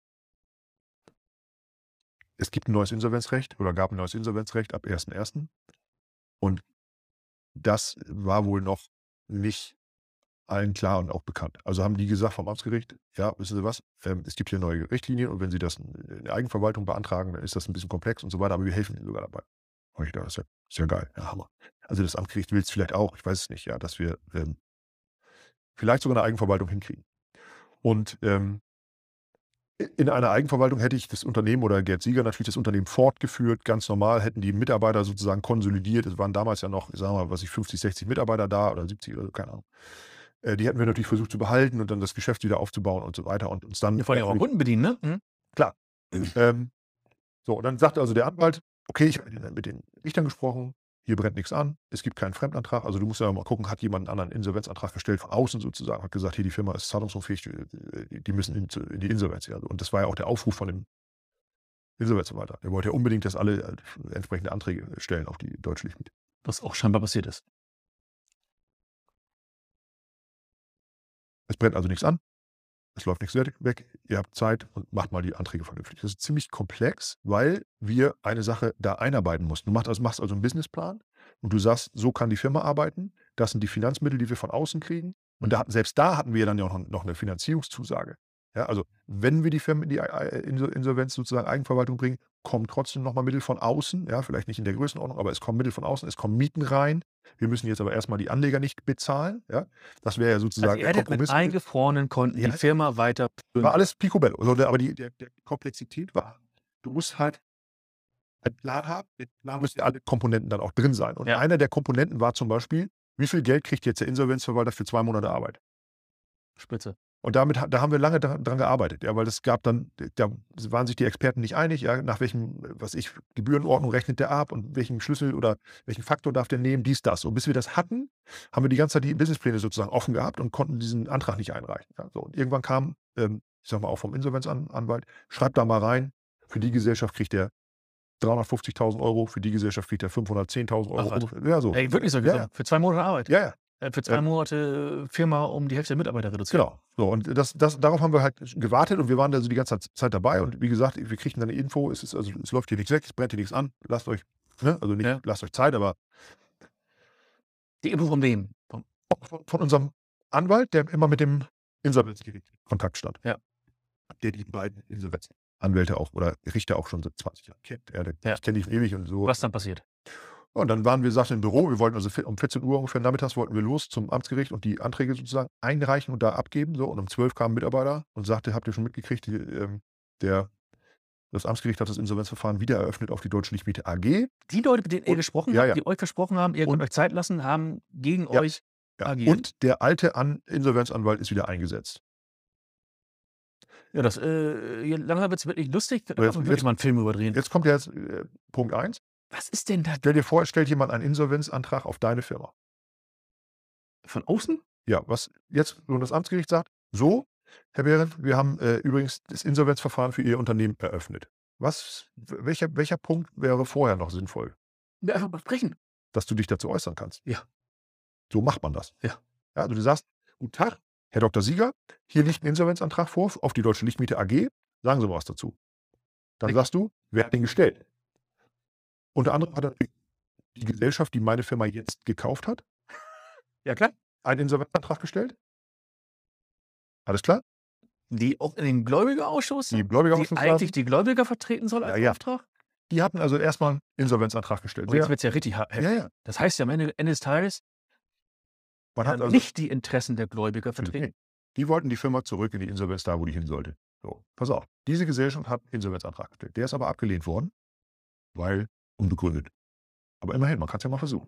es gibt 'n neues Insolvenzrecht oder gab 'n neues Insolvenzrecht ab ersten ersten Und das war wohl noch nicht allen klar und auch bekannt. Also, haben die gesagt vom Amtsgericht: „Ja, wissen Sie was? Ähm, es gibt hier neue Richtlinien und wenn Sie das in der Eigenverwaltung beantragen, dann ist das 'n bisschen komplex und so weiter, aber wir helfen Ihnen sogar dabei.“ Habe ich gedacht: „Ist ja ist ja geil, ja Hammer.“ Also, das Amtsgericht will's vielleicht auch, ich weiß es nicht, ja, dass wir, ähm vielleicht sogar 'ne Eigenverwaltung hinkriegen. Und, ähm i in einer Eigenverwaltung hätte ich das Unternehmen oder Gerd Ziegler natürlich das Unternehmen fortgeführt, ganz normal, hätten die Mitarbeiter sozusagen konsolidiert. Es waren damals ja noch, sagen wir mal, was weiß ich, fünfzig, sechzig Mitarbeiter da oder siebzig oder so, keine Ahnung. Äh, die hätten wir natürlich versucht zu behalten und dann das Geschäft wieder aufzubauen und so weiter und uns dann Ja, vor allem auch natürlich Kunden bedienen, ne? Mhm. Klar. Ähm, so, und dann sagte also der Anwalt: „Okay, ich habe mit den mit den Richtern gesprochen, hier brennt nix an. Es gibt keinen Fremdantrag.“ Also, du musst ja mal gucken, hat jemand 'n anderen Insolvenzantrag gestellt von außen sozusagen, hat gesagt: „Hier, die Firma ist zahlungsunfähig, äh, die müssen in zu in die Insolvenz“, ja. Und das war ja auch der Aufruf von dem Insolvenzverwalter. Der wollte ja unbedingt, dass alle, äh, entsprechende Anträge stellen auf die Deutsche Lichtmiete. Was auch scheinbar passiert ist. Es brennt also nix an. Es läuft nix weg weg. Ihr habt Zeit und macht mal die Anträge vernünftig. Das ist ziemlich komplex, weil wir eine Sache da einarbeiten mussten. Du macht also machst also 'n Businessplan und du sagst: „So kann die Firma arbeiten. Das sind die Finanzmittel, die wir von außen kriegen.“ Und da hatten selbst da hatten wir dann ja noch noch 'ne Finanzierungszusage. Ja, also wenn wir die Firmen in die äh, Inso Insolvenz sozusagen Eigenverwaltung bringen, kommen trotzdem noch mal Mittel von außen, ja, vielleicht nicht in der Größenordnung, aber es kommen Mittel von außen, es kommen Mieten rein. Wir müssen jetzt aber erst mal die Anleger nicht bezahlen, ja? Das wäre ja Also, sozusagen ihr der hättet mit Kompromiss. eingefrorenen Konten die Ja, Firma weiter führen war können. alles picobello. So, der aber die der der Komplexität war, du musst halt einen Plan haben. Mit Plan müssen ja alle Komponenten dann auch drin sein. Und Ja. einer der Komponenten war zum Beispiel: Wie viel Geld kriegt jetzt der Insolvenzverwalter für zwei Monate Arbeit? Spitze. Und damit ha da haben wir lange dra dran gearbeitet, ja, weil es gab dann da waren sich die Experten nicht einig, ja, nach welchem, was ich, Gebührenordnung rechnet der ab und welchen Schlüssel oder welchen Faktor darf der nehmen, dies, das. Und bis wir das hatten, haben wir die ganze Zeit die Businesspläne sozusagen offen gehabt und konnten diesen Antrag nicht einreichen, ja, so. Und irgendwann kam, ähm, ich sage mal, auch vom Insolvenzan Anwalt: „Schreibt da mal rein, für die Gesellschaft kriegt er dreihundertfünfzigtausend Euro, für die Gesellschaft kriegt er fünfhundertzehntausend Ach Euro.“ was. Ja, so. Ey, wirklich so Ja, ja. gesagt? Für zwei Monate Arbeit? Ja, ja. Er hat für zwei Ähm Monate Firma um die Hälfte der Mitarbeiter reduziert? Genau. So, und das das darauf haben wir halt gewartet und wir waren da so die ganze Zeit Zeit dabei und wie gesagt, wir kriegten dann 'ne Info, es ist also es läuft hier nichts weg, es brennt hier nichts an. Lasst euch, ne, also nicht Ja. lasst euch Zeit, aber Die Info von wem? Vom von von unserem Anwalt, der immer mit dem Insolvenzgericht in Kontakt stand. Ja. Der die beiden Insolvenzanwälte auch oder Richter auch schon seit zwanzig Jahren kennt. Ja, der Ja. ich kenne die schon ewig und so. Was dann passiert? Und dann waren wir saßen im Büro, wir wollten also vi um vierzehn Uhr ungefähr nachmittags wollten wir los zum Amtsgericht und die Anträge sozusagen einreichen und da abgeben, so. Und um zwölf kam 'n Mitarbeiter und sagte: „Habt ihr schon mitgekriegt, die, ähm, der das Amtsgericht hat das Insolvenzverfahren wieder eröffnet auf die Deutsche Lichtmiete A G.“ Die Leute, mit denen ihr Und gesprochen ja, habt, ja. die euch versprochen haben, ihr könnt Und euch Zeit lassen, haben gegen Ja, euch ja. agiert? Und der alte An Insolvenzanwalt ist wieder eingesetzt. Ja, das, äh je langsam wird's wirklich lustig. Da So, kann jetzt man wirklich jetzt mal 'n Film drüber drehen. jetzt kommt ja jetzt, äh, Punkt eins. Was ist denn da Stell dir vor, es stellt jemand einen Insolvenzantrag auf deine Firma. Von außen? Ja, was jetzt so das Amtsgericht sagt: „So, Herr Behrendt, wir haben, äh, übrigens das Insolvenzverfahren für Ihr Unternehmen eröffnet.“ Was w welcher welcher Punkt wäre vorher noch sinnvoll? Ja, einfach mal sprechen. Dass du dich dazu äußern kannst. Ja. So macht man das. Ja. Ja, also du sagst: „Guten Tag, Herr Doktor Sieger, hier liegt 'n Insolvenzantrag vor auf die Deutsche Lichtmiete A G. Sagen Sie mal was dazu.“ Dann Richtig. sagst du: „Wer hat den gestellt?“ Unter anderem hat natürlich die Gesellschaft, die meine Firma jetzt gekauft hat Ja, klar. einen Insolvenzantrag gestellt. Alles klar? Die auch in den Gläubigerausschuss, Die im die Gläubigerausschuss eigentlich saßen. die Gläubiger vertreten soll als Ja, ja. Auftrag? Die hatten also erst mal 'n Insolvenzantrag gestellt. Oh, jetzt Sehr wird's ja richtig ha heftig. ja, ja. Das heißt ja am Ende Ende des Tages Man ja, hat also nicht die Interessen der Gläubiger vertreten. Ne, die wollten die Firma zurück in die Insolvenz, da wo die hin sollte. So, pass auf. Diese Gesellschaft hat 'n Insolvenzantrag gestellt. Der ist aber abgelehnt worden, weil unbegründet. Aber immerhin, man kann's ja mal versuchen.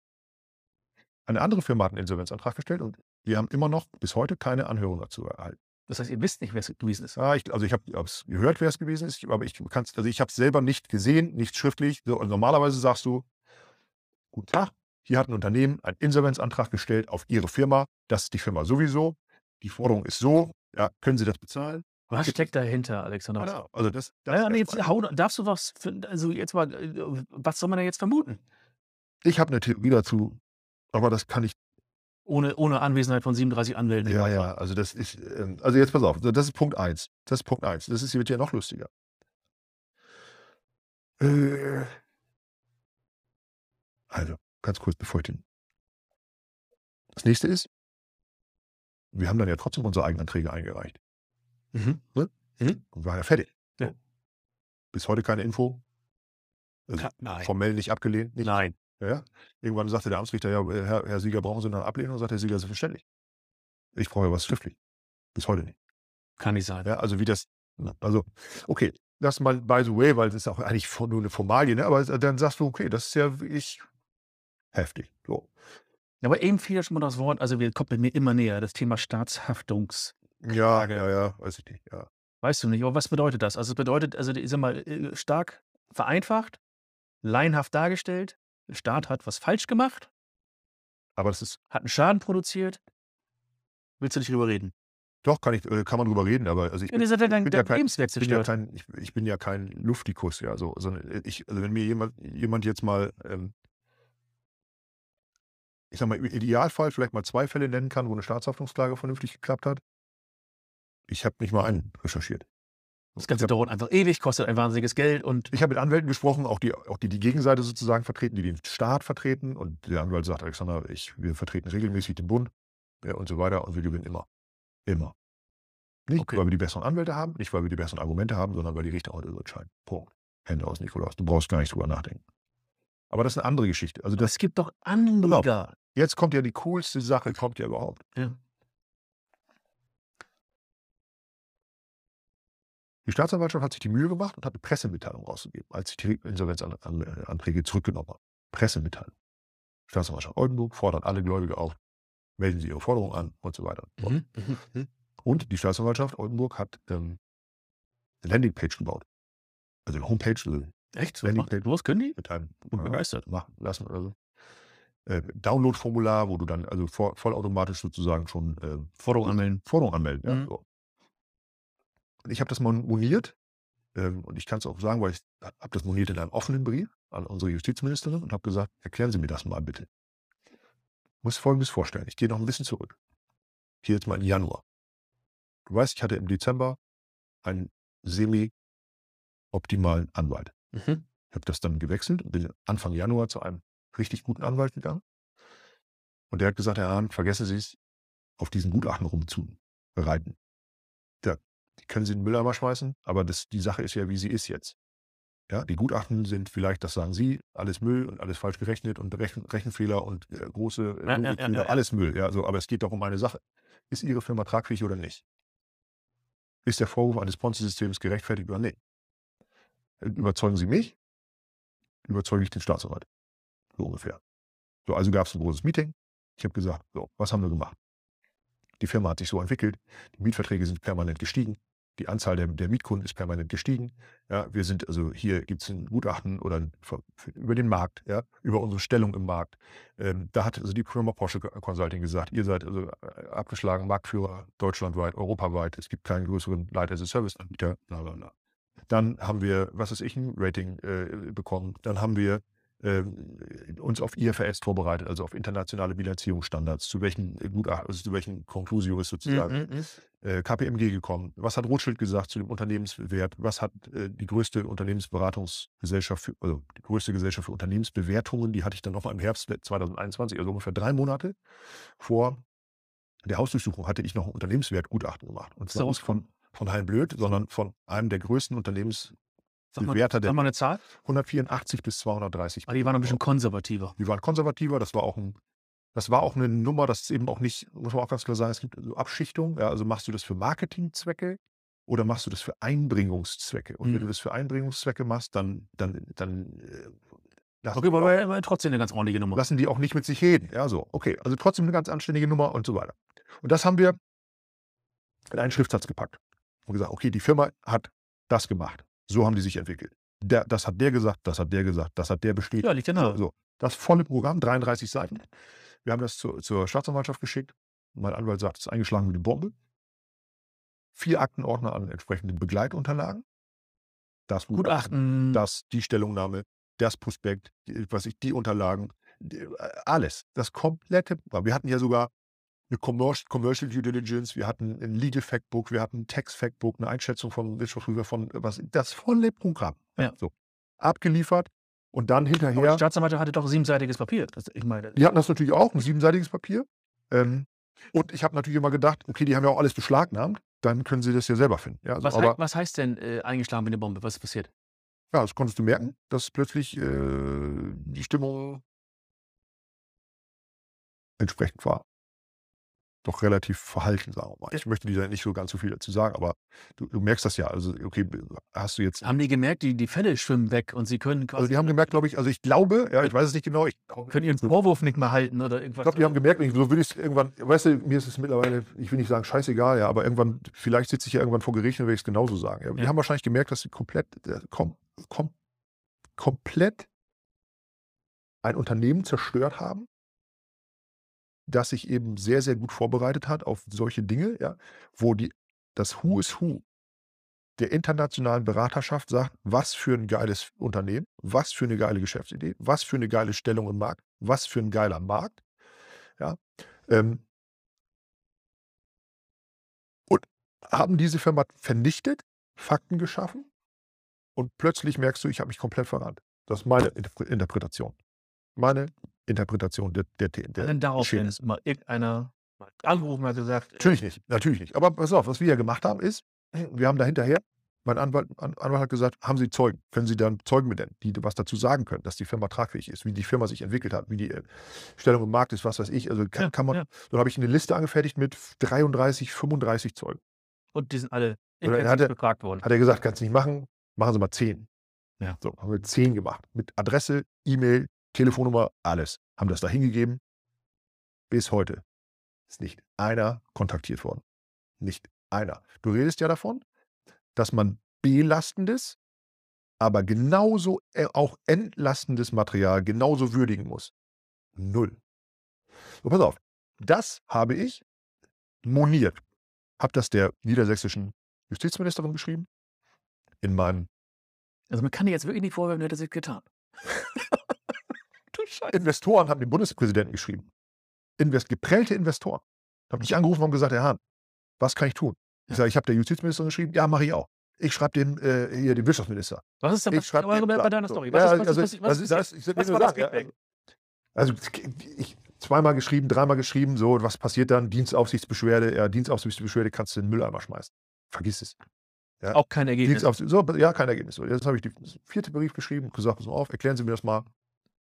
Eine andere Firma hat 'n Insolvenzantrag gestellt und wir haben immer noch bis heute keine Anhörung dazu erhalten. Das heißt, ihr wisst nicht, wer's gewesen ist? Ah, ich also ich habe habe es gehört, wer's gewesen ist, aber ich kann's also ich habe es selber nicht gesehen, nicht schriftlich. So, und normalerweise sagst du: „Guten Tag, hier hat 'n Unternehmen einen Insolvenzantrag gestellt auf Ihre Firma. Das ist die Firma sowieso. Die Forderung ist so, ja, können Sie das bezahlen?“ Was Gibt steckt dahinter, Alexander? Genau, also das Ja, das ja, ne, jetzt erst mal. hau darfst du was für also jetzt mal, äh, was soll man denn jetzt vermuten? Ich habe 'ne Theorie dazu, aber das kann ich Ohne ohne Anwesenheit von siebenunddreißig Anwälten im Ja, Beirat. ja, also das ist, ähm also jetzt pass auf, so das ist Punkt eins. Das ist Punkt eins. Das ist wird ja noch lustiger. Äh Also, ganz kurz, bevor ich den Das nächste ist wir haben dann ja trotzdem unsere Eigenanträge eingereicht. Mhm. Ne? Mhm. Und waren ja fertig. Ja. So. Bis heute keine Info. Also, Ka nein. formell nicht abgelehnt, nichts. Nein. Ja, ja. Irgendwann sagte der Amtsrichter: „Ja, äh, Herr Herr Sieger, brauchen Sie noch 'ne Ablehnung?“ Sagt der Sieger: „Selbstverständlich. Ich brauche ja was schriftlich.“ Bis heute nicht. Kann nicht sein. Ja, also wie das ne, also okay, das mal by the way, weil das ist auch eigentlich vo nur 'ne Formalie, ne? Aber dann sagst du: „Okay, das ist ja wirklich heftig.“ So. Ja, aber eben fiel ja schon mal das Wort also, wir kommt bei mir immer näher, das Thema Staatshaftungs Ja, Klage. ja, ja, weiß ich nicht, ja. Weißt du nicht, aber was bedeutet das? Also, es bedeutet also, ich sage mal, äh, stark vereinfacht, laienhaft dargestellt, der Staat hat was falsch gemacht Aber das ist hat 'n Schaden produziert. Willst du nicht drüber reden? Doch, kann ich äh, kann man drüber reden, aber also ich Ja, bin das hat ja ich dein bin ja dein kein Lebenswerk ich bin ja zerstört. kein ich ich bin ja kein Luftikus, ja, so, sondern, äh, ich also wenn mir jemand jemand jetzt mal, ähm ich sage mal, im Idealfall vielleicht mal zwei Fälle nennen kann, wo 'ne Staatshaftungsklage vernünftig geklappt hat. Ich habe nicht mal einen recherchiert. So, Das ich Ganze habe dauert einfach ewig, kostet ein wahnsinniges Geld und Ich habe mit Anwälten gesprochen, auch die auch die die Gegenseite sozusagen vertreten, die den Staat vertreten. Und der Anwalt sagt: „Alexander, ich wir vertreten regelmäßig den Bund, ja, und so weiter und wir gewinnen immer. Immer.“ Nicht, Okay. weil wir die besseren Anwälte haben, nicht, weil wir die besseren Argumente haben, sondern weil die Richter heute so entscheiden. Punkt. Hände aus, Nikolaus. Du brauchst gar nicht drüber nachdenken. Aber das ist eine andere Geschichte. Also Aber das, es gibt doch Pass auf, Anleger. jetzt kommt ja die coolste Sache, kommt ja überhaupt. Ja. Die Staatsanwaltschaft hat sich die Mühe gemacht und hat eine Pressemitteilung rausgegeben, als sich die Insolvenzanträge zurückgenommen haben. Pressemitteilung. Staatsanwaltschaft Oldenburg fordert alle Gläubiger auf, melden Sie Ihre Forderungen an und so weiter. So. Mhm. Mhm. Und die Staatsanwaltschaft Oldenburg hat ähm, eine Landingpage gebaut. Also eine Homepage, also Echt? So Landingpage macht, was können die? mit einem Bin begeistert. machen lassen. Also äh, Download-Formular, wo du dann also voll, vollautomatisch sozusagen schon äh, Forderung anmelden. Forderung anmelden. Ja, Mhm. so. Und ich habe das mal moniert ähm, und ich kann es auch sagen, weil ich habe das moniert in einem offenen Brief an unsere Justizministerin und habe gesagt, erklären Sie mir das mal bitte. Ich muss Folgendes vorstellen. Ich gehe noch ein bisschen zurück. Ich gehe jetzt mal in Januar. Du weißt, ich hatte im Dezember einen semi-optimalen Anwalt. Mhm. Ich habe das dann gewechselt und bin Anfang Januar zu einem richtig guten Anwalt gegangen. Und der hat gesagt, Herr Hahn, vergessen Sie es, auf diesen Gutachten rumzureiten. Da die können Sie in den Mülleimer schmeißen, aber das, die Sache ist ja, wie sie ist jetzt. Ja, die Gutachten sind vielleicht, das sagen Sie, alles Müll und alles falsch gerechnet und Rechen, Rechenfehler und äh, große äh, Ja, ja, Logikfehler, ja, ja, ja. alles Müll. Ja, so, aber es geht doch um eine Sache. Ist Ihre Firma tragfähig oder nicht? Ist der Vorwurf eines Ponzi-Systems gerechtfertigt oder nicht? Überzeugen Sie mich, überzeuge ich den Staatsanwalt. So ungefähr. So, also gab es ein großes Meeting. Ich habe gesagt, so, was haben wir gemacht? Die Firma hat sich so entwickelt, die Mietverträge sind permanent gestiegen, die Anzahl der, der Mietkunden ist permanent gestiegen. Ja, wir sind, also hier gibt es ein Gutachten oder ein, für, für, über den Markt, ja, über unsere Stellung im Markt. Ähm, da hat also die Firma Porsche Consulting gesagt, ihr seid also äh, abgeschlagen, Marktführer deutschlandweit, europaweit, es gibt keinen größeren Light-as-a-Service-Anbieter, bla bla bla. Dann haben wir, was weiß ich, ein Rating äh, bekommen. Dann haben wir äh, uns auf I F R S vorbereitet, also auf internationale Bilanzierungsstandards, zu welchen Gutachten, also zu welchen Conclusio ist sozusagen Mhm. Mhm. äh, K P M G gekommen. Was hat Rothschild gesagt zu dem Unternehmenswert? Was hat äh, die größte Unternehmensberatungsgesellschaft, für, also die größte Gesellschaft für Unternehmensbewertungen, die hatte ich dann nochmal im Herbst zweitausendeinundzwanzig, also ungefähr drei Monate vor der Hausdurchsuchung, hatte ich noch ein Unternehmenswertgutachten gemacht. Und Was ist zwar da nicht von, rausgekommen? von Hein Blöd, sondern von einem der größten Sag mal, Unternehmensbewerter der sag mal eine Zahl. hundertvierundachtzig bis zweihundertdreißig. Ah, die waren ein bisschen konservativer. Die waren konservativer, das war auch ein, das war auch eine Nummer, das ist eben auch nicht, muss man auch ganz klar sagen, es gibt so Abschichtung, ja, also machst du das für Marketingzwecke oder machst du das für Einbringungszwecke? Und wenn du Mhm. das für Einbringungszwecke machst, dann, dann, dann äh, lassen, Okay, die aber auch, war, war trotzdem eine ganz ordentliche Nummer. lassen die auch nicht mit sich reden. Ja, so, okay, also trotzdem eine ganz anständige Nummer und so weiter. Und das haben wir in einen Schriftsatz gepackt und gesagt, okay, die Firma hat das gemacht. So haben die sich entwickelt. Der, das hat der gesagt, das hat der gesagt, das hat der bestätigt. Ja, liegt ja So, nahe. so. Das volle Programm, dreiunddreißig Seiten. Wir haben das zur, zur Staatsanwaltschaft geschickt. Mein Anwalt sagt, es ist eingeschlagen wie eine Bombe. Vier Aktenordner an entsprechenden Begleitunterlagen. Das Gutachten, Gutachten. das, die Stellungnahme, das Prospekt, die, was ich, die Unterlagen, die, äh, alles. Das komplette Programm. Wir hatten ja sogar eine Commercial, Commercial Due Diligence, wir hatten ein Legal Factbook, wir hatten ein Tax Factbook, eine Einschätzung vom Wirtschaftsprüfer von was, das volle Programm. Ja. So. Abgeliefert und dann Aber die hinterher, Staatsanwaltschaft hatte doch siebenseitiges Papier. Das, ich meine, die hatten das natürlich auch, ein siebenseitiges Papier. Ähm, und ich habe natürlich immer gedacht, okay, die haben ja auch alles beschlagnahmt, dann können sie das ja selber finden. Ja, also, was, hei aber was heißt denn äh, eingeschlagen wie eine Bombe? Was ist passiert? ja, das konntest du merken, dass plötzlich äh, die Stimmung entsprechend war. Doch relativ verhalten, sagen wir mal. Ich möchte dir da nicht so ganz so viel dazu sagen, aber du, du merkst das ja. Also, okay, hast du jetzt. Haben die gemerkt, die, die Fälle schwimmen weg und sie können quasi. Also, die haben gemerkt, glaube ich, also ich glaube, ja, ich weiß es nicht genau, ich können ihren Vorwurf nicht mehr halten oder irgendwas. Ich glaube, die haben gemerkt, so will ich es irgendwann, weißt du, mir ist es mittlerweile, ich will nicht sagen scheißegal, ja, aber irgendwann, vielleicht sitze ich ja irgendwann vor Gericht und werde ich es genauso sagen. Ja. Die Ja. haben wahrscheinlich gemerkt, dass sie komplett, äh, kom, kom, komplett ein Unternehmen zerstört haben, das sich eben sehr, sehr gut vorbereitet hat auf solche Dinge, ja, wo die, das Who is Who der internationalen Beraterschaft sagt, was für ein geiles Unternehmen, was für eine geile Geschäftsidee, was für eine geile Stellung im Markt, was für ein geiler Markt, ja, ähm, und haben diese Firma vernichtet, Fakten geschaffen und plötzlich merkst du, ich habe mich komplett verrannt. Das ist meine Interpre Interpretation. Meine Interpretation der der der Hat denn daraufhin Geschehnisse. mal irgendeiner mal angerufen, hat gesagt, äh Natürlich nicht, natürlich nicht. Aber pass auf, was wir ja gemacht haben, ist, wir haben da hinterher mein Anwalt An Anwalt hat gesagt: „Haben Sie Zeugen? Können Sie dann Zeugen benennen, die was dazu sagen können, dass die Firma tragfähig ist, wie die Firma sich entwickelt hat, wie die, äh, Stellung im Markt ist, was weiß ich." Also, Ja, kann kann man ja. dann habe ich 'ne Liste angefertigt mit f dreiunddreißig, fünfunddreißig Zeugen. Und die sind alle Und dann hat intensiv er befragt worden. hat er gesagt: „Kannst nicht machen, machen Sie mal zehn." Ja. So, haben wir zehn gemacht mit Adresse, E-Mail, Telefonnummer, alles. Haben das da hingegeben. Bis heute ist nicht einer kontaktiert worden. Nicht einer. Du redest ja davon, dass man belastendes, aber genauso, äh, auch entlastendes Material genauso würdigen muss. Null. So, pass auf. Das habe ich moniert. Habe das der niedersächsischen Justizministerin geschrieben. In meinem Also, man kann dir jetzt wirklich nicht vorwerfen, du hättest es getan. Du Scheiße. Investoren haben dem Bundespräsidenten geschrieben. Invest geprellte Investoren. Haben mich angerufen und haben gesagt: „Herr Hahn, was kann ich tun?" Ich Ja. sage: „Ich habe der Justizministerin geschrieben." „Ja, mache ich auch." Ich schreibe dem, äh, hier dem Wirtschaftsminister. Was ist da Ich passiert schreibe dem bei bla. deiner So. Story? Was Ja, ist was ist also, passi was das ist ist das passiert? ich will Was nur war das sagen, ja, Feedback? also also, ich zweimal geschrieben, dreimal geschrieben, so, und was passiert dann? Dienstaufsichtsbeschwerde. Ja, Dienstaufsichtsbeschwerde kannst du in den Mülleimer schmeißen. Vergiss es. Ja. Auch kein Ergebnis. Dienstaufs so, ja, kein Ergebnis. So, jetzt habe ich die vierte Brief geschrieben und gesagt: „Pass mal auf, erklären Sie mir das mal."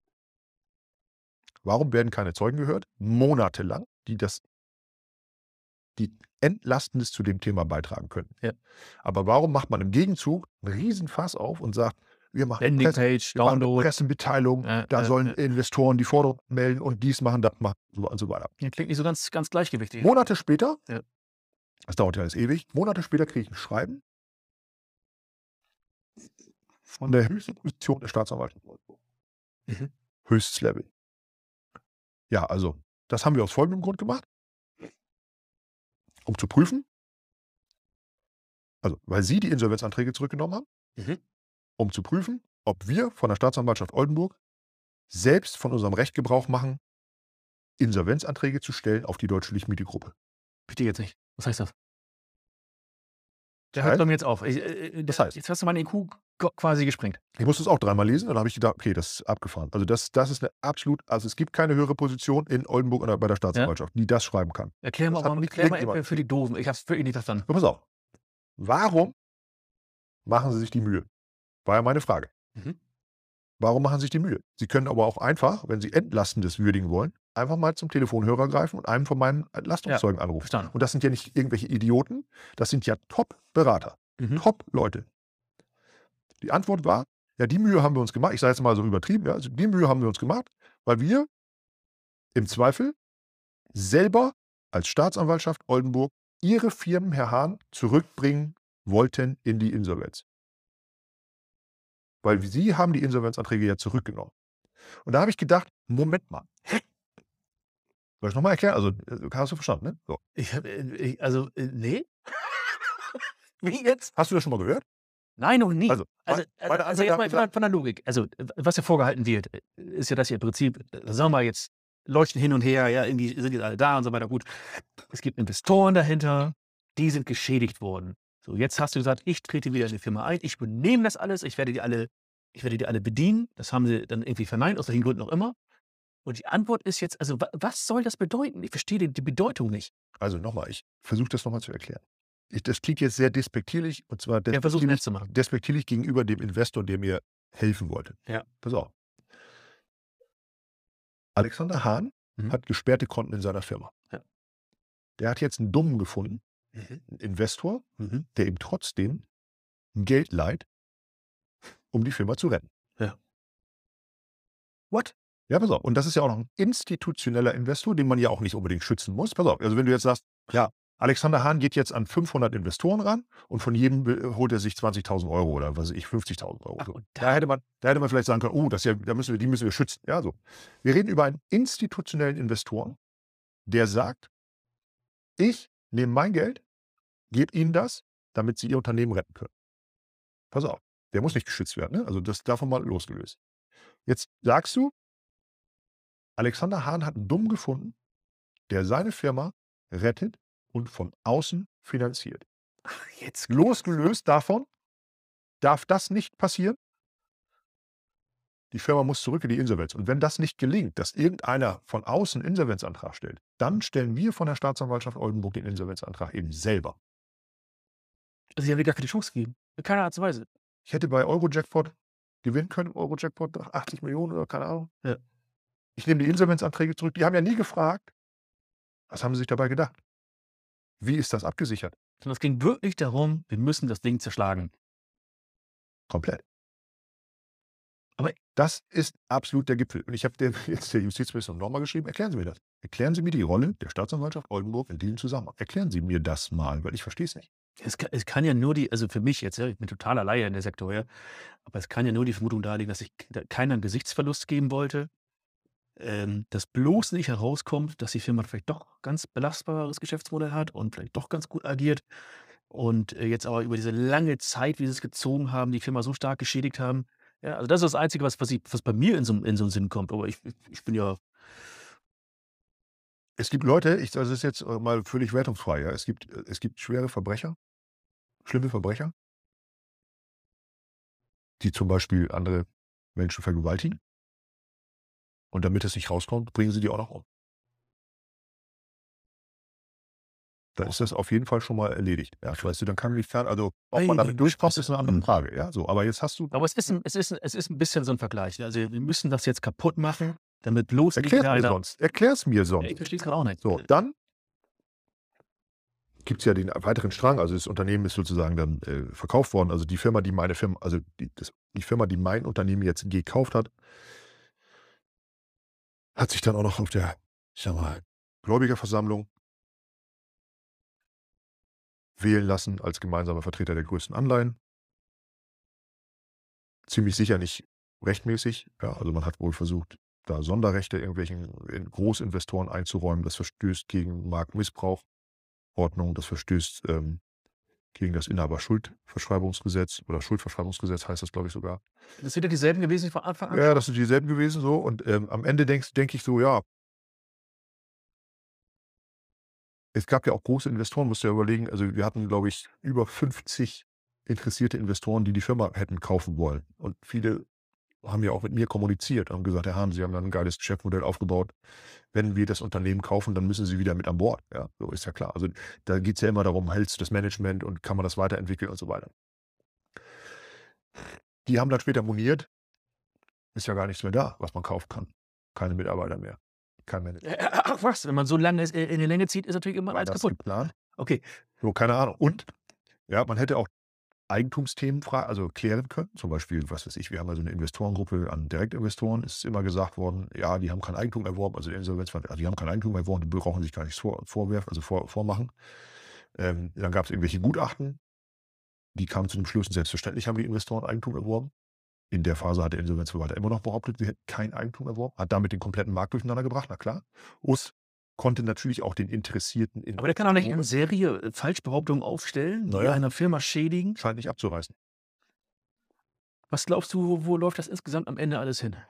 Warum werden keine Zeugen gehört? Monatelang, die das die Entlastendes zu dem Thema beitragen können. Ja. Aber warum macht man im Gegenzug 'n Riesenfass auf und sagt: „Wir machen 'ne Presse Landingpage, wir machen 'ne Download. Pressemitteilung, Äh, da äh, sollen äh. Investoren die Forderung melden und dies machen, das machen." So und so weiter. Ja, klingt nicht so ganz ganz gleichgewichtig. Monate später Ja. das dauert ja alles ewig. Monate später kriege ich 'n Schreiben von der höchsten Position der Staatsanwaltschaft. Mhm. Höchstes Level. Ja, also, das haben wir aus folgendem Grund gemacht um zu prüfen also, weil Sie die Insolvenzanträge zurückgenommen haben Mhm. um zu prüfen, ob wir von der Staatsanwaltschaft Oldenburg selbst von unserem Recht Gebrauch machen, Insolvenzanträge zu stellen auf die Deutsche Lichtmiete-Gruppe. Verstehe jetzt nicht. Was heißt das? Der Das hört heißt bei mir jetzt auf. Ich, äh, äh, Das der heißt jetzt hast du meinen I Q g quasi gesprengt. Ich musste es auch dreimal lesen, dann habe ich gedacht: „Okay, das ist abgefahren." Also, das das ist 'ne absolut also, es gibt keine höhere Position in Oldenburg oder bei der Ja. Staatsanwaltschaft, die das schreiben kann. Erklär mal Das hat warum nicht erklär mal irgendjemand. für die Doofen. Ich habe es wirklich nicht verstanden. So, pass auf. Warum machen Sie sich die Mühe? War ja meine Frage. Mhm. Warum machen Sie sich die Mühe? Sie können aber auch einfach, wenn Sie Entlastendes würdigen wollen, einfach mal zum Telefonhörer greifen und einen von meinen Ja, Entlastungszeugen anrufen. verstanden. Und das sind ja nicht irgendwelche Idioten, das sind ja Top-Berater, Mhm. Top-Leute. Die Antwort war: „Ja, die Mühe haben wir uns gemacht." Ich sage jetzt mal so übertrieben, ja, also: „Die Mühe haben wir uns gemacht, weil wir" „im Zweifel selber als Staatsanwaltschaft Oldenburg Ihre Firmen, Herr Hahn, zurückbringen wollten in die Insolvenz." Weil Sie haben die Insolvenzanträge ja zurückgenommen. Und da habe ich gedacht: „Moment mal, hä?" Soll ich noch mal erklären? Also, äh, hast du verstanden, ne? So. Ich habe, äh, ich also, äh, ne? Wie jetzt? Hast du das schon mal gehört? Nein, noch nie. Also, Also mei also meine also Anwälte jetzt haben mal von der gesagt von der Logik. Also, w was ja vorgehalten wird, äh, ist ja, dass ihr im Prinzip, äh, sagen wir mal jetzt, leuchten hin und her, ja, irgendwie sind jetzt alle da und so weiter, gut. Es gibt Investoren dahinter, die sind geschädigt worden. So, jetzt hast du gesagt: „Ich trete wieder in die Firma ein. Ich übernehme das alles. Ich werde die alle ich werde die alle bedienen." Das haben sie dann irgendwie verneint, aus welchen Gründen auch immer. Und die Antwort ist jetzt also, wa was soll das bedeuten? Ich verstehe die die Bedeutung nicht. Also, noch mal, ich versuche das noch mal zu erklären. Ich das klingt jetzt sehr despektierlich und zwar Ja, versuch's nett despektierlich zu machen. despektierlich gegenüber dem Investor, der mir helfen wollte. Ja. Pass auf. Alexander Hahn Mhm. hat gesperrte Konten in seiner Firma. Ja. Der hat jetzt 'n Dummen gefunden, Mhm. 'n Investor, Mhm. der ihm trotzdem Geld leiht um die Firma zu retten. Ja. What? Ja, pass auf. Und das ist ja auch noch 'n institutioneller Investor, den man ja auch nicht unbedingt schützen muss. Pass auf, also, wenn du jetzt sagst: „Ja, Alexander Hahn geht jetzt an fünfhundert Investoren ran und von jedem be holt er sich zwanzigtausend Euro oder was weiß ich, fünfzigtausend Euro." Ach, So. und Da da hätte man da hätte man vielleicht sagen können: „Oh, das ist ja da müssen wir die müssen wir schützen." Ja, so. Wir reden über einen institutionellen Investoren, der sagt: „Ich nehme mein Geld, gebe Ihnen das, damit Sie Ihr Unternehmen retten können." Pass auf, der muss nicht geschützt werden, ne? Also, das davon mal losgelöst. Jetzt sagst du Alexander Hahn hat 'n Dummen gefunden, der seine Firma rettet und von außen finanziert. Ach, jetzt Losgelöst davon darf das nicht passieren Die Firma muss zurück in die Insolvenz. Und wenn das nicht gelingt, dass irgendeiner von außen Insolvenzantrag stellt, dann stellen wir von der Staatsanwaltschaft Oldenburg den Insolvenzantrag eben selber. Also, sie haben dir gar keine Chance gegeben. In keiner Art und Weise. Ich hätte bei Euro-Jackpot gewinnen können, Euro-Jackpot achtzig Millionen oder keine Ahnung. Ja. Ich nehme die Insolvenzanträge zurück. Die haben ja nie gefragt, was haben sie sich dabei gedacht? Wie ist das abgesichert? Sondern es ging wirklich darum, wir müssen das Ding zerschlagen. Komplett. Aber das ist absolut der Gipfel. Und ich habe dem jetzt der Justizministerin nochmal geschrieben, erklären Sie mir das. Erklären Sie mir die Rolle der Staatsanwaltschaft Oldenburg in diesem Zusammenhang. Erklären Sie mir das mal, weil ich verstehe es nicht. Es kann, es kann ja nur die, also für mich jetzt, ja, ich bin totaler Laie in der Sektor, ja, aber es kann ja nur die Vermutung darlegen, dass sich da keiner einen Gesichtsverlust geben wollte, ähm, dass bloß nicht herauskommt, dass die Firma vielleicht doch ganz belastbares Geschäftsmodell hat und vielleicht doch ganz gut agiert und äh, jetzt aber über diese lange Zeit, wie sie es gezogen haben, die Firma so stark geschädigt haben. Ja, also das ist das Einzige, was, was, ich, was bei mir in so, in so einen Sinn kommt. Aber ich, ich, ich bin ja, Es gibt Leute, ich, das ist jetzt äh, mal völlig wertungsfrei, ja. Es gibt, äh, es gibt schwere Verbrecher, schlimme Verbrecher, die zum Beispiel andere Menschen vergewaltigen. Und damit es nicht rauskommt, bringen sie die auch noch um. Dann ist das auf jeden Fall schon mal erledigt. Ja, weißt du, dann kann mich fern, also ob man Ei, damit durchkommt, ist eine andere Mhm. Frage. Ja, so, aber jetzt hast du. aber es ist, ein, es, ist, ein- es ist ein bisschen so ein Vergleich. Ne? Also wir müssen das jetzt kaputt machen, damit bloß nicht Erklär's wieder mir einer. sonst. Erklär's mir Ja, sonst. ich verstehe es gerade auch nicht. So, dann gibt es ja den weiteren Strang. Also das Unternehmen ist sozusagen dann äh, verkauft worden. Also die Firma, die meine Firma, also die, das, die Firma, die mein Unternehmen jetzt gekauft hat, hat sich dann auch noch auf der, ich sag mal, Gläubigerversammlung wählen lassen als gemeinsamer Vertreter der größten Anleihen. Ziemlich sicher nicht rechtmäßig. Ja, also man hat wohl versucht, da Sonderrechte irgendwelchen in- Großinvestoren einzuräumen. Das verstößt gegen Marktmissbrauchordnung, das verstößt ähm, gegen das Inhaberschuldverschreibungsgesetz oder Schuldverschreibungsgesetz heißt das, glaube ich, sogar. Das sind ja dieselben gewesen wie von Anfang an. Ja, das sind dieselben gewesen so. Und ähm, am Ende denke denk ich so, ja, es gab ja auch große Investoren, musst du ja überlegen. Also wir hatten, glaube ich, über fünfzig interessierte Investoren, die die Firma hätten kaufen wollen. Und viele haben ja auch mit mir kommuniziert und haben gesagt, Herr Hahn, Sie haben dann ein geiles Geschäftsmodell aufgebaut. Wenn wir das Unternehmen kaufen, dann müssen Sie wieder mit an Bord. Ja, so ist ja klar. Also da geht es ja immer darum, hältst du das Management und kann man das weiterentwickeln und so weiter. Die haben dann später moniert, ist ja gar nichts mehr da, was man kaufen kann. Keine Mitarbeiter mehr, kein Manager. Äh, Ach was, wenn man so lange es, äh, in die Länge zieht, ist natürlich immer War alles das kaputt. geplant? Okay, So, keine Ahnung. Und ja, man hätte auch Eigentumsthemen fra also klären können. Zum Beispiel, was weiß ich, wir haben also eine Investorengruppe an Direktinvestoren. Es ist immer gesagt worden, ja, die haben kein Eigentum erworben, also Insolvenz, also die haben kein Eigentum erworben, die brauchen sich gar nichts vor, vorwerfen, also vor, vormachen. Ähm, dann gab es irgendwelche Gutachten, die kamen zu dem Schluss, selbstverständlich haben die Investoren Eigentum erworben. In der Phase hat der Insolvenzverwalter immer noch behauptet, sie hätten kein Eigentum erworben, hat damit den kompletten Markt durcheinander gebracht, na klar. Us konnte natürlich auch den Interessierten in aber der kann auch nicht in Serie äh, Falschbehauptungen aufstellen, die Naja. einer Firma schädigen. scheint nicht abzureißen. Was glaubst du, wo, wo läuft das insgesamt am Ende alles hin?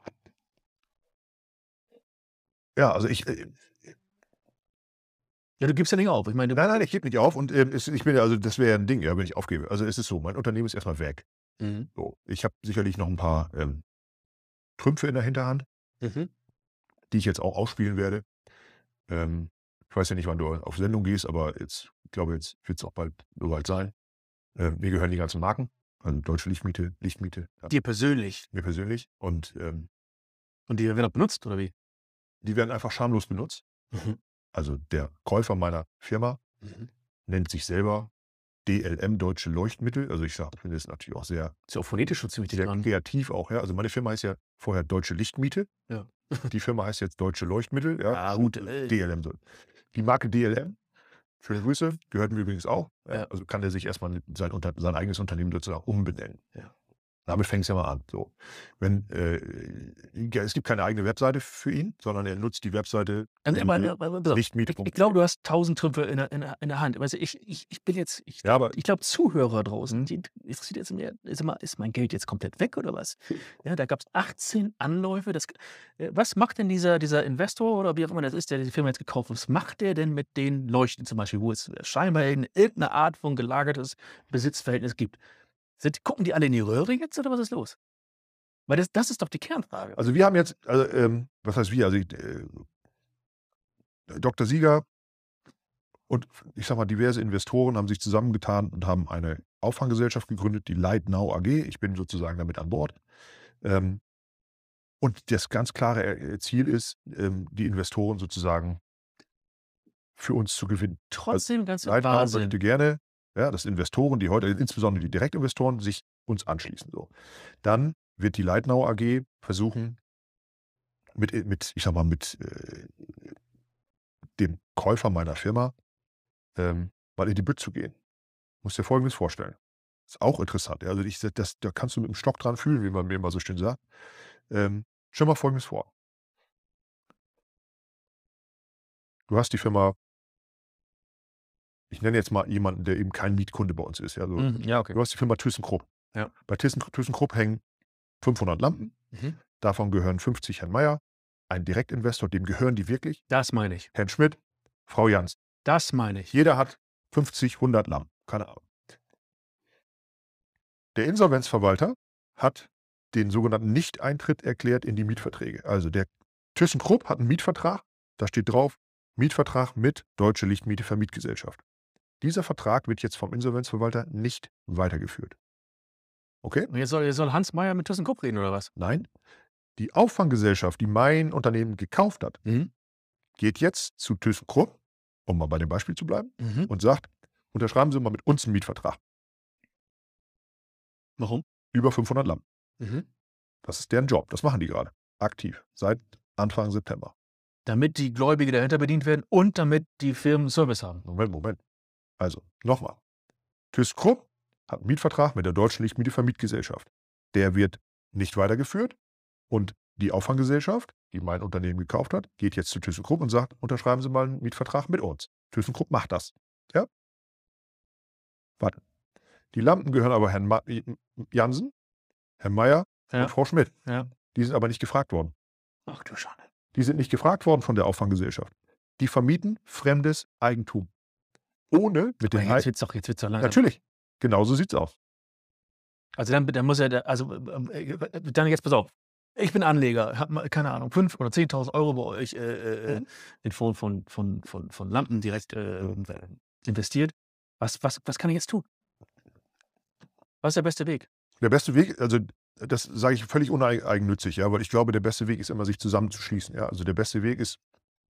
Ja, also ich, äh, Ja, du gibst ja nicht auf. Ich meine, du, nein, nein, ich gebe nicht auf und ähm, es, ich bin ja, also das wäre ja ein Ding, ja, wenn ich aufgebe. Also es ist so, mein Unternehmen ist erstmal weg. Mhm. So, ich habe sicherlich noch ein paar ähm, Trümpfe in der Hinterhand, Mhm. die ich jetzt auch ausspielen werde. Ähm, ich weiß ja nicht, wann du auf Sendung gehst, aber jetzt, ich glaube, jetzt wird es auch bald soweit sein. Ähm, mir gehören die ganzen Marken, also Deutsche Lichtmiete, Lichtmiete, ja, Dir persönlich. mir persönlich. Und ähm, Und die werden auch benutzt, oder wie? die werden einfach schamlos benutzt. Mhm. Also der Käufer meiner Firma Mhm. nennt sich selber D L M Deutsche Leuchtmittel. Also ich sage, ich finde das natürlich auch sehr, Ist ja auch phonetisch schon ziemlich dicht sehr dran. kreativ auch. Ja. Also meine Firma heißt ja vorher Deutsche Lichtmiete. Ja. Die Firma heißt jetzt Deutsche Leuchtmittel. Ja, Ah, gut, äh. D L M. So. Die Marke D L M, schöne Grüße, gehört mir übrigens auch. Ja. Ja. Also kann der sich erstmal sein, unter, sein eigenes Unternehmen sozusagen umbenennen. Ja. Damit fängt es ja mal an. So. Wenn, äh, ja, es gibt keine eigene Webseite für ihn, sondern er nutzt die Webseite Also, aber, aber, aber, pass auf. Lichtmiete. Ich, ich glaube, du hast tausend Trümpfe in der, in der, in der Hand. Weißt du, ich, ich, ich bin jetzt, ich, Ja, aber ich glaube, Zuhörer draußen, die interessiert jetzt mehr, ist, immer, ist mein Geld jetzt komplett weg oder was? Ja, da gab es achtzehn Anläufe. Das, äh, was macht denn dieser, dieser Investor oder wie auch immer das ist, der die Firma jetzt gekauft hat, was macht der denn mit den Leuchten zum Beispiel, wo es scheinbar irgendeine Art von gelagertes Besitzverhältnis gibt? Sind, gucken die alle in die Röhre jetzt oder was ist los? Weil das das ist doch die Kernfrage. Also, wir haben jetzt also, ähm was heißt wir? Also, ich äh Doktor Sieger und ich sage mal, diverse Investoren haben sich zusammengetan und haben eine Auffanggesellschaft gegründet, die LightNow A G. Ich bin sozusagen damit an Bord. Ähm, und das ganz klare, äh, Ziel ist, ähm, die Investoren sozusagen für uns zu gewinnen. Also, Trotzdem ganz LightNow Wahnsinn. möchte gerne, ja, dass Investoren, die heute insbesondere die Direktinvestoren, sich uns anschließen, so. Dann wird die LightNow A G versuchen mit äh, mit ich sage mal, mit, äh, dem Käufer meiner Firma, ähm, mal in die Bütt zu gehen. Musst dir Folgendes vorstellen. Ist auch interessant, ja. Also, ich das da kannst du mit dem Stock dran fühlen, wie man mir immer so schön sagt. Ähm, stell dir mal Folgendes vor. Du hast die Firma ich nenne jetzt mal jemanden, der eben kein Mietkunde bei uns ist, ja, so. Mhm, ja, okay. Du hast die Firma ThyssenKrupp. Ja. Bei Thyssen ThyssenKrupp hängen fünfhundert Lampen. Mhm. Davon gehören fünfzig Herrn Meier, ein Direktinvestor, dem gehören die wirklich. Das meine ich. Herrn Schmidt, Frau Jansen. Das meine ich. Jeder hat fünfzig, hundert Lampen, keine Ahnung. Der Insolvenzverwalter hat den sogenannten Nichteintritt erklärt in die Mietverträge. Also, der ThyssenKrupp hat 'n Mietvertrag, da steht drauf: „Mietvertrag mit Deutsche Lichtmiete Vermietgesellschaft.“ Dieser Vertrag wird jetzt vom Insolvenzverwalter nicht weitergeführt. Okay? Und jetzt soll jetzt soll Hans Meier mit ThyssenKrupp reden oder was? Nein, die Auffanggesellschaft, die mein Unternehmen gekauft hat, Mhm. geht jetzt zu ThyssenKrupp, um mal bei dem Beispiel zu bleiben, Mhm. und sagt: „Unterschreiben Sie mal mit uns 'n Mietvertrag.“ Warum? Über fünfhundert Lampen. Mhm. Das ist deren Job. Das machen die grade, aktiv, seit Anfang September. Damit die Gläubige dahinter bedient werden und damit die Firmen Service haben. Moment, Moment. Also, noch mal. ThyssenKrupp hat 'n Mietvertrag mit der Deutschen Lichtmiete Vermietgesellschaft. Der wird nicht weitergeführt und die Auffanggesellschaft, die mein Unternehmen gekauft hat, geht jetzt zu ThyssenKrupp und sagt: „Unterschreiben Sie mal 'n Mietvertrag mit uns.“ ThyssenKrupp macht das, ja? Warte. Die Lampen gehören aber Herrn Ma J Jansen, Herrn Meier und Ja. Frau Schmidt. Ja. Die sind aber nicht gefragt worden. Ach du Schande. Die sind nicht gefragt worden von der Auffanggesellschaft. Die vermieten fremdes Eigentum. Ohne mit Aber den jetzt ei wird's doch jetzt wird's doch langsam Natürlich, genau so sieht's aus. Also, dann dann muss er da also, ähm, äh, dann jetzt pass auf. Ich bin Anleger, habe mal, keine Ahnung, fünf oder zehntausend Euro bei euch, äh, äh, Mhm. in Form von von von von Lampen direkt, äh, investiert. Was was was kann ich jetzt tun? Was ist der beste Weg? Der beste Weg, also, das sage ich völlig uneig eigennützig, ja, weil ich glaube, der beste Weg ist immer, sich zusammenzuschließen, ja? Also, der beste Weg ist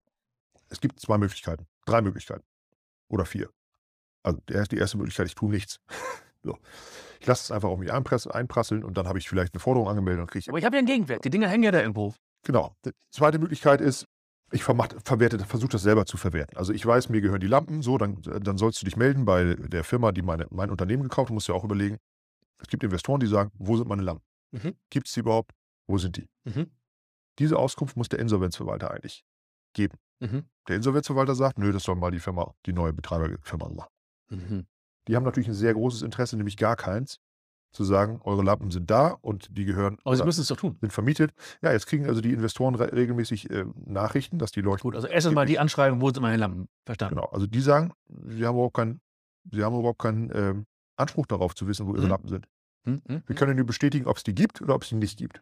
es gibt zwei Möglichkeiten, drei Möglichkeiten oder vier. Also, der die erste Möglichkeit, ich tue nichts. So. Ich lasse es einfach auf mich einpress einprasseln und dann habe ich vielleicht 'ne Forderung angemeldet und kriege ich Aber ich habe ja 'n Gegenwert. Die Dinger hängen ja da irgendwo. Genau. D zweite Möglichkeit ist, ich vermacht verwerte versuche das selber zu verwerten. Also, ich weiß, mir gehören die Lampen, so, dann dann sollst du dich melden bei der Firma, die meine mein Unternehmen gekauft hat. Du musst dir auch überlegen, es gibt Investoren, die sagen: „Wo sind meine Lampen? Mhm. Gibt's die überhaupt? Wo sind die?“ Mhm. Diese Auskunft muss der Insolvenzverwalter eigentlich geben. Mhm. Der Insolvenzverwalter sagt: „Nö, das soll mal die Firma die neue Betreiberfirma machen.“ Mhm. Die haben natürlich 'n sehr großes Interesse, nämlich gar keins, zu sagen: „Eure Lampen sind da und die gehören Aber sie oder müssen es doch tun. sind vermietet.“ Ja, jetzt kriegen also die Investoren re regelmäßig, ähm, Nachrichten, dass die Leute Gut, also erst mal die anschreiben: „Wo sind meine Lampen?“ Verstanden. Genau. Also, die sagen, sie haben überhaupt keinen sie haben überhaupt keinen, ähm, Anspruch darauf zu wissen, wo ihre Mhm. Lampen sind. Mhm, mhm, Wir mhm. können nur bestätigen, ob's die gibt oder ob's die nicht gibt.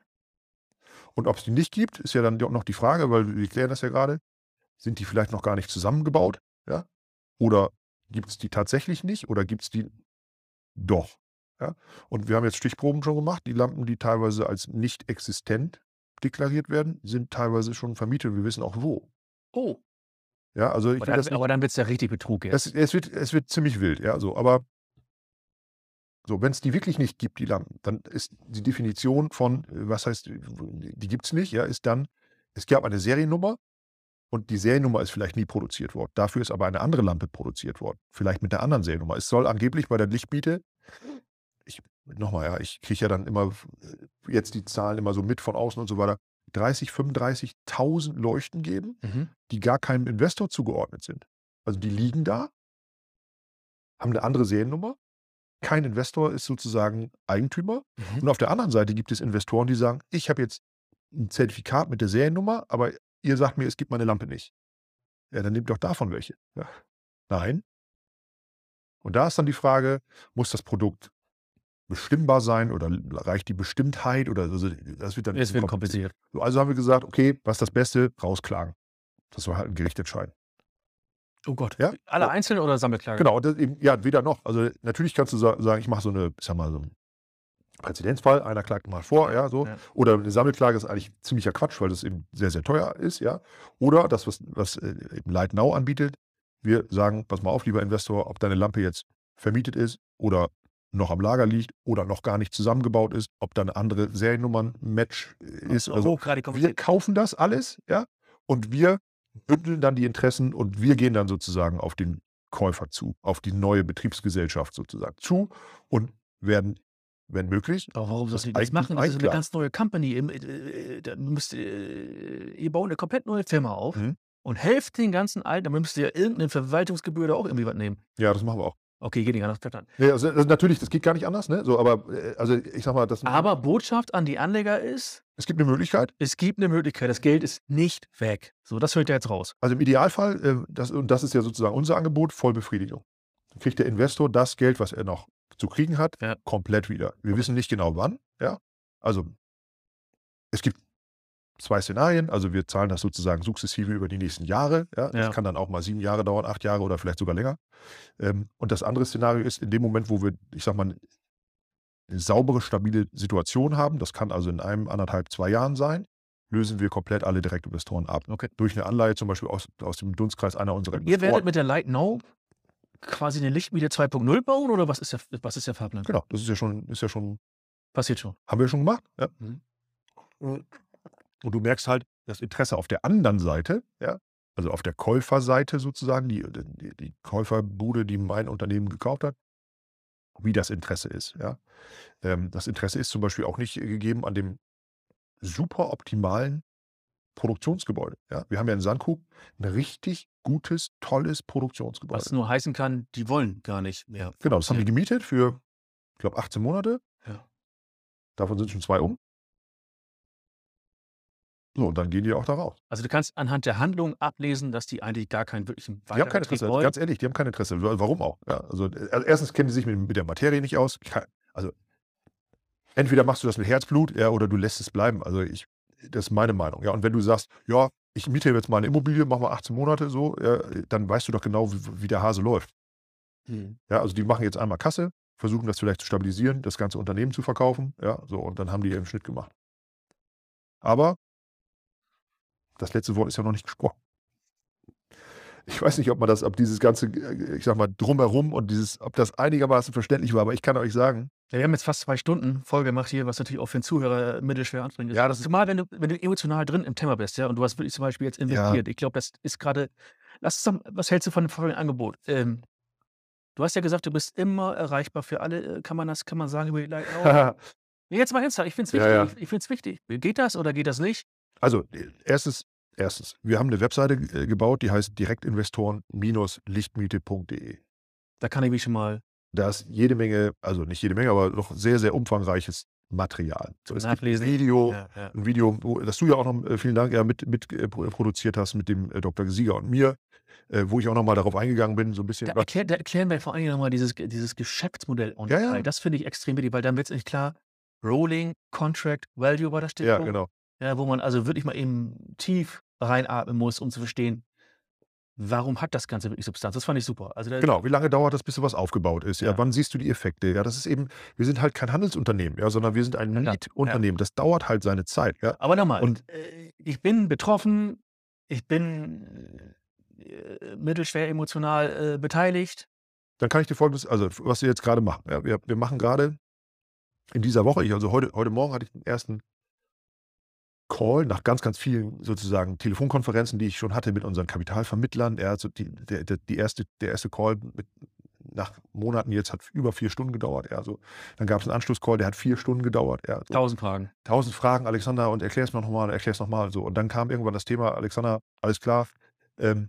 Und ob's die nicht gibt, ist ja dann doch noch die Frage, weil wir klären das ja grade. Sind die vielleicht noch gar nicht zusammengebaut, ja? Oder gibt's die tatsächlich nicht oder gibt's die doch, ja? Und wir haben jetzt Stichproben schon gemacht. Die Lampen, die teilweise als nicht existent deklariert werden, sind teilweise schon vermietet. Wir wissen auch wo. Oh. Ja, also, ich Aber will dann das nicht aber dann wird's ja richtig Betrug Es jetzt. es wird es wird ziemlich wild, ja, so, aber so, wenn's die wirklich nicht gibt, die Lampen, dann ist die Definition von, äh, was heißt, die gibt's nicht, ja, ist dann, es gab eine Seriennummer und die Seriennummer ist vielleicht nie produziert worden. Dafür ist aber eine andere Lampe produziert worden, vielleicht mit 'ner anderen Seriennummer. Es soll angeblich bei der Lichtmiete ich noch mal, ja, ich kriege ja dann immer f äh, jetzt die Zahlen immer so mit von außen und so weiter, dreißig, fünfunddreißigtausend Leuchten geben, Mhm. die gar keinem Investor zugeordnet sind. Also, die liegen da haben 'ne andere Seriennummer. Kein Investor ist sozusagen Eigentümer. Mhm. Und auf der anderen Seite gibt es Investoren, die sagen: „Ich habe jetzt 'n Zertifikat mit der Seriennummer, aber ihr sagt mir, es gibt meine Lampe nicht.“ Ja, dann nehmt doch davon welche, ja. Nein. Und da ist dann die Frage, muss das Produkt bestimmbar sein oder reicht die Bestimmtheit oder also das wird dann Es wird kompliziert. So, also haben wir gesagt, okay, was ist das Beste? Rausklagen. Das soll halt ein Gericht entscheiden. Oh Gott. Ja? Alle So. einzeln oder Sammelklage? Genau, das eben, ja, weder noch. Also natürlich kannst du sa sagen, ich mache so eine, ich sag mal, so 'n Präzedenzfall, einer klagt mal vor, ja, so. Ja. Oder eine Sammelklage ist eigentlich ziemlicher Quatsch, weil das eben sehr, sehr teuer ist, ja. Oder das, was, was äh, eben Light Now anbietet, wir sagen, pass mal auf, lieber Investor, ob deine Lampe jetzt vermietet ist oder noch am Lager liegt oder noch gar nicht zusammengebaut ist, ob da eine andere Seriennummer-Match ist. Also hochgradig wir kompliziert. kaufen das alles, ja, und wir bündeln dann die Interessen und wir gehen dann sozusagen auf den Käufer zu, auf die neue Betriebsgesellschaft sozusagen zu und werden, wenn möglich, Aber warum das sollten die das Eigentum machen? Das ist 'ne einklagen. ganz neue Company. Im äh, äh, da müsst äh, ihr baut 'ne komplett neue Firma auf Mhm. und helft den ganzen alten, dann müsst ihr ja irgend 'ne Verwaltungsgebühr da auch irgendwie was nehmen. Ja, das machen wir auch. Okay, geht nicht anders, verstanden. Ne, also also natürlich, das geht gar nicht anders, ne? So, aber, äh, also ich sage mal, das Aber Botschaft an die Anleger ist, es gibt 'ne Möglichkeit. es gibt 'ne Möglichkeit, das Geld ist nicht weg. So, das hört ihr jetzt raus. Also im Idealfall, äh, das und das ist ja sozusagen unser Angebot, Vollbefriedigung. Dann kriegt der Investor das Geld, was er noch zu kriegen hat, Ja. komplett wieder. Wir wissen nicht genau wann, ja? Also es gibt zwei Szenarien, also wir zahlen das sozusagen sukzessive über die nächsten Jahre, ja? Das Ja. kann dann auch mal sieben Jahre dauern, acht Jahre oder vielleicht sogar länger. Ähm, und das andere Szenario ist in dem Moment, wo wir, ich sage mal, 'ne saubere, stabile Situation haben, das kann also in einem, anderthalb, zwei Jahren sein, lösen wir komplett alle Direktinvestoren ab. Okay. Durch 'ne Anleihe zum Beispiel aus aus dem Dunstkreis einer unserer Und ihr werdet Investoren. mit der Light Now quasi 'ne Lichtmiete zwei Punkt null bauen oder was ist der was ist der Fahrplan? Genau, das ist ja schon ist ja schon Passiert schon. haben wir schon gemacht, ja. Mhm. Und du merkst halt das Interesse auf der anderen Seite, ja, also auf der Käuferseite sozusagen, die die die Käuferbude, die mein Unternehmen gekauft hat, wie das Interesse ist, ja. Ähm, das Interesse ist zum Beispiel auch nicht gegeben an dem super optimalen Produktionsgebäude, ja. Wir haben ja in Sandkrug 'n richtig gutes, tolles Was Produktionsgebäude. nur heißen kann, die wollen gar nicht mehr Genau, das haben die produzieren. gemietet für, ich glaube, achtzehn Monate. Ja. Davon sind schon zwei um. So, und dann gehen die auch da raus. Also, du kannst anhand der Handlung ablesen, dass die eigentlich gar keinen wirklichen Die haben kein Weiterbetrieb Interesse, wollen. ganz ehrlich, die haben kein Interesse. Wa warum auch? Ja, also, äh, also erstens kennen die sich mit mit der Materie nicht aus. Kei also entweder machst du das mit Herzblut, ja, oder du lässt es bleiben. Also, ich das ist meine Meinung, ja. Und wenn du sagst: „Ja, ich miete jetzt mal 'ne Immobilie, mache mal achtzehn Monate so“, ja, dann weißt du doch genau, w wie der Hase läuft. Mhm. Ja, also die machen jetzt einmal Kasse, versuchen das vielleicht zu stabilisieren, das ganze Unternehmen zu verkaufen, ja, so und dann haben die ihren Schnitt gemacht. Aber das letzte Wort ist ja noch nicht gesprochen. Ich weiß nicht, ob man das ob dieses ganze, äh, ich sage mal, Drumherum und dieses ob das einigermaßen verständlich war, aber ich kann euch sagen Ja, wir haben jetzt fast zwei Stunden voll gemacht hier, was natürlich auch für 'n Zuhörer mittelschwer anstrengend ist. Ja, das ist Zumal, wenn du wenn du emotional drin im Thema bist, ja, und du hast wirklich zum Beispiel jetzt Ja. investiert. Ich glaube, das ist grade lass uns doch was hältst du von dem folgenden Angebot? Ähm, du hast ja gesagt, du bist immer erreichbar für alle. Äh, kann man das kann man sagen über die Light Now? Jetzt mal ernsthaft, ich finde es Ja, wichtig. ja. Ich ich finde es wichtig. Geht das oder geht das nicht? Also, äh, erstes erstens, wir haben 'ne Webseite, äh, gebaut, die heißt direktinvestoren Lichtmiete punkt de. Da kann ich mich schon mal Da ist jede Menge also nicht jede Menge, aber doch sehr, sehr umfangreiches Material. So, Zum es gibt 'n Nachlesen. Video Ja, ja. 'n Video, wo das du ja auch noch äh, vielen Dank, ja, mit mit, äh, pro produziert hast mit dem, äh, Doktor Sieger und mir, äh, wo ich auch noch mal darauf eingegangen bin, so 'n bisschen Da was erklär da erklären wir vor allen Dingen noch mal dieses dieses Geschäftsmodell en Ja, Detail. ja. Das finde ich extrem wichtig, weil dann wird's nämlich klar, Rolling Contract Value war das Ja, Stichwort. genau. Ja, wo man also wirklich mal eben tief reinatmen muss, um zu verstehen, warum hat das Ganze wirklich Substanz? Das fand ich super. Also, da Genau, wie lange dauert das, bis so was aufgebaut ist? Ja, Ja. wann siehst du die Effekte? Ja, das ist eben wir sind halt kein Handelsunternehmen, ja, sondern wir sind ein Ja, klar. Mietunternehmen. Das dauert halt seine Zeit, ja. Aber noch mal, Und äh, ich bin betroffen, ich bin, äh, mittelschwer emotional, äh, beteiligt. Dann kann ich dir Folgendes also, was wir jetzt grade machen, ja, wir wir machen grade in dieser Woche ich also heute heute Morgen hatte ich den ersten Call nach ganz, ganz vielen sozusagen Telefonkonferenzen, die ich schon hatte mit unseren Kapitalvermittlern. Ja, also die der der die erste der erste Call mit nach Monaten jetzt hat über vier Stunden gedauert, ja, so. Dann gab's 'n Anschlusscall, der hat vier Stunden gedauert, ja, so. tausend Fragen. tausend Fragen, Alexander, und erklär's mir noch mal, erklär's noch mal, so. Und dann kam irgendwann das Thema: „Alexander, alles klar, ähm“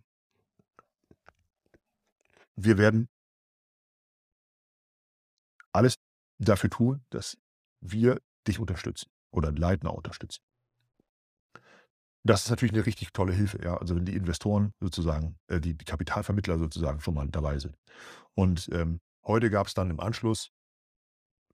„wir werden“ „alles dafür tun, dass wir dich unterstützen oder Light Now unterstützen.“ Das ist natürlich 'ne richtig tolle Hilfe, ja, also wenn die Investoren sozusagen, äh, die die Kapitalvermittler sozusagen schon mal dabei sind. Und, ähm, heute gab's dann im Anschluss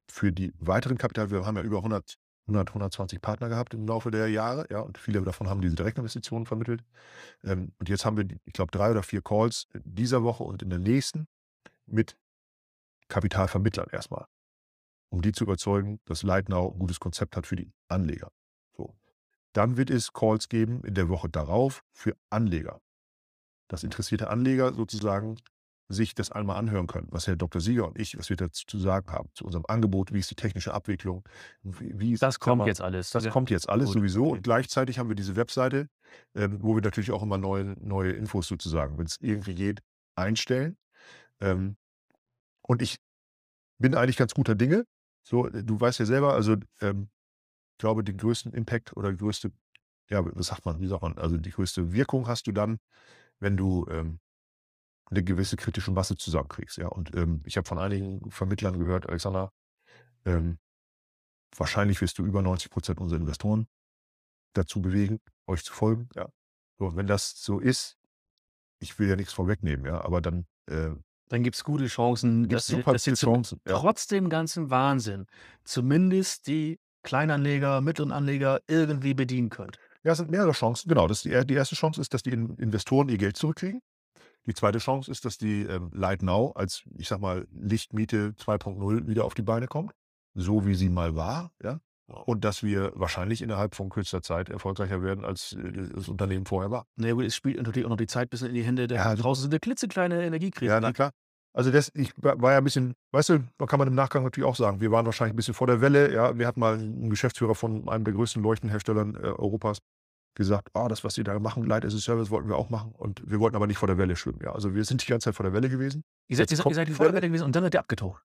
für die weiteren Kapital wir haben ja über hundert, hundert, hundertzwanzig Partner gehabt im Laufe der Jahre, ja, und viele davon haben diese Direktinvestitionen vermittelt. Ähm, und jetzt haben wir, ich glaube, drei oder vier Calls in dieser Woche und in der nächsten mit Kapitalvermittlern erstmal, um die zu überzeugen, dass Lightnow ein gutes Konzept hat für die Anleger. So. Dann wird es Calls geben in der Woche darauf für Anleger. Dass interessierte Anleger sozusagen sich das einmal anhören können, was Herr Doktor Sieger und ich, was wir dazu zu sagen haben, zu unserem Angebot, wie ist die technische Abwicklung, wie, wie ist, Das sag kommt mal, jetzt alles. das Ja, kommt jetzt alles gut, sowieso. okay. Und gleichzeitig haben wir diese Webseite, ähm, wo wir natürlich auch immer neue, neue Infos sozusagen, wenn es irgendwie geht, einstellen. Ähm, und ich bin eigentlich ganz guter Dinge. So, äh, du weißt ja selber, also ähm, ich glaube, den größten Impact oder die größte, ja, was sagt man, wie sagt man, also die größte Wirkung hast du dann, wenn du ähm, eine gewisse kritische Masse zusammenkriegst. Ja? Und ähm, ich habe von einigen Vermittlern gehört, Alexander, ähm, wahrscheinlich wirst du über neunzig Prozent unserer Investoren dazu bewegen, euch zu folgen. Ja. So, und wenn das so ist, ich will ja nichts vorwegnehmen, ja, aber dann äh, Dann gibt es gute Chancen, gibt es dass ihr, super dass ihr gute zum, Chancen. Ja. trotz dem ganzen Wahnsinn zumindest die Kleinanleger, mittleren Anleger irgendwie bedienen könnt. Ja, es sind mehrere Chancen. Genau, das die, die erste Chance ist, dass die In- Investoren ihr Geld zurückkriegen. Die zweite Chance ist, dass die ähm, Lightnow als, ich sag mal, Lichtmiete zwei Punkt null wieder auf die Beine kommt, so wie sie mal war, ja. Und dass wir wahrscheinlich innerhalb von kürzester Zeit erfolgreicher werden, als äh, das Unternehmen vorher war. Na ja gut, es spielt natürlich auch noch die Zeit bis in die Hände der Ja, also- draußen sind eine klitzekleine Energiekrise. Ja, na klar. Also das, ich war war ja ein bisschen, weißt du, da kann man im Nachgang natürlich auch sagen, wir waren wahrscheinlich ein bisschen vor der Welle. Ja, wir hatten mal einen Geschäftsführer von einem der größten Leuchtenherstellern äh, Europas gesagt, ah, das, was Sie da machen, Light as a Service, wollten wir auch machen. Und wir wollten aber nicht vor der Welle schwimmen. Ja, also wir sind die ganze Zeit vor der Welle gewesen. Ihr seid, Jetzt ihr seid, kommt ihr seid die die Feuerwehr Welle. gewesen und dann seid ihr abgetaucht.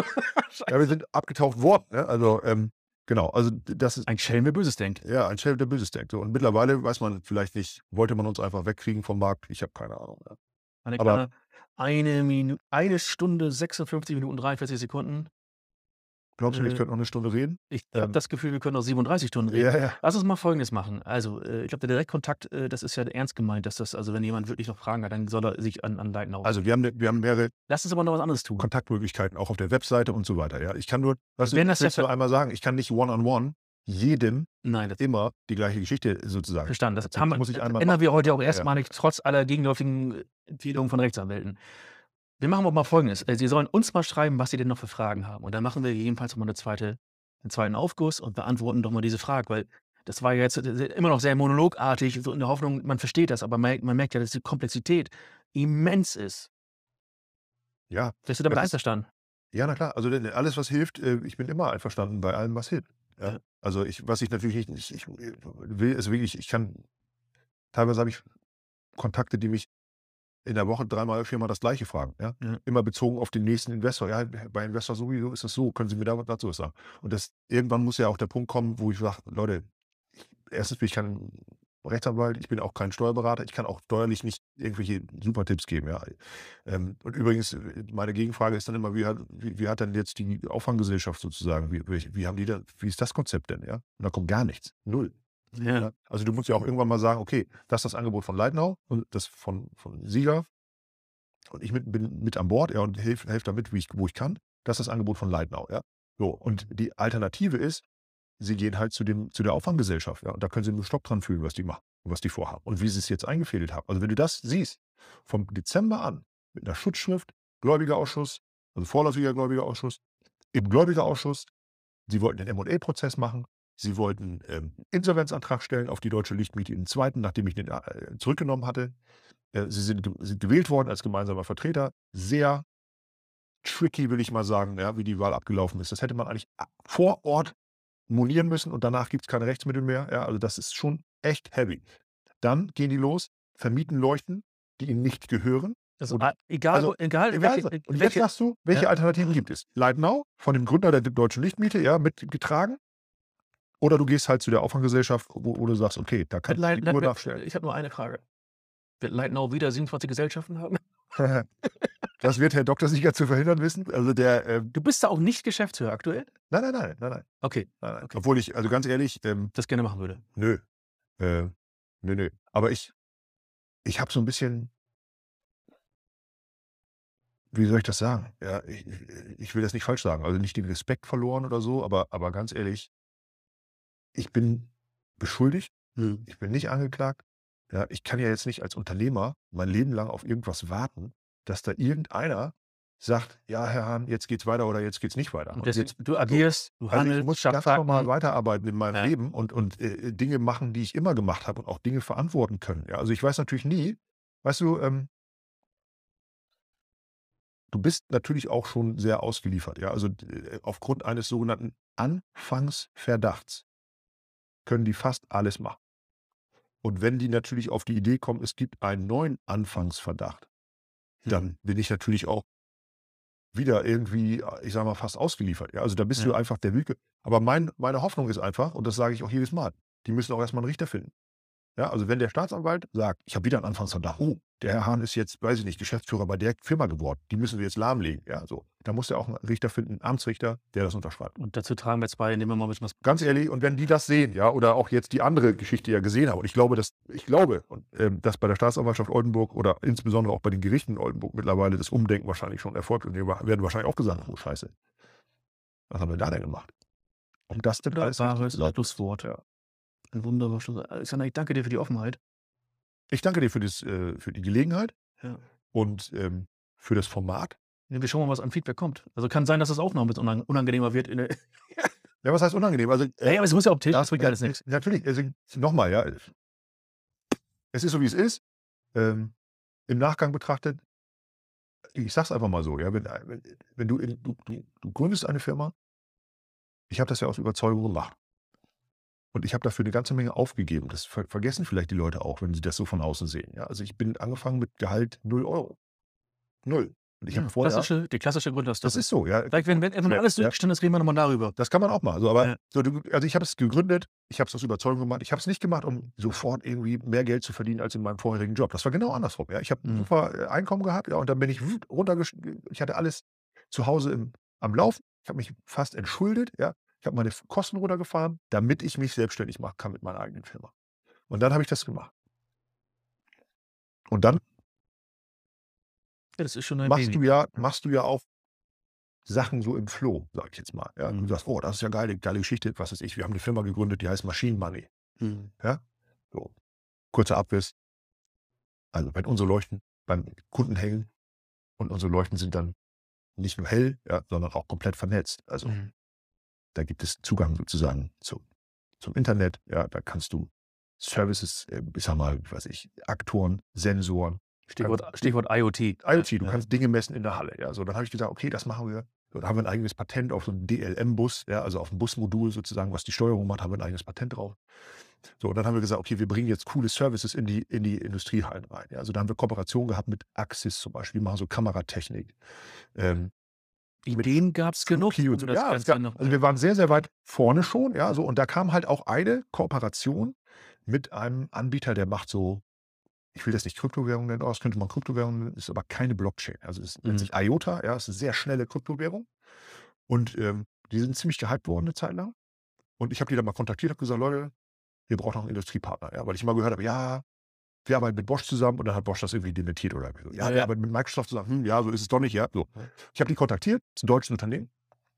Ja, wir sind abgetaucht worden. Ne? Also ähm, genau, also das ist Ein Schelm, wer Böses denkt. ja ein Schelm, der Böses denkt. So. Und mittlerweile weiß man vielleicht nicht, wollte man uns einfach wegkriegen vom Markt? Ich habe keine Ahnung. Ja. Eine Aber- kleine, eine, Minu eine Stunde, sechsundfünfzig Minuten, dreiundvierzig Sekunden. Glaubst du nicht, Äh, ich könnte noch eine Stunde reden? Ich habe Ähm, das Gefühl, wir können noch siebenunddreißig Stunden reden. Ja, ja. Lass uns mal Folgendes machen. Also, äh, ich glaube, der Direktkontakt, äh, das ist ja ernst gemeint, dass das, also wenn jemand wirklich noch Fragen hat, dann soll er sich an, an Lightnow. Also wir haben, ne- wir haben mehrere Lass uns aber noch was anderes tun. Kontaktmöglichkeiten, auch auf der Webseite und so weiter. Ja, ich kann nur, was Wenn ich das will ja nur ver- einmal sagen, ich kann nicht one-on-one jedem Nein, das immer die gleiche Geschichte sozusagen. verstanden. Das erzählen. haben, Das muss ich einmal ändern machen. wir heute auch Ja. erstmalig, trotz aller gegenläufigen äh, Empfehlungen von Rechtsanwälten. Wir machen aber mal Folgendes. Äh, Sie sollen uns mal schreiben, was Sie denn noch für Fragen haben. Und dann machen wir jedenfalls mal eine zweite, einen zweiten Aufguss und beantworten doch mal diese Frage, weil das war ja jetzt äh, immer noch sehr monologartig, so in der Hoffnung, man versteht das, aber man, man merkt ja, dass die Komplexität immens ist. Ja, Bist du damit das ist- einverstanden? ja, na klar. Also denn alles, was hilft, äh, ich bin immer einverstanden bei allem, was hilft. Ja. Ja. Also ich, was ich natürlich nicht, ich, ich will, ist wirklich, ich kann, teilweise habe ich Kontakte, die mich in der Woche dreimal, viermal das Gleiche fragen. Ja? Ja. Immer bezogen auf den nächsten Investor. Ja, bei Investor sowieso ist es so. Können Sie mir da, dazu was sagen? Und das, irgendwann muss ja auch der Punkt kommen, wo ich sage, Leute, ich, erstens bin ich kein Rechtsanwalt, ich bin auch kein Steuerberater, ich kann auch steuerlich nicht irgendwelche super Tipps geben. Ja. Ähm, und übrigens, meine Gegenfrage ist dann immer, wie hat, wie, wie hat denn jetzt die Auffanggesellschaft sozusagen, wie, wie, wie haben die da, wie ist das Konzept denn? Ja? Und da kommt gar nichts. Null. Ja. Ja, also du musst ja auch irgendwann mal sagen, okay, das ist das Angebot von Lightnow und das von, von Sieger und ich mit, bin mit an Bord, ja, und helfe helf damit, wie ich, wo ich kann. Das ist das Angebot von Lightnow, ja. So, und die Alternative ist, sie gehen halt zu, dem, zu der Auffanggesellschaft, ja, und da können sie nur Stopp dran fühlen, was die machen und was die vorhaben und wie sie es jetzt eingefädelt haben. Also wenn du das siehst, vom Dezember an, mit einer Schutzschrift, Gläubigerausschuss, also vorläufiger Gläubigerausschuss, im Gläubigerausschuss, sie wollten den M und A-Prozess machen, sie wollten ähm, Insolvenzantrag stellen auf die Deutsche Lichtmiete im zweiten, nachdem ich den äh, zurückgenommen hatte. Äh, sie sind, sind gewählt worden als gemeinsamer Vertreter. Sehr tricky, will ich mal sagen, ja, wie die Wahl abgelaufen ist. Das hätte man eigentlich vor Ort monieren müssen und danach gibt es keine Rechtsmittel mehr. Ja, also das ist schon echt heavy. Dann gehen die los, vermieten Leuchten, die ihnen nicht gehören. Also, Und- a- egal, also, wo- egal, Egal. welche, Und jetzt welche, sagst du, welche Ja. Alternativen gibt es? Lightnow, von dem Gründer der Deutschen Lichtmiete, ja, mitgetragen. Oder du gehst halt zu der Auffanggesellschaft, wo, wo du sagst, okay, da kannst du Light, die Uhr Light, nachstellen. ich habe nur eine Frage. Wird Lightnow wieder siebenundzwanzig Gesellschaften haben? Das wird Herr Doktor sicher zu verhindern wissen. Also der, ähm, Du bist da auch nicht Geschäftsführer aktuell? nein, nein, nein, nein, nein. Okay, nein, nein. Okay. Obwohl ich, also ganz ehrlich, ähm, das gerne machen würde. nö. Äh, nö, nö. Aber ich, ich habe so ein bisschen wie soll ich das sagen? Ja, ich ich will das nicht falsch sagen, also nicht den Respekt verloren oder so, aber aber ganz ehrlich ich bin beschuldigt, Mhm. ich bin nicht angeklagt. Ja, ich kann ja jetzt nicht als Unternehmer mein Leben lang auf irgendwas warten, dass da irgendeiner sagt: „Ja, Herr Hahn, jetzt geht's weiter oder jetzt geht's nicht weiter.“ Und Und deswegen jetzt du so, agierst, du also ich handelst, muss schaffst ganz normal Fakten. weiterarbeiten in meinem Ja. Leben und und, äh, Dinge machen, die ich immer gemacht habe und auch Dinge verantworten können, ja? Also, ich weiß natürlich nie weißt du, ähm du bist natürlich auch schon sehr ausgeliefert, ja? Also, d äh, aufgrund eines sogenannten Anfangsverdachts können die fast alles machen. Und wenn die natürlich auf die Idee kommen, es gibt einen neuen Anfangsverdacht, Mhm. dann bin ich natürlich auch wieder irgendwie, äh, ich sage mal, fast ausgeliefert, ja? Also, da bist du Ja. einfach der Willkür aber mein meine Hoffnung ist einfach, und das sage ich auch jedes Mal, die müssen auch erst mal 'n Richter finden. Ja, also wenn der Staatsanwalt sagt: „Ich habe wieder 'n Anfangsverdacht. Oh, der Herr Hahn ist jetzt, weiß ich nicht, Geschäftsführer bei der Firma geworden. Die müssen wir jetzt lahmlegen.“ Ja, so. Da muss er auch 'n Richter finden, 'n Amtsrichter, der das unterschreibt. Und dazu tragen wir jetzt bei, indem wir mal 'n bisschen was Ganz ehrlich, und wenn die das sehen, ja, oder auch jetzt die andere Geschichte ja gesehen haben und ich glaube, dass ich glaube, und, ähm, dass bei der Staatsanwaltschaft Oldenburg oder insbesondere auch bei den Gerichten in Oldenburg mittlerweile das Umdenken wahrscheinlich schon erfolgt und die wa werden wahrscheinlich auch gesagt haben: „Oh Scheiße. Was haben wir da denn gemacht?“ Um das denn alles richtig zu wunderbares laufen lassen. Schlusswort. Ja. Ein wunderbares Schlusswort. Alexander, ich danke dir für die Offenheit. Ich danke dir für das äh, für die Gelegenheit Ja. und, ähm, für das Format. Ja, wir schauen mal, was an Feedback kommt. Also, kann sein, dass das auch noch 'n bisschen unang unangenehmer wird in der Ja, was heißt unangenehm? Also, Ja, äh, ja, aber es muss ja auf 'n Tisch, das das bringt ja äh, alles äh, nix. natürlich, also, noch mal, ja, äh es ist so, wie es ist. Ähm, im Nachgang betrachtet ich sage es einfach mal so, ja, wenn ei wenn wenn du in du du du gründest eine Firma ich habe das ja aus Überzeugung gemacht. Und ich habe dafür 'ne ganze Menge aufgegeben. Das ver vergessen vielleicht die Leute auch, wenn sie das so von außen sehen, ja? Also, ich bin angefangen mit Gehalt null Euro. null. Und ich habe Ja, vorher klassische die klassische das Gründerstory. ist so, ja. Vielleicht, wenn wenn irgendwann alles Ja. durchgestanden ist, reden wir noch mal darüber. Das kann man auch machen. So, aber Ja. so du also, ich habe es gegründet, ich habe es aus Überzeugung gemacht. Ich habe es nicht gemacht, um sofort irgendwie mehr Geld zu verdienen als in meinem vorherigen Job. Das war genau andersrum, ja? Ich habe 'n Mhm. super, äh, Einkommen gehabt, ja, und dann bin ich runtergesch ich hatte alles zu Hause im am Laufen. Ich habe mich fast entschuldet, ja? Ich habe meine F Kosten runtergefahren, damit ich mich selbstständig machen kann mit meiner eigenen Firma. Und dann habe ich das gemacht. Und dann Ja, das ist schon dein machst Baby. du ja Ja. machst du ja auch Sachen so im Flow, sage ich jetzt mal, ja? Du Mhm. sagst: „Oh, das ist ja geile geile Geschichte.“ Was weiß ich, wir haben 'ne Firma gegründet, die heißt Machine Money, Mhm. ja? So, kurzer Abriss. Also, wenn unsere Leuchten beim Kunden hängen und unsere Leuchten sind dann nicht nur hell, ja, sondern auch komplett vernetzt. Also Mhm. da gibt es Zugang sozusagen zum zum Internet, ja? Da kannst du Services, äh, ich sage mal, weiß ich, Aktoren, Sensoren, Stichwort Stichwort IoT. Ja, IoT, du ja. kannst Dinge messen in der Halle, ja? So, dann habe ich gesagt: „Okay, das machen wir.“ So, da haben wir 'n eigenes Patent auf so 'n D L M-Bus, ja, also auf 'n Busmodul sozusagen, was die Steuerung macht, haben wir 'n eigenes Patent drauf. So, und dann haben wir gesagt: „Okay, wir bringen jetzt coole Services in die in die Industriehallen rein“, ja? Also, da haben wir Kooperationen gehabt mit Axis zum Beispiel, die machen so Kameratechnik, ähm, mit F Ideen gab's genug, Fluky und um so. das Ja, es Ganze gab noch also, ja. wir waren sehr, sehr weit vorne schon, ja, so. Und da kam halt auch eine Kooperation mit einem Anbieter, der macht so ich will das nicht Kryptowährung nennen, oh, das könnte man Kryptowährung nennen, ist aber keine Blockchain. Also, es nennt Mhm. sich IOTA, ja, ist 'ne sehr schnelle Kryptowährung. Und, ähm, die sind ziemlich gehypt worden 'ne Zeit lang. Und ich habe die dann mal kontaktiert, habe gesagt: „Leute, wir brauchen noch 'n Industriepartner“, ja? Weil ich immer gehört habe: „Ja, wir arbeiten mit Bosch zusammen.“ Und dann hat Bosch das irgendwie dementiert oder irgendwie so. Ja, „Ja, wir ja. arbeiten mit Microsoft zusammen.“ „Hm, ja, so ist es doch nicht, ja?“ So. Ich habe die kontaktiert, ist 'n deutsches Unternehmen.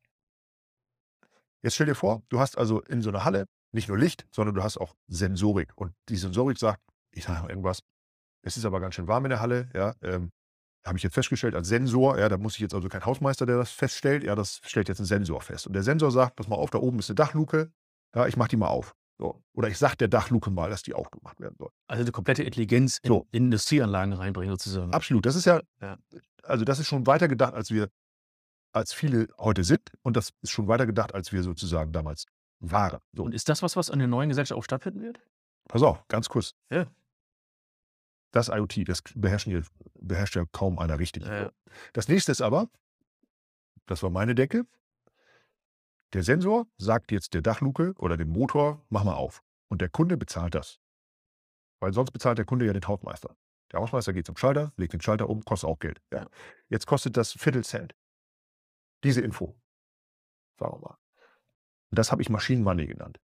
Jetzt stell dir vor, du hast also in so 'ner Halle nicht nur Licht, sondern du hast auch Sensorik. Und die Sensorik sagt, ich sage mal irgendwas: „Es ist aber ganz schön warm in der Halle“, ja? Ähm, habe ich jetzt festgestellt als Sensor, ja, da muss ich jetzt also kein Hausmeister, der das feststellt, ja, das stellt jetzt 'n Sensor fest. Und der Sensor sagt: „Pass mal auf, da oben ist 'ne Dachluke, ja, ich mache die mal auf.“ So. Oder ich sage der Dachluke mal, dass die aufgemacht werden soll. Also, 'ne komplette Intelligenz in So. Industrieanlagen reinbringen sozusagen. Absolut. Das ist ja Ja. also, das ist schon weiter gedacht, als wir als viele heute sind. Und das ist schon weiter gedacht, als wir sozusagen damals waren. So. Und ist das was, was an der neuen Gesellschaft auch stattfinden wird? Pass auf, ganz kurz. Ja. Das IoT, das beherrschen ja beherrscht ja kaum einer richtig, Ja, ja. so. Das Nächste ist aber das war meine Denke der Sensor sagt jetzt der Dachluke oder dem Motor: „Mach mal auf.“ Und der Kunde bezahlt das. Weil sonst bezahlt der Kunde ja den Hausmeister. Der Hausmeister geht zum Schalter, legt den Schalter um, kostet auch Geld, ja? Ja. Jetzt kostet das Viertelcent. Diese Info. Sagen wir mal. Und das habe ich Machine Money genannt.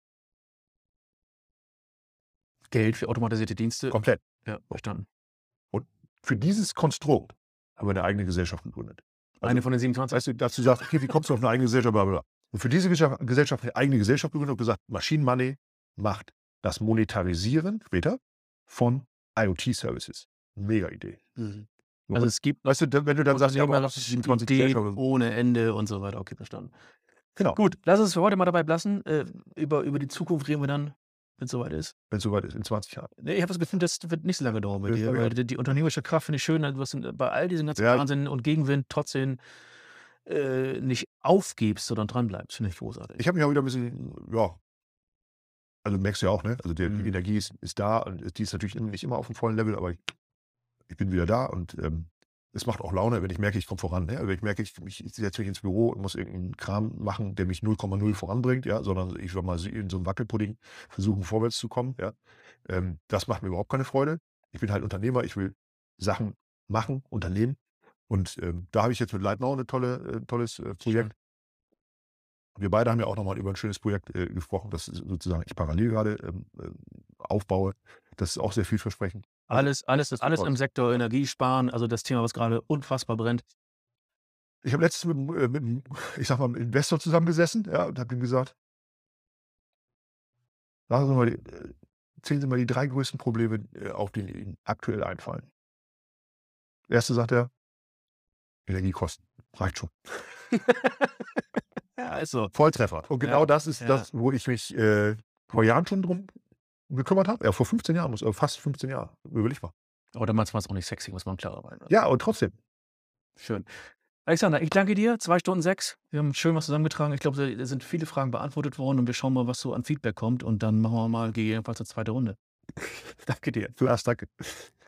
Geld für automatisierte Dienste. Komplett. Ja, So. verstanden. Und für dieses Konstrukt haben wir eine eigene Gesellschaft gegründet. Also, Eine von den siebenundzwanzig? weißt du, dass du sagst, okay, wie kommst du auf eine eigene Gesellschaft, bla, bla, bla. Und für diese Gesellschaft, Gesellschaft eine eigene Gesellschaft gegründet und gesagt, Machine Money macht das Monetarisieren später von IoT-Services. Mega Idee. Mhm. So, Also und es gibt weißt du, da- wenn du dann sagst, ja, Unternehmer, aber das ist siebenundzwanzig Ideen Gesellschaften. ohne Ende und so weiter. Okay, verstanden. Genau, Gut, lass uns für heute mal dabei belassen. Äh, über, über die Zukunft reden wir dann, wenn es soweit ist. wenn es soweit ist, in zwanzig Jahren. Nee, ich habe das Gefühl, das wird nicht so lange dauern bei Das dir, glaub ich weil auch. die, die unternehmerische Kraft finde ich schön, dass du bei all diesem ganzen Ja. Wahnsinn und Gegenwind trotzdem äh, nicht aufgibst, sondern dranbleibst. Finde ich großartig. Ich habe mich auch wieder ein bisschen, ja, also merkst du ja auch, ne? Also die, Mhm. die Energie ist, ist da und die ist natürlich nicht immer auf dem vollen Level, aber ich, ich bin wieder da und ähm, es macht auch Laune, wenn ich merke, ich komme voran. Ne? Also wenn ich merke, ich, ich setze mich ins Büro und muss irgendeinen Kram machen, der mich null Komma null voranbringt, ja, sondern ich will mal so in so einem Wackelpudding versuchen, vorwärts zu kommen, ja. Ähm, das macht mir überhaupt keine Freude. Ich bin halt Unternehmer, ich will Sachen machen, unternehmen. Und ähm, da habe ich jetzt mit Leitnau ein tolle, äh, tolles äh, Projekt. Wir beide haben ja auch nochmal über ein schönes Projekt äh, gesprochen, das sozusagen ich parallel gerade ähm, ähm, aufbaue. Das ist auch sehr vielversprechend. Also, Alles, alles, das alles ist im Sektor Energiesparen, also das Thema, was gerade unfassbar brennt. Ich habe letztens mit, einem, äh, mit einem, ich sag mal, einem Investor zusammengesessen, ja, und habe ihm gesagt, sagen Sie mal, die, äh, zählen Sie mal die drei größten Probleme äh, auf, die Ihnen aktuell einfallen. Erste sagt er, Energiekosten. Reicht schon. Ja, ist so. Volltreffer. Und genau Ja, das ist ja. das, wo ich mich äh, vor Jahren schon drum gekümmert habe. Ja, vor fünfzehn Jahren, muss, äh, fast fünfzehn Jahren. Überleg mal. Aber damals war es auch nicht sexy, muss man klar arbeiten. Ja, und trotzdem. Schön. Alexander, ich danke dir. Zwei Stunden sechs. Wir haben schön was zusammengetragen. Ich glaube, da sind viele Fragen beantwortet worden und wir schauen mal, was so an Feedback kommt und dann machen wir mal gegebenenfalls eine zweite Runde. Danke dir. Lars, danke.